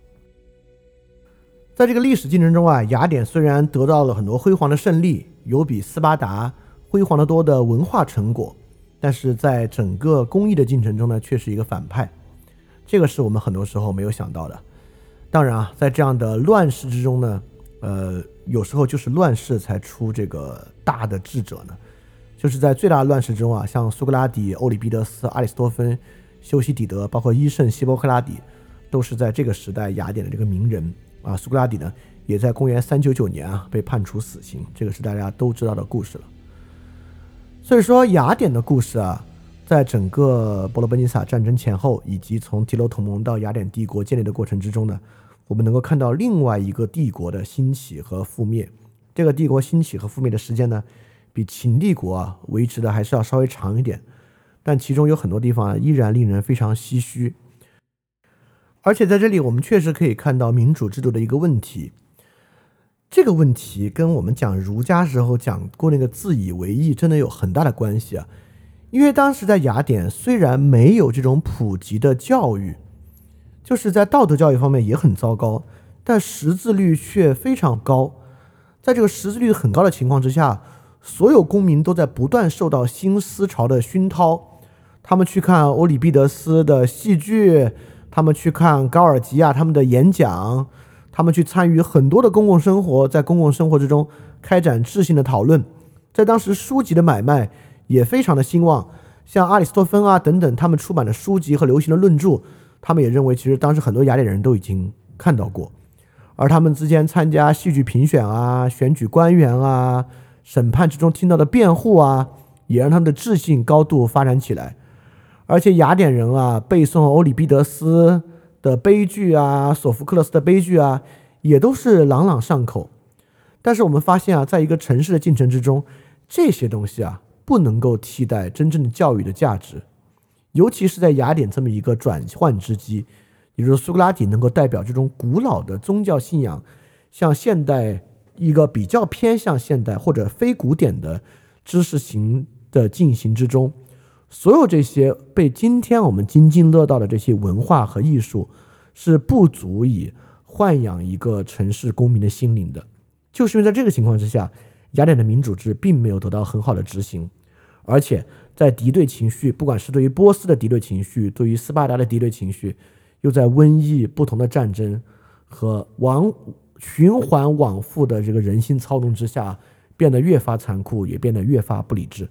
在这个历史进程中啊，雅典虽然得到了很多辉煌的胜利，有比斯巴达辉煌的多的文化成果，但是在整个公益的进程中呢，却是一个反派。这个是我们很多时候没有想到的。当然啊，在这样的乱世之中呢，呃，有时候就是乱世才出这个大的智者呢。就是在最大的乱世中啊，像苏格拉底、欧里庇得斯、阿里斯多芬、修昔底德，包括医圣希波克拉底，都是在这个时代雅典的这个名人啊。苏格拉底呢，也在公元三九九年啊被判处死刑，这个是大家都知道的故事了。所以说雅典的故事啊，在整个伯罗奔尼撒战争前后，以及从提洛同盟到雅典帝国建立的过程之中呢，我们能够看到另外一个帝国的兴起和覆灭。这个帝国兴起和覆灭的时间呢，比秦帝国啊维持的还是要稍微长一点，但其中有很多地方、啊、依然令人非常唏嘘。而且在这里我们确实可以看到民主制度的一个问题，这个问题跟我们讲儒家时候讲过那个自以为义真的有很大的关系啊。因为当时在雅典虽然没有这种普及的教育，就是在道德教育方面也很糟糕，但识字率却非常高。在这个识字率很高的情况之下，所有公民都在不断受到新思潮的熏陶，他们去看欧里庇得斯的戏剧，他们去看高尔吉亚他们的演讲，他们去参与很多的公共生活，在公共生活之中开展智性的讨论。在当时书籍的买卖也非常的兴旺，像阿里斯托芬啊等等他们出版的书籍和流行的论著，他们也认为其实当时很多雅典人都已经看到过。而他们之间参加戏剧评选啊，选举官员啊，审判之中听到的辩护啊，也让他们的智性高度发展起来。而且雅典人啊，背诵欧里庇得斯的悲剧啊，索福克勒斯的悲剧啊，也都是朗朗上口。但是我们发现啊，在一个城市的进程之中，这些东西啊，不能够替代真正的教育的价值。尤其是在雅典这么一个转换之机，也就是苏格拉底能够代表这种古老的宗教信仰，向现代一个比较偏向现代或者非古典的知识型的进行之中，所有这些被今天我们津津乐道的这些文化和艺术，是不足以豢养一个城市公民的心灵的。就是因为在这个情况之下，雅典的民主制并没有得到很好的执行，而且在敌对情绪，不管是对于波斯的敌对情绪，对于斯巴达的敌对情绪，又在瘟疫、不同的战争和往循环往复的这个人心操纵之下，变得越发残酷，也变得越发不理智。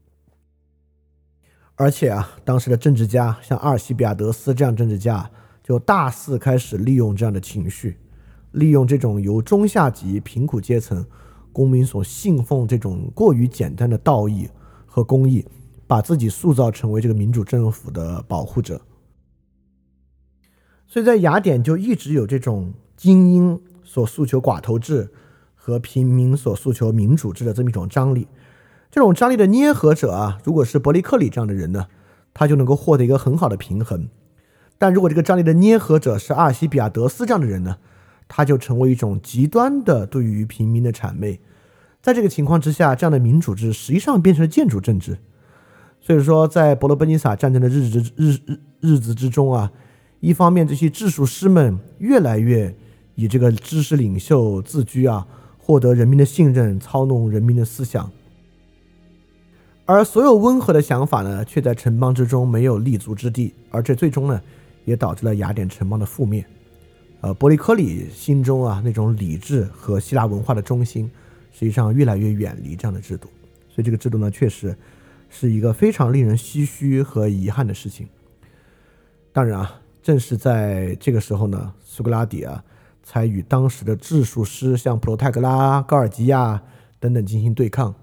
而且啊，当时的政治家像阿尔西比亚德斯这样政治家，就大肆开始利用这样的情绪，利用这种由中下级贫苦阶层公民所信奉这种过于简单的道义和公义，把自己塑造成为这个民主政府的保护者。所以在雅典就一直有这种精英所诉求寡头制和平民所诉求民主制的这么一种张力。这种张力的捏合者啊，如果是伯利克里这样的人呢，他就能够获得一个很好的平衡。但如果这个张力的捏合者是阿尔西比亚德斯这样的人呢，他就成为一种极端的对于平民的谄媚。在这个情况之下，这样的民主制实际上变成了建筑政治。所以说在伯罗奔尼撒战争的日子日日日子之中啊，一方面这些治术师们越来越以这个知识领袖自居啊，获得人民的信任，操弄人民的思想。而所有温和的想法呢，却在城邦之中没有立足之地，而这最终呢，也导致了雅典城邦的覆灭。呃，伯利克里心中啊那种理智和希腊文化的中心，实际上越来越远离这样的制度。所以这个制度呢，确实是一个非常令人唏嘘和遗憾的事情。当然啊，正是在这个时候呢，苏格拉底啊，才与当时的治术师像普罗泰戈拉、高尔吉亚等等进行对抗。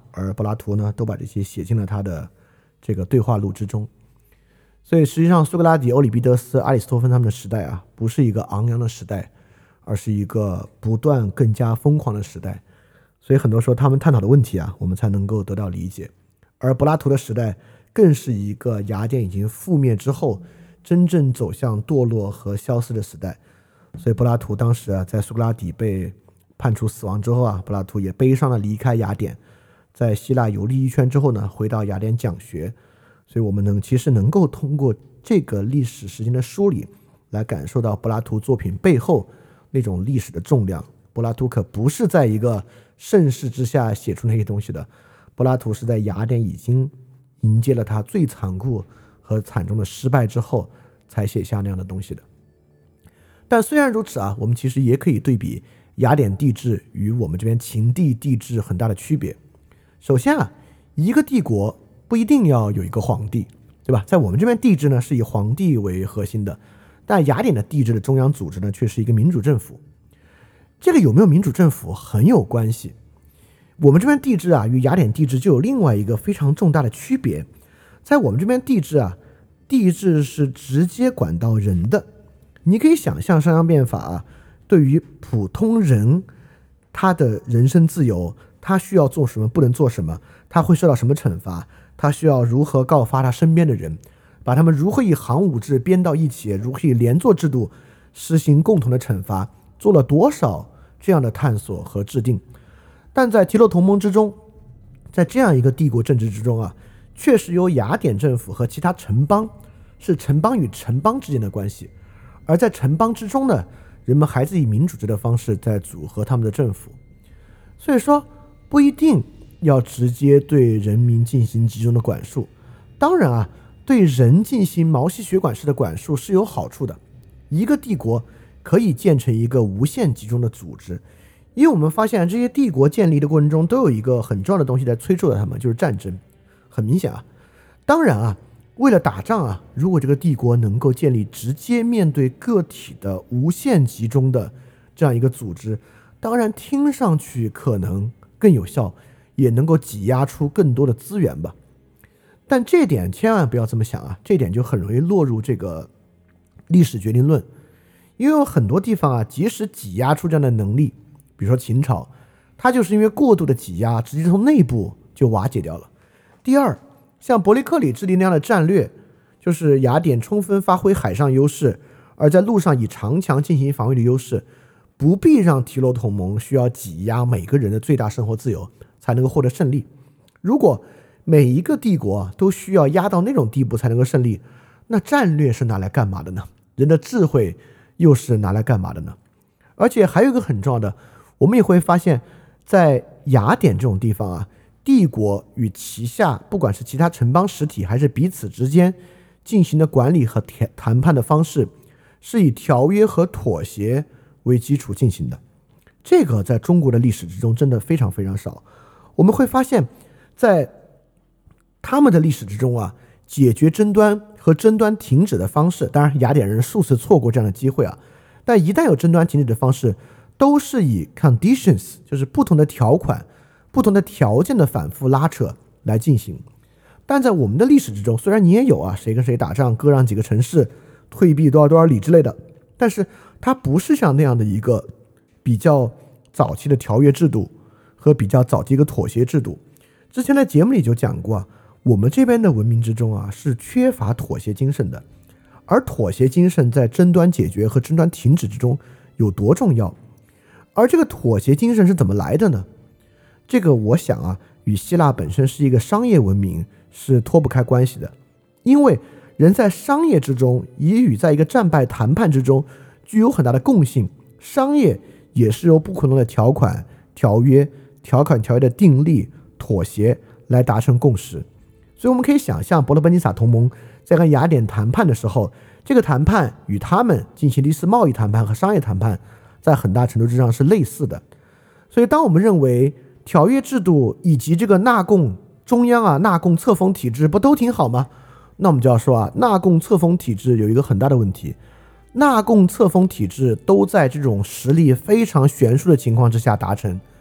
而柏拉图呢都把这些写进了他的这个对话录之中。所以实际上苏格拉底、欧里庇得斯、阿里斯托芬他们的时代啊，不是一个昂扬的时代，而是一个不断更加疯狂的时代。所以很多时候他们探讨的问题啊，我们才能够得到理解。而柏拉图的时代更是一个雅典已经覆灭之后真正走向堕落和消失的时代。所以柏拉图当时啊，在苏格拉底被判处死亡之后啊，柏拉图也悲伤的离开雅典，在希腊游历一圈之后呢，回到雅典讲学。所以我们能其实能够通过这个历史时间的梳理来感受到柏拉图作品背后那种历史的重量。柏拉图可不是在一个盛世之下写出那些东西的，柏拉图是在雅典已经迎接了他最残酷和惨重的失败之后才写下那样的东西的。但虽然如此啊，我们其实也可以对比雅典帝制与我们这边秦帝帝制很大的区别。首先啊，一个帝国不一定要有一个皇帝，对吧？在我们这边帝制呢是以皇帝为核心的，但雅典的帝制的中央组织呢却是一个民主政府。这个有没有民主政府很有关系。我们这边帝制啊与雅典帝制就有另外一个非常重大的区别。在我们这边帝制啊，帝制是直接管到人的。你可以想象商鞅变法啊，对于普通人他的人身自由，他需要做什么不能做什么，他会受到什么惩罚，他需要如何告发他身边的人，把他们如何以行伍制编到一起，如何以连坐制度实行共同的惩罚，做了多少这样的探索和制定。但在提洛同盟之中，在这样一个帝国政治之中啊，确实由雅典政府和其他城邦，是城邦与城邦之间的关系。而在城邦之中呢，人们还是以民主制的方式在组合他们的政府。所以说不一定要直接对人民进行集中的管束。当然啊，对人进行毛细血管式的管束是有好处的。一个帝国可以建成一个无限集中的组织，因为我们发现这些帝国建立的过程中都有一个很重要的东西在催促着他们，就是战争。很明显啊，当然啊，为了打仗啊，如果这个帝国能够建立直接面对个体的无限集中的这样一个组织，当然听上去可能更有效，也能够挤压出更多的资源吧。但这点千万不要这么想啊，这点就很容易落入这个历史决定论。因为有很多地方啊，即使挤压出这样的能力，比如说秦朝，它就是因为过度的挤压，直接从内部就瓦解掉了。第二，像伯利克里制定那样的战略，就是雅典充分发挥海上优势，而在陆上以长墙进行防御的优势，不必让提洛同盟需要挤压每个人的最大生活自由才能够获得胜利。如果每一个帝国都需要压到那种地步才能够胜利，那战略是拿来干嘛的呢？人的智慧又是拿来干嘛的呢？而且还有一个很重要的，我们也会发现在雅典这种地方啊，帝国与旗下不管是其他城邦实体还是彼此之间进行的管理和谈判的方式是以条约和妥协为基础进行的。这个在中国的历史之中真的非常非常少。我们会发现在他们的历史之中啊，解决争端和争端停止的方式，当然雅典人数次错过这样的机会啊，但一旦有争端停止的方式，都是以 conditions， 就是不同的条款不同的条件的反复拉扯来进行。但在我们的历史之中，虽然你也有啊，谁跟谁打仗割让几个城市退避多少多少里之类的，但是它不是像那样的一个比较早期的条约制度和比较早期一个妥协制度。之前在节目里就讲过啊，我们这边的文明之中啊是缺乏妥协精神的，而妥协精神在争端解决和争端停止之中有多重要。而这个妥协精神是怎么来的呢？这个我想啊，与希腊本身是一个商业文明是脱不开关系的。因为人在商业之中也与在一个战败谈判之中具有很大的共性，商业也是由不可能的条款条约条款条约的订立妥协来达成共识。所以我们可以想象伯罗奔尼撒同盟在跟雅典谈判的时候，这个谈判与他们进行的一次贸易谈判和商业谈判在很大程度之上是类似的。所以当我们认为条约制度以及这个纳贡中央啊纳贡册封体制不都挺好吗？那我们就要说啊，纳贡册封体制有一个很大的问题，纳贡册封体制都在这种实力非常悬殊的情况之下达成。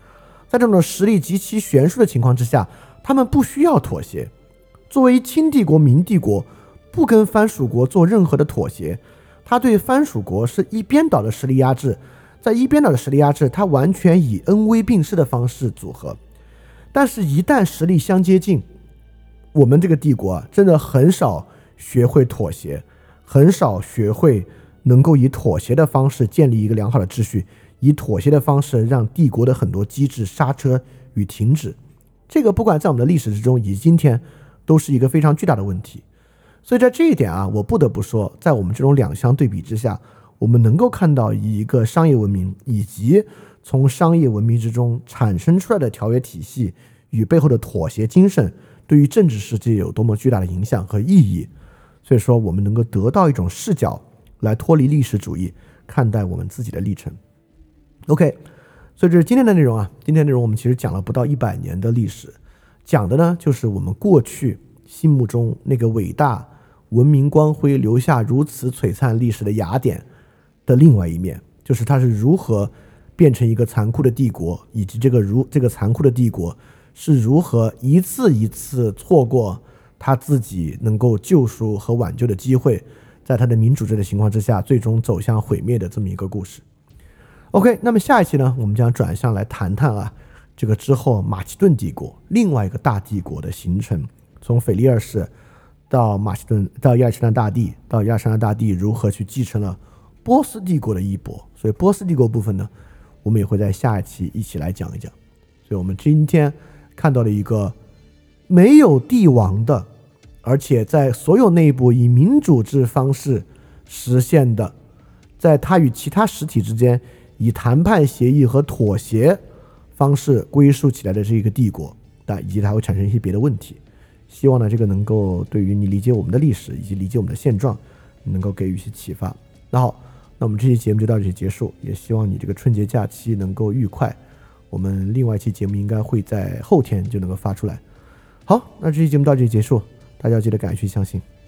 在这种实力极其悬殊的情况之下，他们不需要妥协。作为清帝国、明帝国，不跟藩属国做任何的妥协，他对藩属国是一边倒的实力压制，在一边倒的实力压制，他完全以恩威并施的方式组合。但是一旦实力相接近，我们这个帝国啊，真的很少学会妥协，很少学会能够以妥协的方式建立一个良好的秩序，以妥协的方式让帝国的很多机制刹车与停止。这个不管在我们的历史之中以及今天都是一个非常巨大的问题。所以在这一点啊，我不得不说，在我们这种两相对比之下，我们能够看到一个商业文明以及从商业文明之中产生出来的条约体系与背后的妥协精神对于政治世界有多么巨大的影响和意义。所以说我们能够得到一种视角来脱离历史主义看待我们自己的历程。 OK， 所以这是今天的内容啊。今天的内容我们其实讲了不到一百年的历史，讲的呢就是我们过去心目中那个伟大文明光辉留下如此璀璨历史的雅典的另外一面，就是它是如何变成一个残酷的帝国，以及这个如这个残酷的帝国是如何一次一次错过他自己能够救赎和挽救的机会，在他的民主制的情况之下最终走向毁灭的这么一个故事。 OK， 那么下一期呢，我们将转向来谈谈啊这个之后马其顿帝国另外一个大帝国的形成，从腓力二世到马其顿到亚历山大大帝，到亚历山大大帝如何去继承了波斯帝国的衣钵。所以波斯帝国部分呢，我们也会在下一期一起来讲一讲。所以我们今天看到了一个没有帝王的，而且在所有内部以民主制方式实现的，在它与其他实体之间以谈判协议和妥协方式归属起来的这一个帝国，但以及它会产生一些别的问题。希望呢这个能够对于你理解我们的历史以及理解我们的现状能够给予一些启发。那好，那我们这期节目就到这里结束，也希望你这个春节假期能够愉快。我们另外一期节目应该会在后天就能够发出来。好，那这期节目到这里结束，大家要记得敢于去相信。